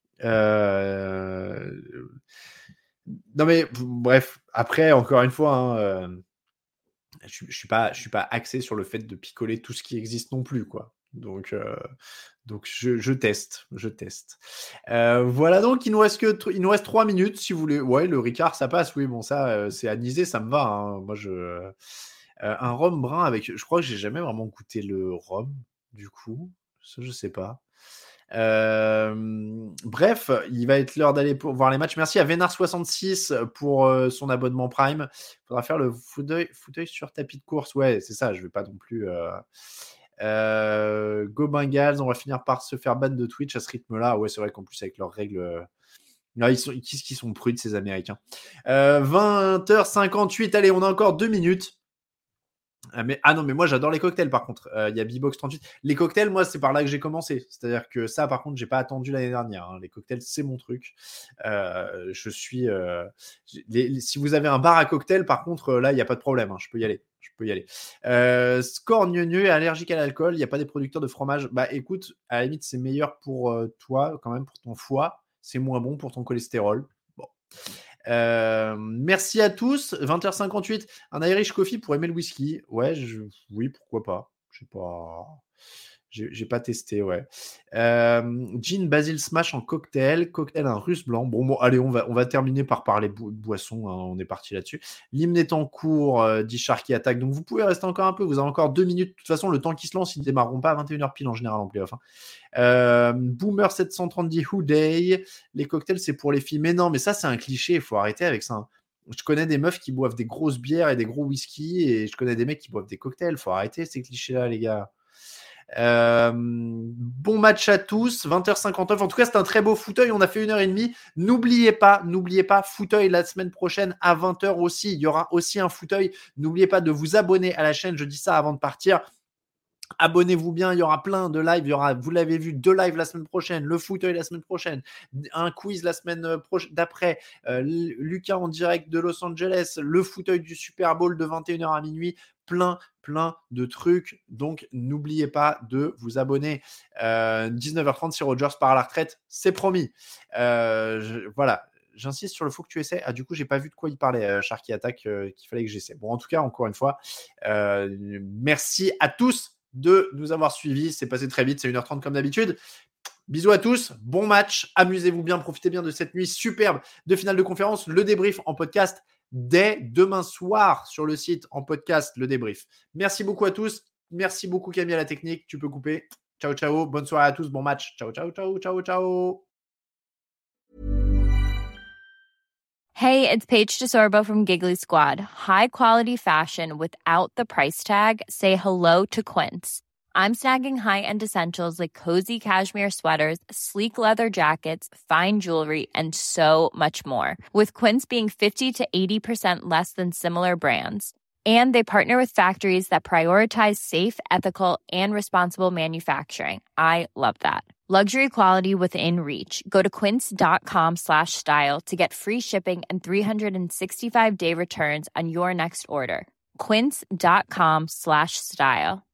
Euh... Non mais bref, après, encore une fois, hein, euh, je, je suis pas, je suis pas axé sur le fait de picoler tout ce qui existe non plus, quoi. Donc, euh, donc je, je teste, je teste. Euh, voilà donc, il nous reste que, il nous reste trois minutes si vous voulez. Ouais, le Ricard, ça passe. Oui, bon, ça, euh, c'est anisé, ça me va. Hein. Moi, je, euh, un rhum brun avec, je crois que j'ai jamais vraiment goûté le rhum. Du coup, ça, je sais pas. Euh, bref, il va être l'heure d'aller pour voir les matchs. Merci à Vénard soixante-six pour euh, son abonnement Prime. Il faudra faire le fauteuil, fauteuil sur tapis de course. Ouais, c'est ça. Je vais pas non plus. Euh... Euh, Go Bengals, on va finir par se faire ban de Twitch à ce rythme-là. Ouais, c'est vrai qu'en plus, avec leurs règles. Euh... Là, ils sont, qu'est-ce qu'ils sont prudes, ces Américains. Euh, vingt heures cinquante-huit. Allez, on a encore deux minutes. Ah, mais, ah non, mais moi j'adore les cocktails par contre. Il euh, y a B-Box trente-huit. Les cocktails, moi, c'est par là que j'ai commencé. C'est-à-dire que ça, par contre, j'ai pas attendu l'année dernière. Hein. Les cocktails, c'est mon truc. Euh, je suis. Euh, les, les, si vous avez un bar à cocktails, par contre, là, il n'y a pas de problème. Hein. Je peux y aller. Je peux y aller. Euh, score gneu allergique à l'alcool. Il n'y a pas des producteurs de fromage. Bah écoute, à la limite, c'est meilleur pour euh, toi, quand même, pour ton foie. C'est moins bon pour ton cholestérol. Bon. Euh, merci à tous. vingt heures cinquante-huit. Un Irish Coffee pour aimer le whisky. Ouais, je... oui, pourquoi pas. Je sais pas. J'ai, j'ai pas testé, ouais. Euh, gin Basil Smash en cocktail. Cocktail un russe blanc. Bon, bon allez, on va, on va terminer par parler bo- boisson. Hein, on est parti là-dessus. L'hymne est en cours, euh, dit Sharky Attack. Donc vous pouvez rester encore un peu. Vous avez encore deux minutes. De toute façon, le temps qui se lance, ils ne démarreront pas à vingt et une heures pile en général en playoff. Hein. Euh, Boomer sept cent trente dit Who Day. Les cocktails, c'est pour les filles. Mais non, mais ça, c'est un cliché. Il faut arrêter avec ça. Hein. Je connais des meufs qui boivent des grosses bières et des gros whisky. Et je connais des mecs qui boivent des cocktails. Il faut arrêter ces clichés-là, les gars. Euh, bon match à tous, vingt heures cinquante-neuf. En tout cas, c'est un très beau fauteuil. On a fait une heure et demie. N'oubliez pas, n'oubliez pas, fauteuil la semaine prochaine à vingt heures aussi. Il y aura aussi un fauteuil. N'oubliez pas de vous abonner à la chaîne. Je dis ça avant de partir. Abonnez-vous bien, il y aura plein de lives, il y aura, vous l'avez vu, deux lives la semaine prochaine, le fauteuil la semaine prochaine, un quiz la semaine pro- d'après, euh, Lucas en direct de Los Angeles, le fauteuil du Super Bowl de vingt et une heures à minuit, plein, plein de trucs. Donc, n'oubliez pas de vous abonner. Euh, dix-neuf heures trente, si Rodgers part à la retraite, c'est promis. Euh, je, voilà. J'insiste sur le faut que tu essaies. Ah, du coup, j'ai pas vu de quoi il parlait, euh, Sharky Attack, euh, qu'il fallait que j'essaie. Bon, en tout cas, encore une fois, euh, merci à tous de nous avoir suivis. C'est passé très vite, c'est une heure trente comme d'habitude. Bisous à tous, bon match, amusez-vous bien, profitez bien de cette nuit superbe de finale de conférence. Le débrief en podcast dès demain soir sur le site en podcast, le débrief. Merci beaucoup à tous, merci beaucoup Camille à la technique, tu peux couper. Ciao, ciao, bonne soirée à tous, bon match. Ciao, ciao, ciao, ciao, ciao.
Hey, it's Paige DeSorbo from Giggly Squad. High quality fashion without the price tag. Say hello to Quince. I'm snagging high-end essentials like cozy cashmere sweaters, sleek leather jackets, fine jewelry, and so much more. With Quince being fifty to eighty percent less than similar brands. And they partner with factories that prioritize safe, ethical, and responsible manufacturing. I love that. Luxury quality within reach. Go to quince.com slash style to get free shipping and three sixty-five day returns on your next order. Quince.com slash style.